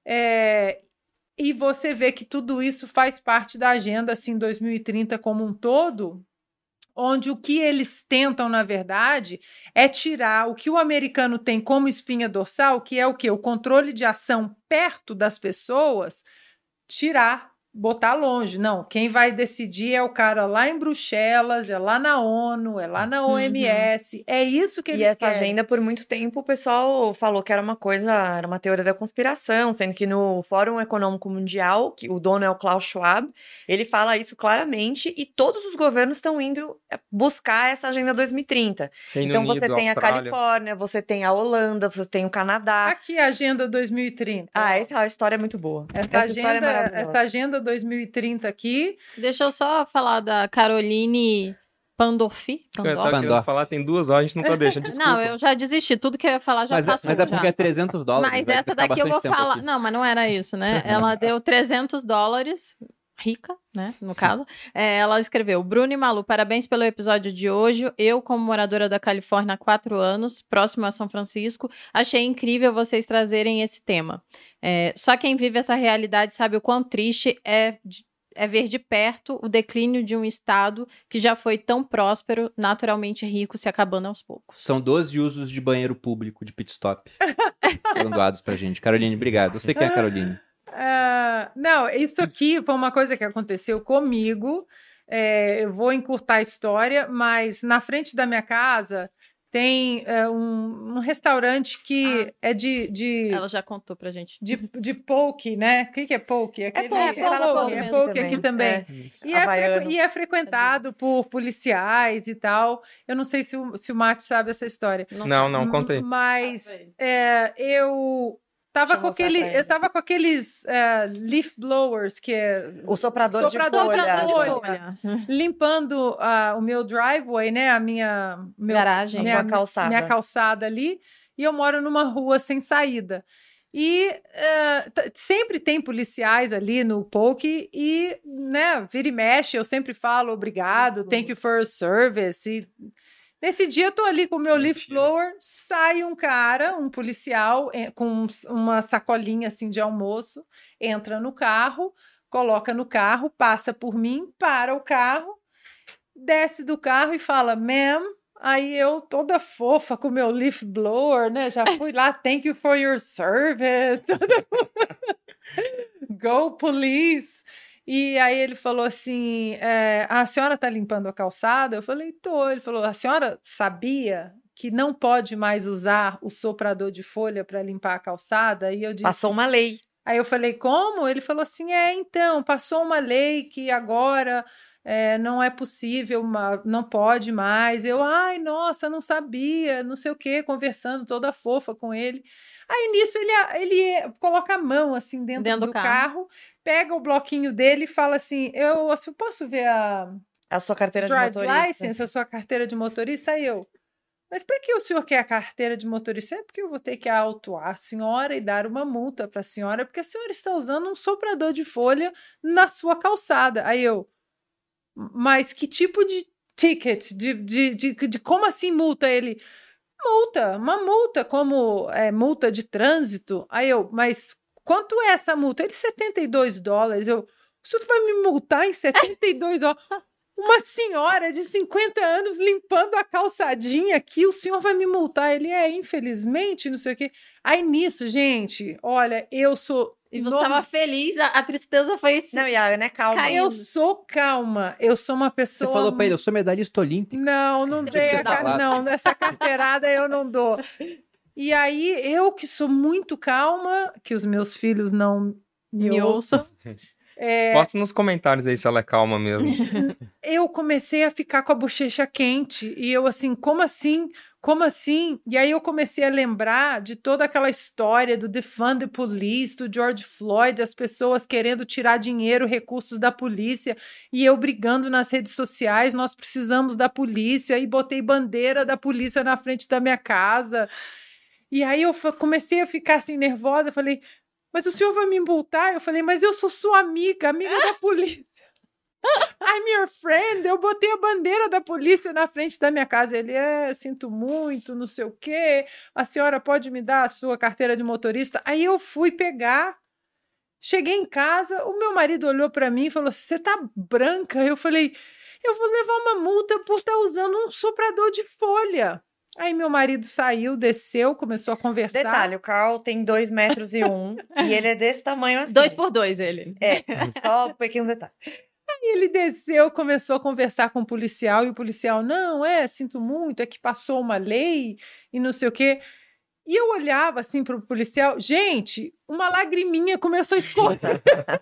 e você vê que tudo isso faz parte da agenda, assim, 2030 como um todo, onde o que eles tentam, na verdade, é tirar o que o americano tem como espinha dorsal, que é o quê? O controle de ação perto das pessoas, botar longe. Não, quem vai decidir é o cara lá em Bruxelas, é lá na ONU, é lá na OMS, é isso que eles querem. E essa agenda, por muito tempo, o pessoal falou que era uma teoria da conspiração, sendo que no Fórum Econômico Mundial, que o dono é o Klaus Schwab, ele fala isso claramente, e todos os governos estão indo buscar essa agenda 2030. Então você tem Austrália, a Califórnia, você tem a Holanda, você tem o Canadá. Aqui a agenda 2030. Essa história é muito boa. Essa agenda 2030 aqui. Deixa eu só falar da Caroline Pandolfi. Eu tava querendo falar, tem 2 horas, a gente não pode deixar. Desculpa. Não, eu já desisti. Tudo que eu ia falar já passou. Mas é porque é $300. Mas essa daqui eu vou falar. Aqui. Não, mas não era isso, né? Ela deu $300. Rica, né, no caso, ela escreveu: Bruno e Malu, parabéns pelo episódio de hoje. Eu, como moradora da Califórnia há 4 anos, próximo a São Francisco, achei incrível vocês trazerem esse tema. Só quem vive essa realidade sabe o quão triste é ver de perto o declínio de um estado que já foi tão próspero, naturalmente rico, se acabando aos poucos. São 12 usos de banheiro público de pit stop foram doados pra gente. Caroline, obrigado. Eu sei quem é a Caroline. Não, isso aqui foi uma coisa que aconteceu comigo. eu vou encurtar a história, mas na frente da minha casa tem um restaurante que é de... Ela já contou pra gente. De poke, né? O que é poke? É poke aqui também. E é frequentado por policiais e tal. Eu não sei se o Mate sabe essa história. Não, contei. Mas eu tava com aqueles leaf blowers, que é... O soprador de folha. Limpando o meu driveway, né? A minha garagem. Minha calçada ali. E eu moro numa rua sem saída. E sempre tem policiais ali no poke e, né, vira e mexe, eu sempre falo obrigado, thank you for your service. E nesse dia eu tô ali com o meu leaf blower, sai um policial com uma sacolinha assim de almoço, entra no carro, coloca no carro, passa por mim, para o carro, desce do carro e fala, ma'am. Aí eu, toda fofa, com o meu leaf blower, né? Já fui lá, thank you for your service. Go, police. E aí ele falou assim, a senhora tá limpando a calçada? Eu falei, tô. Ele falou, a senhora sabia que não pode mais usar o soprador de folha para limpar a calçada? E eu disse... Passou uma lei. Aí eu falei, como? Ele falou assim, então, passou uma lei que agora... não é possível, não pode mais. Eu, ai, nossa, não sabia, não sei o quê, conversando toda fofa com ele. Aí, nisso, ele coloca a mão, assim, dentro do carro, pega o bloquinho dele e fala assim, eu posso ver a sua carteira de motorista? Drive license, a sua carteira de motorista? Aí eu, mas para que o senhor quer a carteira de motorista? É porque eu vou ter que autuar a senhora e dar uma multa para a senhora, porque a senhora está usando um soprador de folha na sua calçada. Aí eu, mas que tipo de ticket? De como assim multa? Ele, uma multa, como multa de trânsito. Aí eu, mas quanto é essa multa? Ele, $72. Eu, o senhor vai me multar em $72? Uma senhora de 50 anos limpando a calçadinha aqui, o senhor vai me multar? Ele, infelizmente, não sei o quê. Aí nisso, gente, olha, eu sou... E você estava feliz, a tristeza foi assim. Não, e a Ana é calma. Caindo. Eu sou calma, eu sou uma pessoa... Você falou pra ele, eu sou medalhista olímpica. Não dei não, essa carteirada eu não dou. E aí, eu que sou muito calma, que os meus filhos não me ouçam. Posta nos comentários aí se ela é calma mesmo. Eu comecei a ficar com a bochecha quente. E eu assim, como assim? Como assim? E aí eu comecei a lembrar de toda aquela história do Defund the Police, do George Floyd, as pessoas querendo tirar dinheiro, recursos da polícia, e eu brigando nas redes sociais, nós precisamos da polícia, e botei bandeira da polícia na frente da minha casa. E aí eu comecei a ficar assim nervosa, eu falei, mas o senhor vai me multar? Eu falei, mas eu sou sua amiga da polícia. I'm your friend. Eu botei a bandeira da polícia na frente da minha casa. Ele, sinto muito, não sei o quê. A senhora pode me dar a sua carteira de motorista? Aí eu fui pegar. Cheguei em casa, o meu marido olhou para mim e falou, você tá branca? Eu falei, eu vou levar uma multa por estar usando um soprador de folha. Aí meu marido saiu, desceu, começou a conversar. Detalhe, o Carl tem 2,1 metros e ele é desse tamanho assim. 2x2 ele. Só um pequeno detalhe. Aí ele desceu, começou a conversar com o policial, e o policial, não, sinto muito, é que passou uma lei e não sei o quê. E eu olhava assim para o policial, gente, uma lagriminha começou a escorrer.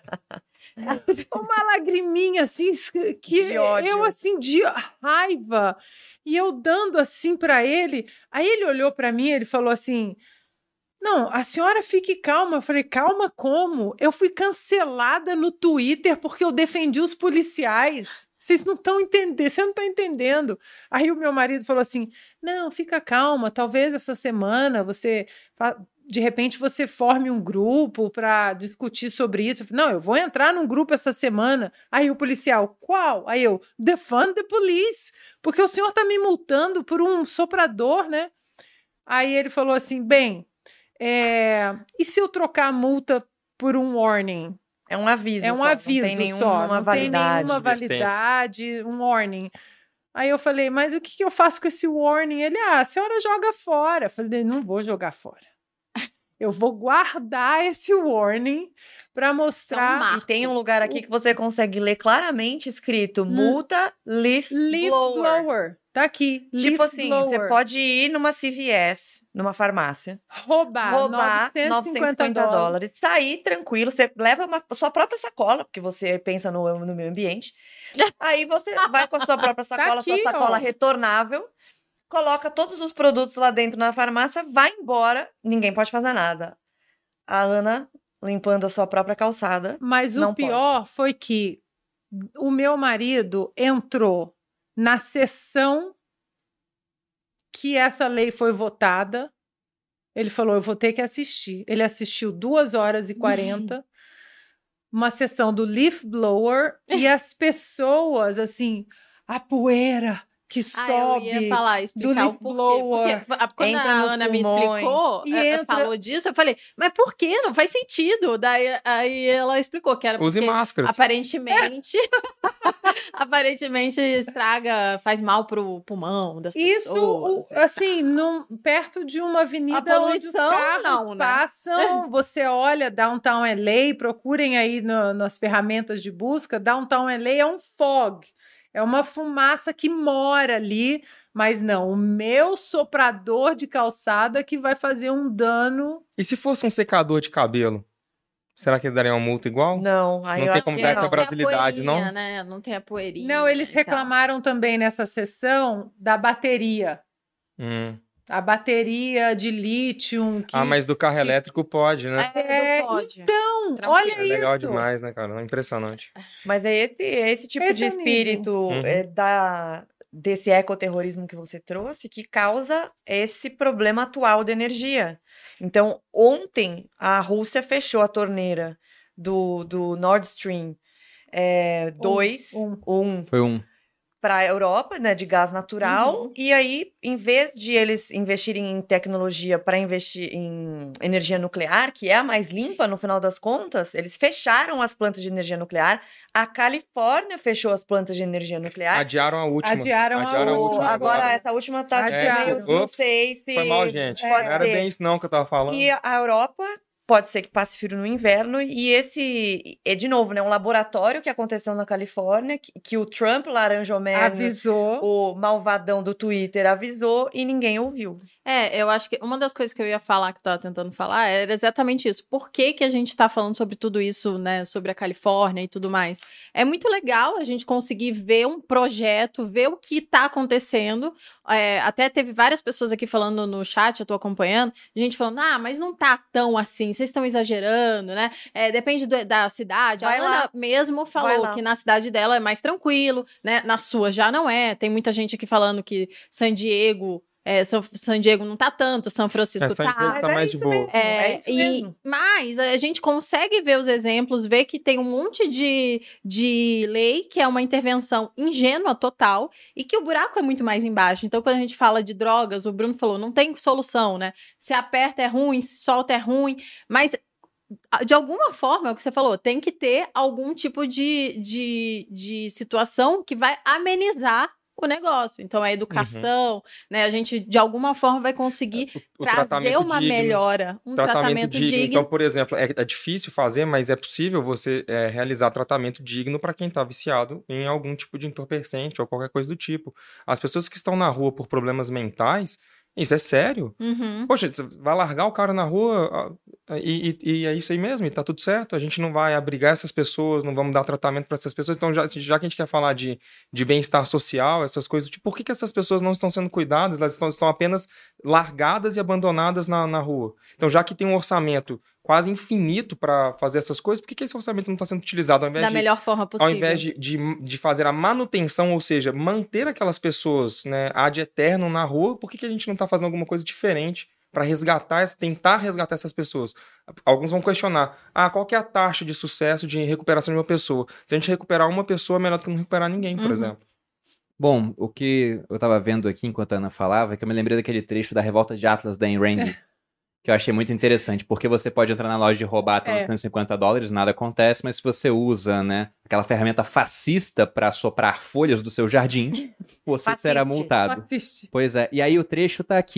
Uma lagriminha assim, que de ódio. Eu assim, de raiva. E eu dando assim para ele. Aí ele olhou para mim, ele falou assim, não, a senhora fique calma. Eu falei, calma como? Eu fui cancelada no Twitter porque eu defendi os policiais. Vocês não estão entendendo, você não está entendendo. Aí o meu marido falou assim, não, fica calma, talvez essa semana de repente você forme um grupo para discutir sobre isso. Eu falei, não, eu vou entrar num grupo essa semana. Aí o policial, qual? Aí eu, Defund the Police, porque o senhor está me multando por um soprador, né? Aí ele falou assim, bem, e se eu trocar a multa por um warning? É um aviso. É um aviso, não tem nenhuma validade. Tem nenhuma validade, um warning. Aí eu falei, mas o que eu faço com esse warning? Ele, a senhora joga fora. Eu falei, não vou jogar fora. Eu vou guardar esse warning para mostrar. E tem um lugar aqui que você consegue ler claramente escrito multa leaf blower. Tá aqui. Tipo assim, você pode ir numa CVS, numa farmácia, roubar $950, sair tranquilo, você leva a sua própria sacola, porque você pensa no meio ambiente. Aí você vai com a sua própria sacola, sua sacola retornável, coloca todos os produtos lá dentro na farmácia, vai embora, ninguém pode fazer nada. A Ana limpando a sua própria calçada. Mas o pior foi que o meu marido entrou na sessão que essa lei foi votada. Ele falou, eu vou ter que assistir. Ele assistiu 2h40, uma sessão do leaf blower, e as pessoas, assim, a poeira que sobe eu ia explicar o porquê. Porque quando a Ana me explicou, falou disso, eu falei, mas por quê? Não faz sentido. Aí ela explicou que era porque... Use máscaras. Aparentemente faz mal pro pulmão das pessoas. Isso, assim, perto de uma avenida onde os carros passam, você olha Downtown LA, procurem aí nas ferramentas de busca, Downtown LA é um fog. É uma fumaça que mora ali, mas não, o meu soprador de calçada que vai fazer um dano. E se fosse um secador de cabelo? Será que eles dariam uma multa igual? Não, aí não tem como dar essa brasilidade, não? Né? Não tem a poeirinha. Não, eles reclamaram também nessa sessão da bateria. A bateria de lítio. Mas do carro elétrico pode, né? Pode. Então, olha isso. É legal demais, né, cara? É impressionante. Mas é esse tipo de espírito desse ecoterrorismo que você trouxe que causa esse problema atual da energia. Então, ontem, a Rússia fechou a torneira do Nord Stream 2. Foi um. Para a Europa, né, de gás natural, e aí, em vez de eles investirem em tecnologia para investir em energia nuclear, que é a mais limpa no final das contas, eles fecharam as plantas de energia nuclear. A Califórnia fechou as plantas de energia nuclear. Adiaram a última. Adiaram a última. Agora, essa última tá meio, não sei se... Foi mal, gente. Não era bem isso não que eu tava falando. E a Europa... Pode ser que passe frio no inverno, e esse é, de novo, né, um laboratório que aconteceu na Califórnia, que o Trump laranjomércio avisou, o malvadão do Twitter avisou, e ninguém ouviu. Eu acho que uma das coisas que eu ia falar, que eu tava tentando falar, era exatamente isso. Por que a gente tá falando sobre tudo isso, né, sobre a Califórnia e tudo mais? É muito legal a gente conseguir ver um projeto, ver o que tá acontecendo. Até teve várias pessoas aqui falando no chat, eu tô acompanhando, gente falando, mas não tá tão assim, vocês estão exagerando, né? Depende da cidade. A Ana mesmo falou que na cidade dela é mais tranquilo, né? Na sua já não é. Tem muita gente aqui falando que San Diego não tá tanto, São Francisco tá. San Diego tá mais de boa. Isso mesmo. Mas a gente consegue ver os exemplos, ver que tem um monte de lei que é uma intervenção ingênua total e que o buraco é muito mais embaixo. Então, quando a gente fala de drogas, o Bruno falou, não tem solução, né? Se aperta é ruim, se solta é ruim, mas... De alguma forma, é o que você falou, tem que ter algum tipo de situação que vai amenizar o negócio. Então, a educação, né? A gente, de alguma forma, vai conseguir trazer uma melhora, um tratamento digno. Então, por exemplo, é difícil fazer, mas é possível você realizar tratamento digno para quem está viciado em algum tipo de entorpecente ou qualquer coisa do tipo. As pessoas que estão na rua por problemas mentais, isso é sério? Poxa, você vai largar o cara na rua e é isso aí mesmo, e tá tudo certo. A gente não vai abrigar essas pessoas, não vamos dar tratamento para essas pessoas. Então, já que a gente quer falar de bem-estar social, essas coisas, tipo, por que essas pessoas não estão sendo cuidadas? Elas estão apenas largadas e abandonadas na rua. Então, já que tem um orçamento quase infinito para fazer essas coisas, por que esse orçamento não está sendo utilizado? Da melhor forma possível. Ao invés de fazer a manutenção, ou seja, manter aquelas pessoas, né, ad eterno na rua, por que a gente não está fazendo alguma coisa diferente para tentar resgatar essas pessoas? Alguns vão questionar, qual que é a taxa de sucesso de recuperação de uma pessoa? Se a gente recuperar uma pessoa, é melhor do que não recuperar ninguém, por exemplo. Bom, o que eu estava vendo aqui enquanto a Ana falava, é que eu me lembrei daquele trecho da Revolta de Atlas da Ayn Rand, que eu achei muito interessante, porque você pode entrar na loja e roubar até uns $150, nada acontece, mas se você usa, né, aquela ferramenta fascista para soprar folhas do seu jardim, você será multado. Pois é, e aí o trecho tá aqui.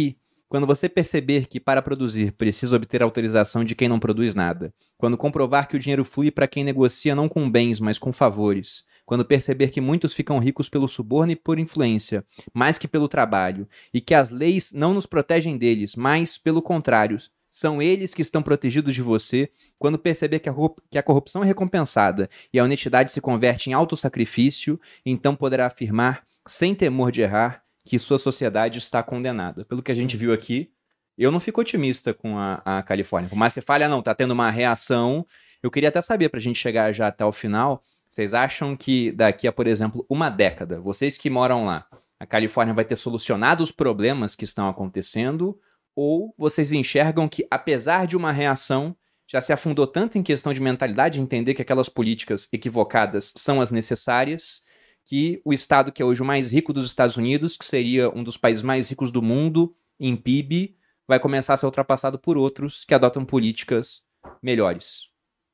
Quando você perceber que, para produzir, precisa obter autorização de quem não produz nada. Quando comprovar que o dinheiro flui para quem negocia não com bens, mas com favores. Quando perceber que muitos ficam ricos pelo suborno e por influência, mais que pelo trabalho. E que as leis não nos protegem deles, mas, pelo contrário, são eles que estão protegidos de você. Quando perceber que a corrupção é recompensada e a honestidade se converte em autossacrifício, então poderá afirmar, sem temor de errar, que sua sociedade está condenada. Pelo que a gente viu aqui, eu não fico otimista com a Califórnia. Por mais que você fale, não, tá tendo uma reação. Eu queria até saber, pra gente chegar já até o final, vocês acham que daqui a, por exemplo, uma década, vocês que moram lá, a Califórnia vai ter solucionado os problemas que estão acontecendo, ou vocês enxergam que, apesar de uma reação, já se afundou tanto em questão de mentalidade, de entender que aquelas políticas equivocadas são as necessárias, que o estado que é hoje o mais rico dos Estados Unidos, que seria um dos países mais ricos do mundo em PIB, vai começar a ser ultrapassado por outros que adotam políticas melhores.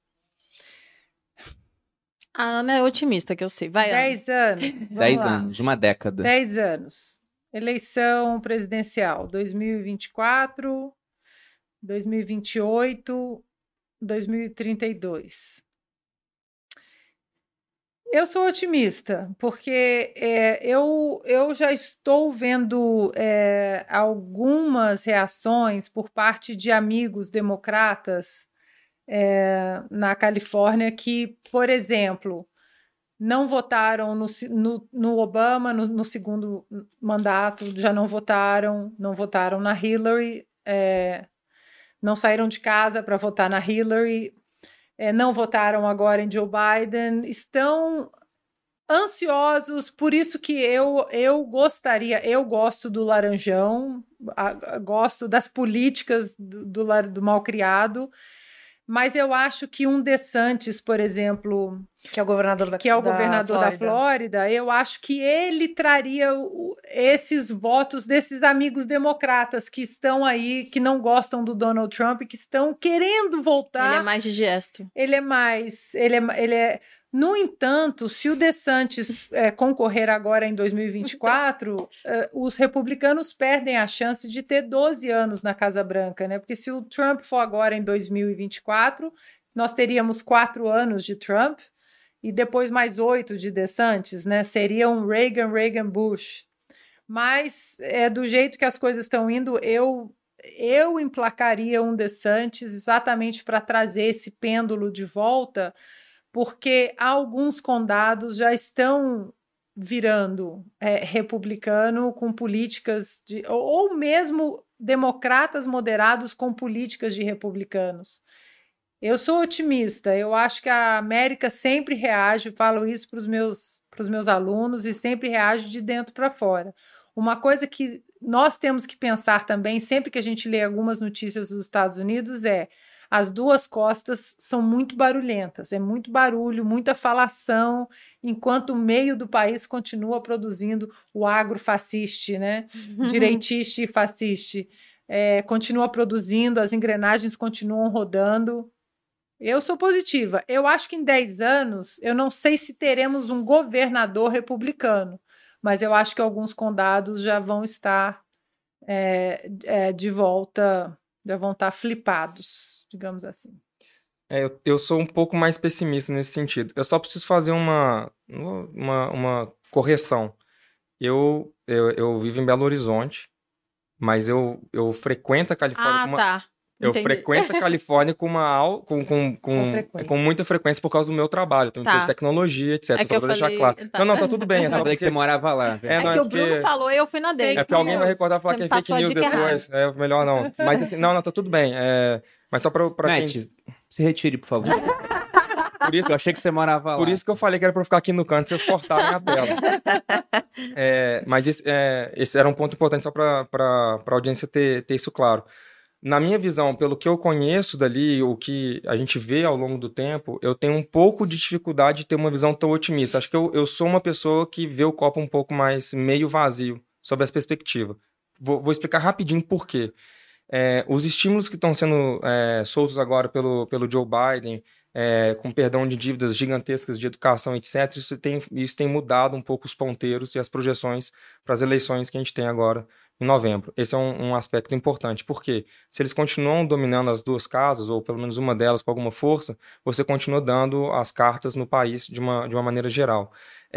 A Ana é otimista, que eu sei. Vai, 10 anos. 10 anos, uma década. 10 anos. Eleição presidencial, 2024, 2028, 2032. Eu sou otimista, porque eu já estou vendo algumas reações por parte de amigos democratas na Califórnia que, por exemplo, não votaram no Obama no segundo mandato, já não votaram na Hillary, não saíram de casa para votar na Hillary, não votaram agora em Joe Biden, estão ansiosos, por isso que eu gosto do Laranjão, gosto das políticas do malcriado, mas eu acho que um DeSantis, por exemplo, que é o governador da Flórida, eu acho que ele traria esses votos desses amigos democratas que estão aí, que não gostam do Donald Trump, que estão querendo voltar. Ele é mais de gesto. No entanto, se o DeSantis concorrer agora em 2024, os republicanos perdem a chance de ter 12 anos na Casa Branca, né? Porque se o Trump for agora em 2024, nós teríamos 4 anos de Trump e depois mais 8 de DeSantis, né? Seria um Reagan-Bush. Mas, do jeito que as coisas estão indo, eu emplacaria um DeSantis exatamente para trazer esse pêndulo de volta, porque alguns condados já estão virando republicano com políticas ou mesmo democratas moderados com políticas de republicanos. Eu sou otimista, eu acho que a América sempre reage, falo isso para os meus alunos, e sempre reage de dentro para fora. Uma coisa que nós temos que pensar também, sempre que a gente lê algumas notícias dos Estados Unidos, as duas costas são muito barulhentas, é muito barulho, muita falação, enquanto o meio do país continua produzindo o agrofasciste, né? Direitista e fasciste. Continua produzindo, as engrenagens continuam rodando. Eu sou positiva. Eu acho que em 10 anos, eu não sei se teremos um governador republicano, mas eu acho que alguns condados já vão estar de volta, já vão estar flipados, digamos assim. Eu sou um pouco mais pessimista nesse sentido. Eu só preciso fazer uma correção. Eu vivo em Belo Horizonte, mas eu frequento a Califórnia. Tá. Eu frequento a Califórnia com muita frequência por causa do meu trabalho. Tenho empresa de tecnologia, etc. Só pra deixar claro. Tá. Não, tá tudo bem. Eu sabia que você morava lá. Que o Bruno falou e eu fui na dele. É porque alguém vai recordar e falar que é fake news depois. Melhor não. Mas assim, não, tá tudo bem. Mas só pra Matt, quem... se retire, por favor. Por isso, eu achei que você morava lá. Por isso que eu falei que era pra eu ficar aqui no canto, vocês cortarem a tela. Mas esse era um ponto importante só pra audiência ter isso claro. Na minha visão, pelo que eu conheço dali, o que a gente vê ao longo do tempo, eu tenho um pouco de dificuldade de ter uma visão tão otimista. Acho que eu sou uma pessoa que vê o copo um pouco mais meio vazio sobre essa perspectiva. Vou explicar rapidinho por quê. Os estímulos que estão sendo soltos agora pelo Joe Biden, com perdão de dívidas gigantescas de educação, etc., isso tem mudado um pouco os ponteiros e as projeções para as eleições que a gente tem agora em novembro. Esse é um aspecto importante, porque se eles continuam dominando as duas casas, ou pelo menos uma delas com alguma força, você continua dando as cartas no país de uma maneira geral.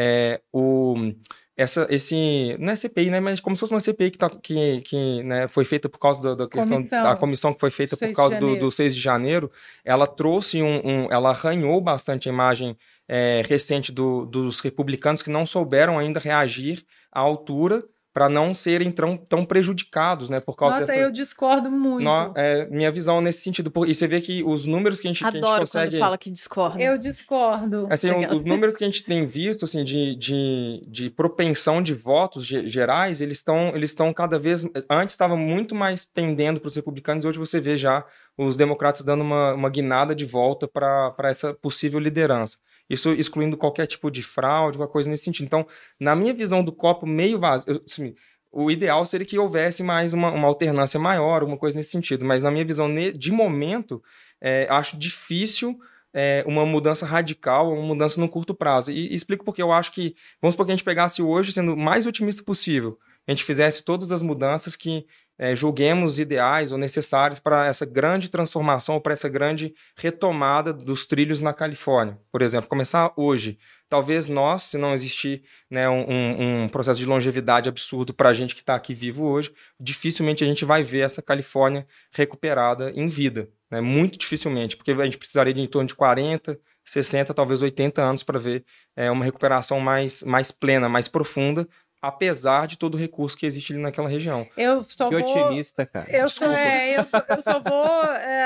Não é CPI, né, mas como se fosse uma CPI que né, foi feita por causa da questão da comissão que foi feita por causa do 6 de janeiro, ela trouxe ela arranhou bastante a imagem recente dos republicanos que não souberam ainda reagir à altura para não serem tão prejudicados, né, por causa eu discordo muito. Minha visão nesse sentido. E você vê que os números que a gente consegue... Adoro quando fala que discorda. Eu discordo. Assim, os números que a gente tem visto, assim, de propensão de votos gerais, eles estão cada vez... Antes estava muito mais pendendo para os republicanos, e hoje você vê já os democratas dando uma guinada de volta para essa possível liderança. Isso excluindo qualquer tipo de fraude, qualquer coisa nesse sentido. Então, na minha visão do copo meio vazio, o ideal seria que houvesse mais uma alternância maior, alguma coisa nesse sentido. Mas na minha visão, de momento, acho difícil uma mudança radical, uma mudança no curto prazo. E explico porque eu acho que, vamos supor que a gente pegasse hoje, sendo o mais otimista possível, a gente fizesse todas as mudanças que julguemos ideais ou necessárias para essa grande transformação, ou para essa grande retomada dos trilhos na Califórnia. Por exemplo, começar hoje. Talvez nós, se não existir, né, um processo de longevidade absurdo para a gente que está aqui vivo hoje, dificilmente a gente vai ver essa Califórnia recuperada em vida. Né? Muito dificilmente, porque a gente precisaria de em torno de 40, 60, talvez 80 anos para ver uma recuperação mais plena, mais profunda, apesar de todo o recurso que existe ali naquela região. Otimista, cara. Eu só vou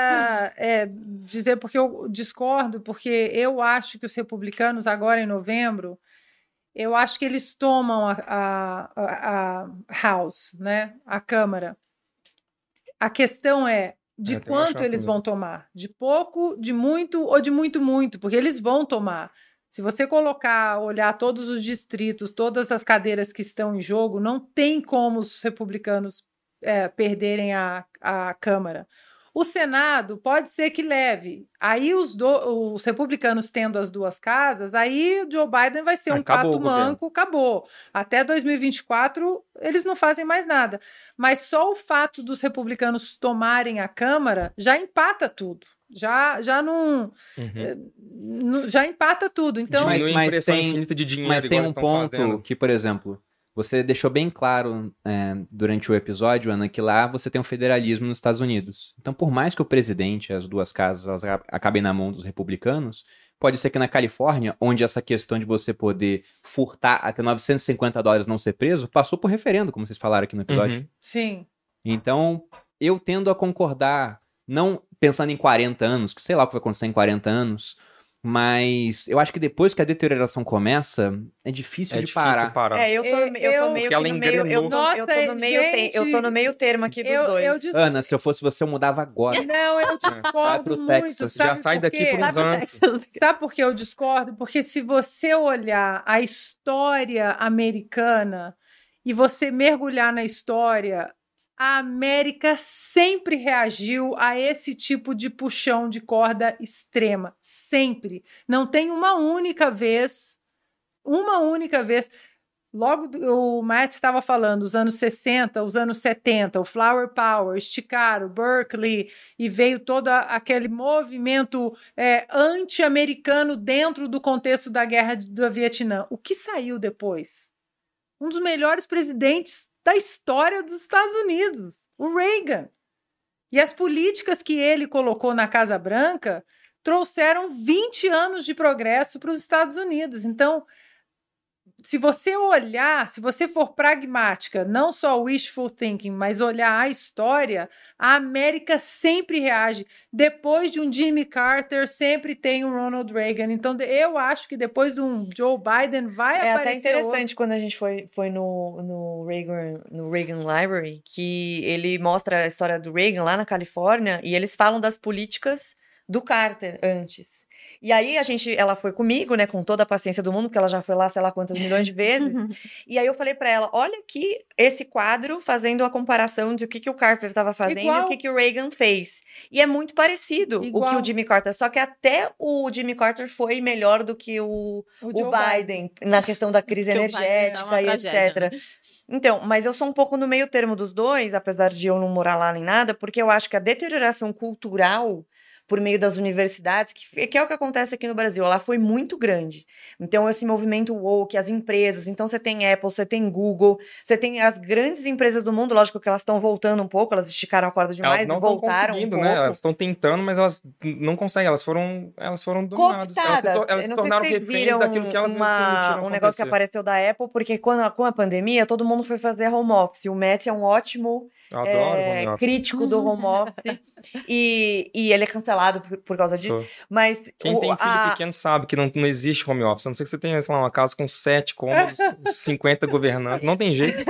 dizer porque eu discordo, porque eu acho que os republicanos, agora em novembro, eu acho que eles tomam a House, né? A Câmara. A questão é de quanto eles vão tomar. De pouco, de muito ou de muito, muito, porque eles vão tomar. Se você olhar todos os distritos, todas as cadeiras que estão em jogo, não tem como os republicanos perderem a Câmara. O Senado pode ser que leve. Aí os republicanos tendo as duas casas, aí o Joe Biden vai ser um pato manco, acabou. Até 2024, eles não fazem mais nada. Mas só o fato dos republicanos tomarem a Câmara já empata tudo. Já não... já empata tudo. Então, mas tem infinita de dinheiro. Mas tem um ponto que, por exemplo, você deixou bem claro durante o episódio, Ana, que lá você tem um federalismo nos Estados Unidos. Então, por mais que o presidente, as duas casas, elas acabem na mão dos republicanos, pode ser que na Califórnia, onde essa questão de você poder furtar até $950 não ser preso, passou por referendo, como vocês falaram aqui no episódio. Sim. Então, eu tendo a concordar, não pensando em 40 anos, que sei lá o que vai acontecer em 40 anos, mas eu acho que depois que a deterioração começa, é difícil de parar. Eu tô no meio termo aqui dos dois. Ana, se eu fosse você, eu mudava agora. Não, eu discordo muito. Texas. Sabe já sai daqui por um rancho. Sabe por que eu discordo? Porque se você olhar a história americana e você mergulhar na história, a América sempre reagiu a esse tipo de puxão de corda extrema. Sempre. Não tem uma única vez. Logo, o Matt estava falando, os anos 60, os anos 70, o Flower Power, esticaram, Berkeley, e veio todo aquele movimento anti-americano dentro do contexto da guerra do Vietnã. O que saiu depois? Um dos melhores presidentes da história dos Estados Unidos, o Reagan. E as políticas que ele colocou na Casa Branca trouxeram 20 anos de progresso para os Estados Unidos. Então, se você olhar, se você for pragmática, não só wishful thinking, mas olhar a história, a América sempre reage. Depois de um Jimmy Carter, sempre tem um Ronald Reagan. Então, eu acho que depois de um Joe Biden vai aparecer até interessante quando a gente foi no Reagan Library, que ele mostra a história do Reagan lá na Califórnia, e eles falam das políticas do Carter antes. E aí ela foi comigo, né, com toda a paciência do mundo, porque ela já foi lá sei lá quantas milhões de vezes. E aí eu falei pra ela, olha aqui esse quadro fazendo a comparação de o que o Carter estava fazendo e o que o Reagan fez. E é muito parecido o que o Jimmy Carter, só que até o Jimmy Carter foi melhor do que o Biden na questão da crise energética e etc. Então, mas eu sou um pouco no meio termo dos dois, apesar de eu não morar lá nem nada, porque eu acho que a deterioração cultural por meio das universidades, que é o que acontece aqui no Brasil, ela foi muito grande. Então, esse movimento woke, as empresas, então você tem Apple, você tem Google, você tem as grandes empresas do mundo, lógico que elas estão voltando um pouco, elas esticaram a corda demais, elas não voltaram conseguindo, um pouco. Né? Elas estão tentando, mas elas não conseguem, elas foram dominadas. Elas se tornaram reféns daquilo que elas permitiram um negócio que apareceu da Apple, porque com a pandemia, todo mundo foi fazer home office. O Matt é um ótimo crítico do home office e ele é cancelado por causa disso. Mas quem tem filho pequeno sabe que não existe home office. A não ser que você tenha, sei lá, uma casa com 7 cômodos, 50 governantes. Não tem jeito.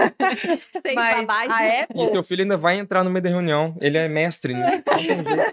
Mas a Apple... E teu filho ainda vai entrar no meio da reunião. Ele é mestre, né? Não tem jeito.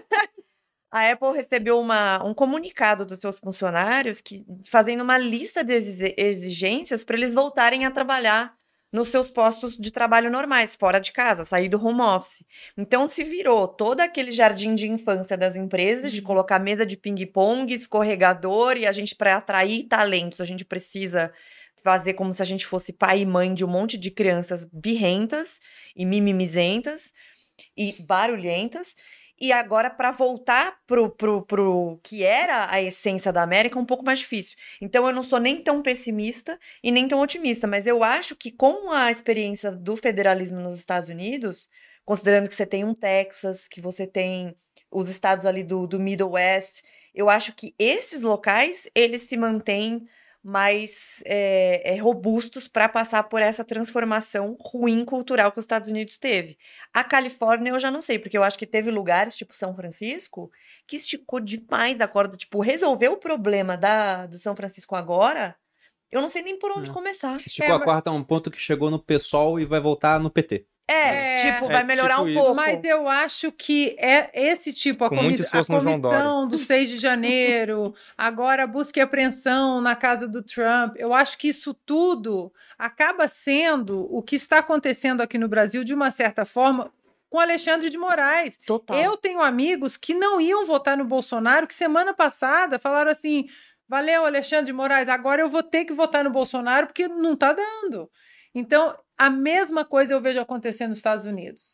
A Apple recebeu um comunicado dos seus funcionários fazendo uma lista de exigências para eles voltarem a trabalhar nos seus postos de trabalho normais, fora de casa, sair do home office. Então, se virou todo aquele jardim de infância das empresas, de colocar mesa de ping-pong, escorregador, e a gente, para atrair talentos, a gente precisa fazer como se a gente fosse pai e mãe de um monte de crianças birrentas e mimimizentas e barulhentas. E agora, para voltar pro que era a essência da América, é um pouco mais difícil. Então, eu não sou nem tão pessimista e nem tão otimista, mas eu acho que com a experiência do federalismo nos Estados Unidos, considerando que você tem um Texas, que você tem os estados ali do Middle West, eu acho que esses locais, eles se mantêm mais robustos para passar por essa transformação ruim cultural que os Estados Unidos teve. A Califórnia eu já não sei, porque eu acho que teve lugares, tipo São Francisco, que esticou demais a corda, tipo, resolver o problema do São Francisco agora, eu não sei nem por onde começar. Esticou a corda a um ponto que chegou no PSOL e vai voltar no PT. Vai melhorar tipo um pouco. Mas eu acho que esse tipo, a comissão do 6 de janeiro, agora a busca e apreensão na casa do Trump, eu acho que isso tudo acaba sendo o que está acontecendo aqui no Brasil, de uma certa forma, com Alexandre de Moraes. Total. Eu tenho amigos que não iam votar no Bolsonaro, que semana passada falaram assim, valeu, Alexandre de Moraes, agora eu vou ter que votar no Bolsonaro porque não está dando. Então, a mesma coisa eu vejo acontecendo nos Estados Unidos.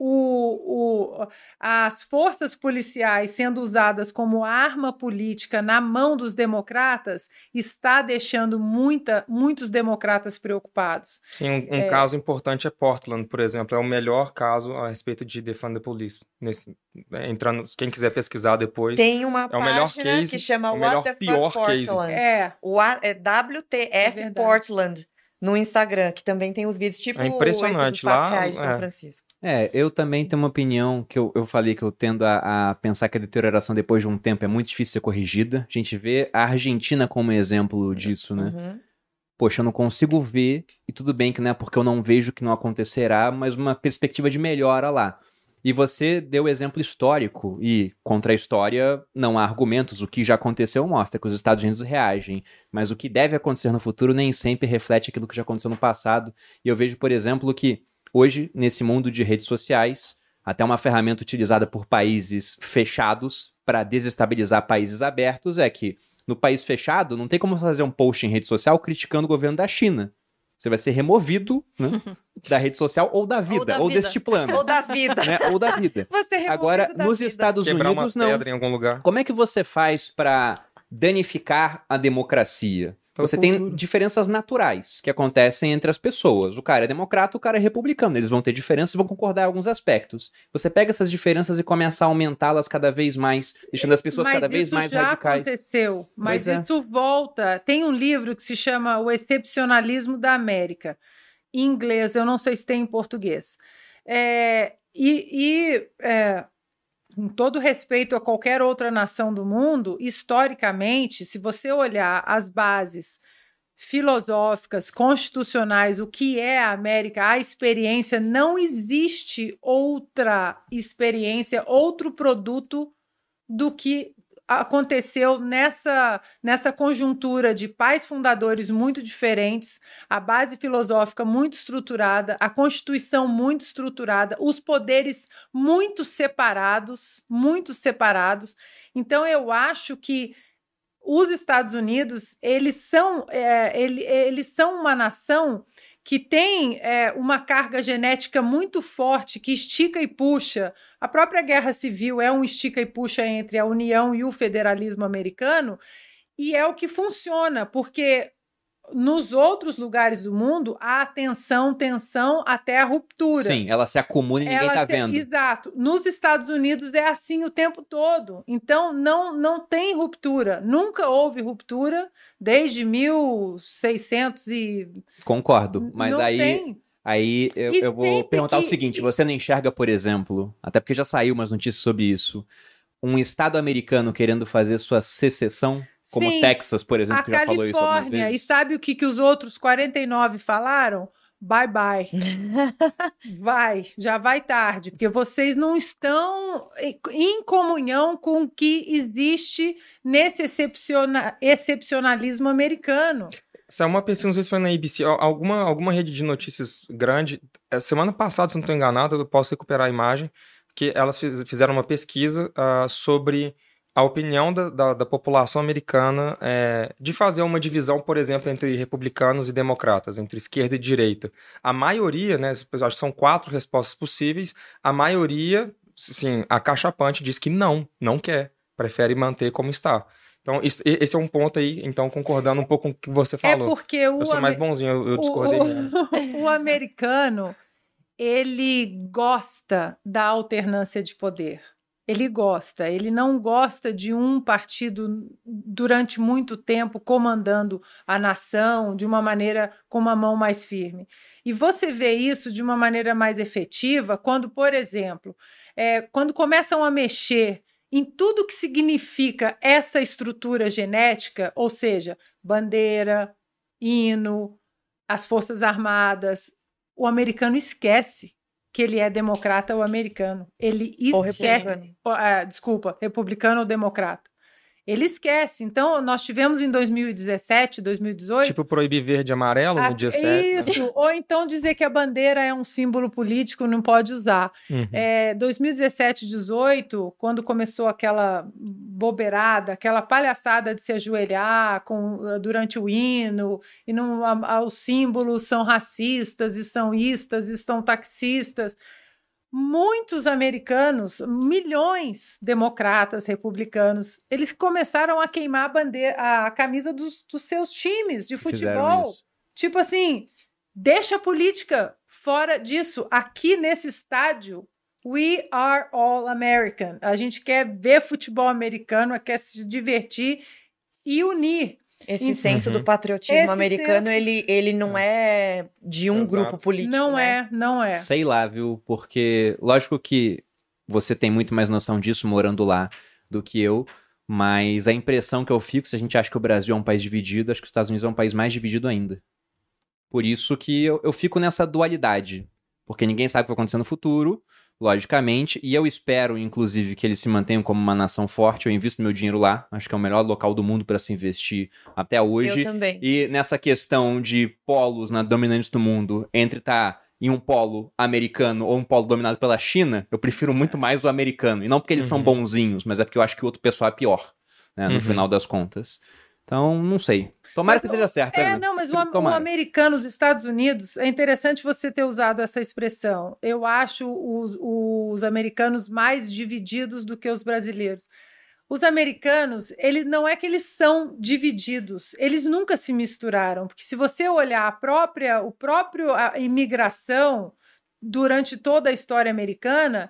As forças policiais sendo usadas como arma política na mão dos democratas está deixando muitos democratas preocupados. Sim, um caso importante é Portland, por exemplo. É o melhor caso a respeito de defund the police. Quem quiser pesquisar depois. Tem uma página que chama What the Fuck Portland. WTF Portland. No Instagram, que também tem os vídeos, tipo é impressionante esse dos fatos reais de São Francisco. Eu também tenho uma opinião que eu falei que eu tendo a pensar que a deterioração depois de um tempo é muito difícil ser corrigida. A gente vê a Argentina como exemplo disso, né? Uhum. Poxa, eu não consigo ver, e tudo bem que não é porque eu não vejo que não acontecerá, mas uma perspectiva de melhora lá. E você deu exemplo histórico, e contra a história não há argumentos. O que já aconteceu mostra que os Estados Unidos reagem, mas o que deve acontecer no futuro nem sempre reflete aquilo que já aconteceu no passado. E eu vejo, por exemplo, que hoje, nesse mundo de redes sociais, até uma ferramenta utilizada por países fechados para desestabilizar países abertos é que no país fechado não tem como fazer um post em rede social criticando o governo da China. Você vai ser removido, né, da rede social ou da vida, ou deste plano. Ou da vida. Né, ou da vida. Agora, nos Estados Unidos, não. Pedra em algum lugar. Como é que você faz para danificar a democracia? Você tem diferenças naturais que acontecem entre as pessoas. O cara é democrata, o cara é republicano. Eles vão ter diferenças e vão concordar em alguns aspectos. Você pega essas diferenças e começa a aumentá-las cada vez mais, deixando as pessoas cada vez mais radicais. Mas isso já aconteceu. Mas isso volta. Tem um livro que se chama O Excepcionalismo da América. Em inglês, eu não sei se tem em português. Com todo respeito a qualquer outra nação do mundo, historicamente, se você olhar as bases filosóficas, constitucionais, o que é a América, a experiência, não existe outra experiência, outro produto do que aconteceu nessa conjuntura de pais fundadores muito diferentes, a base filosófica muito estruturada, a Constituição muito estruturada, os poderes muito separados. Então, eu acho que os Estados Unidos, eles são uma nação que tem uma carga genética muito forte, que estica e puxa. A própria Guerra Civil é um estica e puxa entre a União e o federalismo americano, e é o que funciona, porque nos outros lugares do mundo há tensão até a ruptura. Sim, ela se acumula e ninguém está vendo. Exato. Nos Estados Unidos é assim o tempo todo. Então, não tem ruptura. Nunca houve ruptura desde 1600 e... Concordo, mas não aí... tem. Aí eu vou perguntar o seguinte, você não enxerga, por exemplo, até porque já saiu umas notícias sobre isso, um estado americano querendo fazer sua secessão, como Sim, Texas, por exemplo, que já falou isso algumas vezes? E sabe o que os outros 49 falaram? Bye, bye. Já vai tarde, porque vocês não estão em comunhão com o que existe nesse excepcionalismo americano. Essa é uma pesquisa, não sei se foi na ABC, alguma rede de notícias grande. Semana passada, se não estou enganado, eu posso recuperar a imagem, que elas fizeram uma pesquisa sobre a opinião da população americana de fazer uma divisão, por exemplo, entre republicanos e democratas, entre esquerda e direita. A maioria, né, acho que são 4 respostas possíveis, a maioria, sim, acachapante, diz que não quer, prefere manter como está. Então, esse é um ponto aí, então, concordando um pouco com o que você falou. É porque eu sou mais bonzinho, eu discordei menos. O americano, ele gosta da alternância de poder. Ele não gosta de um partido durante muito tempo comandando a nação de uma maneira com uma mão mais firme. E você vê isso de uma maneira mais efetiva quando, por exemplo, quando começam a mexer em tudo que significa essa estrutura genética, ou seja, bandeira, hino, as Forças Armadas, o americano esquece que ele é democrata ou americano. Ele esquece. Republicano ou democrata. Ele esquece. Então, nós tivemos em 2017, 2018... Tipo proibir verde e amarelo no dia 7. Isso, ou então dizer que a bandeira é um símbolo político, não pode usar. 2017, 2018, quando começou aquela bobeirada, aquela palhaçada de se ajoelhar durante o hino, e os símbolos são racistas, e são istas, e são taxistas... Muitos americanos, milhões democratas, republicanos, eles começaram a queimar a camisa dos seus times de futebol. Tipo assim, deixa a política fora disso. Aqui nesse estádio, we are all American. A gente quer ver futebol americano, quer se divertir e unir. Esse senso do patriotismo americano, ele não é de um grupo político, Não é. Sei lá, viu? Porque, lógico que você tem muito mais noção disso morando lá do que eu, mas a impressão que eu fico, se a gente acha que o Brasil é um país dividido, acho que os Estados Unidos é um país mais dividido ainda. Por isso que eu fico nessa dualidade, porque ninguém sabe o que vai acontecer no futuro, logicamente, e eu espero, inclusive, que eles se mantenham como uma nação forte. Eu invisto meu dinheiro lá, acho que é o melhor local do mundo para se investir até hoje. Eu também. E nessa questão de polos dominantes do mundo, entre estar em um polo americano ou um polo dominado pela China, eu prefiro muito mais o americano. E não porque eles são bonzinhos, mas é porque eu acho que o outro pessoal é pior, né, no final das contas. Então, não sei. Tomara que esteja certo. Mas o americano, os Estados Unidos, é interessante você ter usado essa expressão. Eu acho os americanos mais divididos do que os brasileiros. Os americanos, não é que eles são divididos, eles nunca se misturaram, porque se você olhar a imigração durante toda a história americana,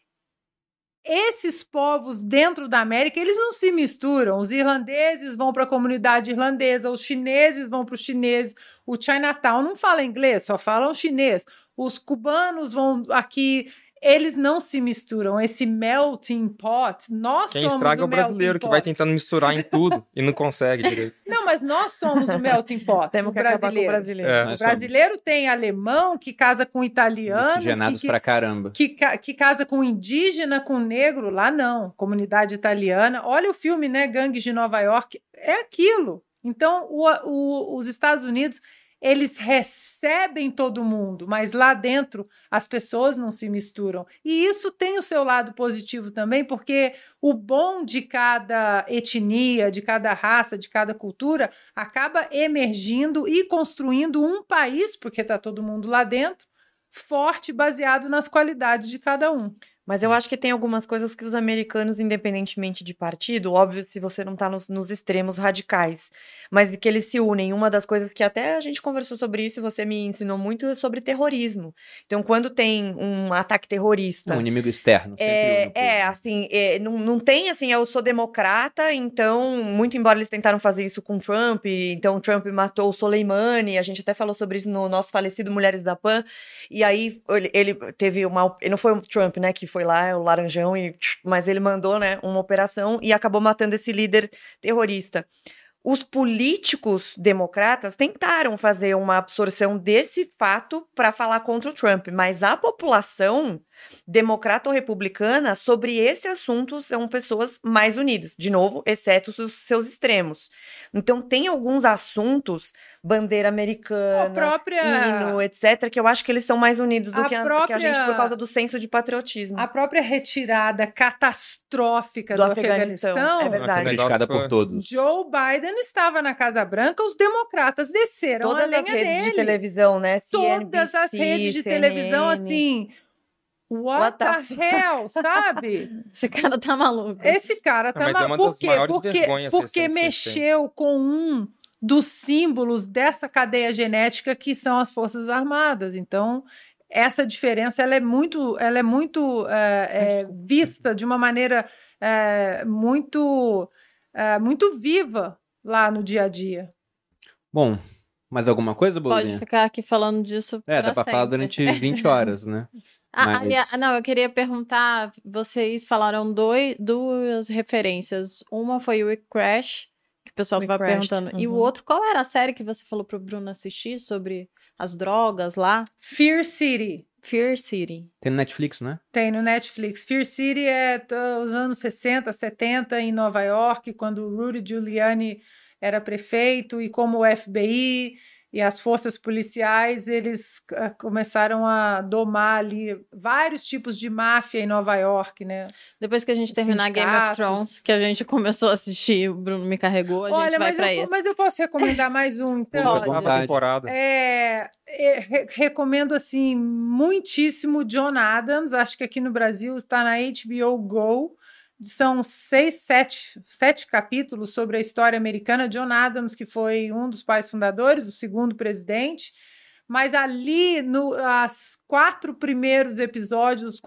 esses povos dentro da América, eles não se misturam. Os irlandeses vão para a comunidade irlandesa, os chineses vão para os chineses. O Chinatown não fala inglês, só falam chinês. Os cubanos vão aqui, eles não se misturam. Esse melting pot, nós Quem somos estraga é o brasileiro, que vai tentando misturar em tudo e não consegue direito. Não, mas nós somos o melting pot. Temos que acabar com o brasileiro. O brasileiro tem alemão que casa com italiano. Miscigenados pra caramba. Que casa com indígena, com negro. Lá não. Comunidade italiana. Olha o filme, né? Gangues de Nova York. É aquilo. Então, os Estados Unidos, eles recebem todo mundo, mas lá dentro as pessoas não se misturam. E isso tem o seu lado positivo também, porque o bom de cada etnia, de cada raça, de cada cultura, acaba emergindo e construindo um país, porque está todo mundo lá dentro, forte, baseado nas qualidades de cada um. Mas eu acho que tem algumas coisas que os americanos, independentemente de partido, óbvio, se você não está nos extremos radicais, mas que eles se unem. Uma das coisas que até a gente conversou sobre isso e você me ensinou muito é sobre terrorismo. Então, quando tem um ataque terrorista... Um inimigo externo. Não tem assim, eu sou democrata, então, muito embora eles tentaram fazer isso com Trump, então o Trump matou o Soleimani, a gente até falou sobre isso no nosso falecido Mulheres da PAN, e aí ele teve uma... Não foi o Trump, né, que foi lá, o laranjão, mas ele mandou, né, uma operação e acabou matando esse líder terrorista. Os políticos democratas tentaram fazer uma absorção desse fato para falar contra o Trump, mas a população democrata ou republicana sobre esse assunto são pessoas mais unidas, de novo, exceto os seus extremos. Então tem alguns assuntos, bandeira americana, hino, etc., que eu acho que eles são mais unidos do que a gente por causa do senso de patriotismo. A própria retirada catastrófica do Afeganistão é verdade. Criticada por todos. Joe Biden estava na Casa Branca, os democratas desceram todas a lenha as redes dele. De televisão, né? Todas as redes de televisão, assim... What the hell, sabe? Esse cara tá maluco. Esse cara tá maluco. Por quê? Porque mexeu com um dos símbolos dessa cadeia genética que são as Forças Armadas. Então, essa diferença ela é muito vista de uma maneira muito viva lá no dia a dia. Bom, mais alguma coisa, Bolinha? Pode ficar aqui falando disso dá pra falar durante 20 horas, né? Não, eu queria perguntar, vocês falaram duas referências. Uma foi o Crash, que o pessoal vai perguntando. E o outro, qual era a série que você falou pro Bruno assistir sobre as drogas lá? Fear City. Fear City. Tem no Netflix, né? Tem no Netflix. Fear City é os anos 60, 70 em Nova York, quando o Rudy Giuliani era prefeito e como o FBI... E as forças policiais, eles começaram a domar ali vários tipos de máfia em Nova York, né? Depois que a gente terminar Game of Thrones, que a gente começou a assistir, o Bruno me carregou, a gente vai pra esse. Mas eu posso recomendar mais um, então? Uma temporada. Recomendo, assim, muitíssimo John Adams. Acho que aqui no Brasil está na HBO Go. São 7 capítulos sobre a história americana. John Adams, que foi um dos pais fundadores, o segundo presidente, mas ali, os 4 primeiros episódios,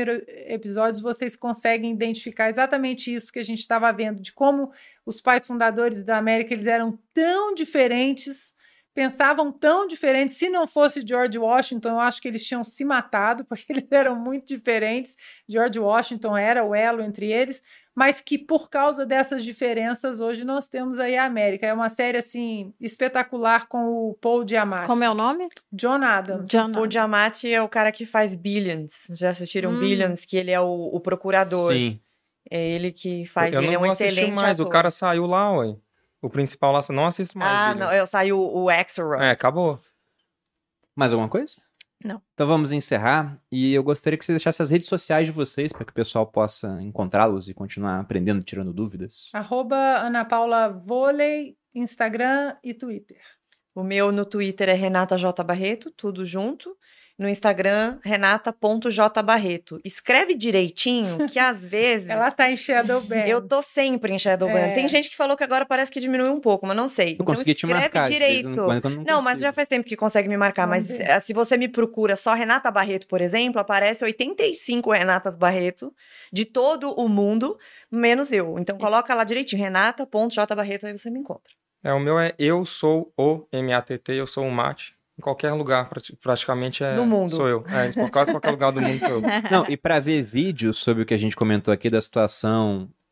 vocês conseguem identificar exatamente isso que a gente estava vendo, de como os pais fundadores da América, eles eram tão diferentes, pensavam tão diferentes. Se não fosse George Washington, eu acho que eles tinham se matado, porque eles eram muito diferentes. George Washington era o elo entre eles, mas que por causa dessas diferenças, hoje nós temos aí a América. É uma série, assim, espetacular com o Paul Giamatti. Como é o nome? John Adams. Paul Giamatti é o cara que faz Billions. Já assistiram Billions? Que ele é o procurador. Sim. É ele que faz, ele é um excelente mais. ator. O cara saiu lá, ué. O principal lá, não assisto mais. Não, saiu o Axelrod. Acabou. Mais alguma coisa? Não. Então vamos encerrar e eu gostaria que você deixasse as redes sociais de vocês para que o pessoal possa encontrá-los e continuar aprendendo, tirando dúvidas. @AnaPaulaVôlei, Instagram e Twitter. O meu no Twitter é Renata J. Barreto, tudo junto. No Instagram, renata.jbarreto. Escreve direitinho, que às vezes... Ela tá em Shadowban. Eu tô sempre em Shadowban. Tem gente que falou que agora parece que diminuiu um pouco, mas não sei. Eu consegui te marcar. Direito. Não, mas já faz tempo que consegue me marcar. Mas se você me procura só Renata Barreto, por exemplo, aparece 85 Renatas Barreto de todo o mundo, menos eu. Então coloca lá direitinho, renata.jbarreto, aí você me encontra. O meu é Eu Sou o MATT, eu sou o Mate. Em qualquer lugar, praticamente do mundo. Sou eu. Em quase qualquer lugar do mundo sou eu. Não, e para ver vídeos sobre o que a gente comentou aqui da situação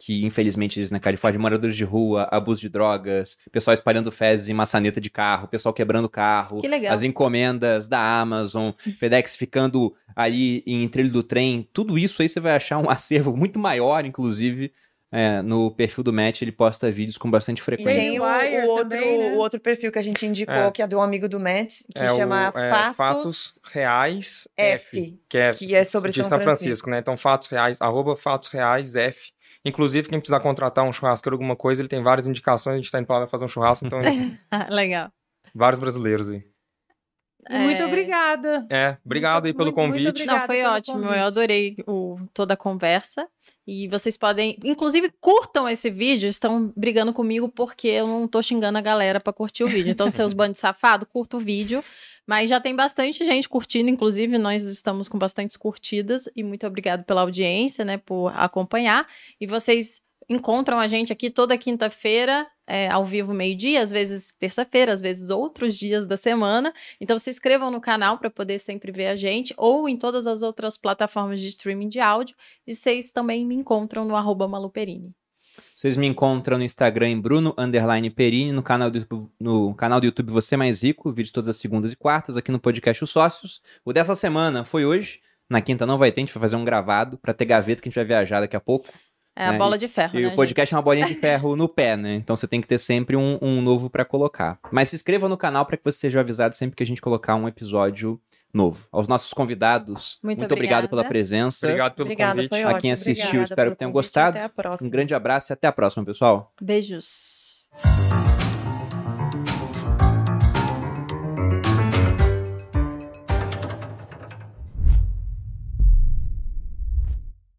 que infelizmente existe na Califórnia, moradores de rua, abuso de drogas, pessoal espalhando fezes em maçaneta de carro, pessoal quebrando carro, Que legal. as encomendas da Amazon, FedEx ficando ali em trilho do trem, tudo isso aí você vai achar um acervo muito maior, inclusive, no perfil do Matt, ele posta vídeos com bastante frequência. E tem o outro perfil que a gente indicou, que é do amigo do Matt, que chama Fatos Reais F, que é sobre São Francisco, né? Então, Fatos Reais, @FatosReaisF. Inclusive, quem precisar contratar um churrasqueiro, alguma coisa, ele tem várias indicações, a gente tá indo pra lá fazer um churrasco, então... Legal. Vários brasileiros aí. Muito obrigada. Obrigado aí pelo convite. Não, foi ótimo, eu adorei toda a conversa. E vocês podem, inclusive, curtam esse vídeo, estão brigando comigo porque eu não tô xingando a galera pra curtir o vídeo. Então, seus bandos safados, curta o vídeo. Mas já tem bastante gente curtindo, inclusive nós estamos com bastantes curtidas. E muito obrigado pela audiência, né, por acompanhar. E vocês encontram a gente aqui toda quinta-feira, ao vivo, meio-dia, às vezes terça-feira, às vezes outros dias da semana. Então se inscrevam no canal para poder sempre ver a gente, ou em todas as outras plataformas de streaming de áudio. E vocês também me encontram no @maluperini. Vocês me encontram no Instagram em Bruno_Perini, no canal do YouTube Você Mais Rico, vídeo todas as segundas e quartas, aqui no podcast Os Sócios. O dessa semana foi hoje, na quinta não vai ter, a gente vai fazer um gravado para ter gaveta que a gente vai viajar daqui a pouco. A bola de ferro, né? E o podcast é uma bolinha de ferro no pé, né? Então você tem que ter sempre um novo pra colocar. Mas se inscreva no canal para que você seja avisado sempre que a gente colocar um episódio novo. Aos nossos convidados, muito obrigado pela presença. Obrigado pelo convite. Foi a quem assistiu, espero que tenham gostado. Um grande abraço e até a próxima, pessoal. Beijos.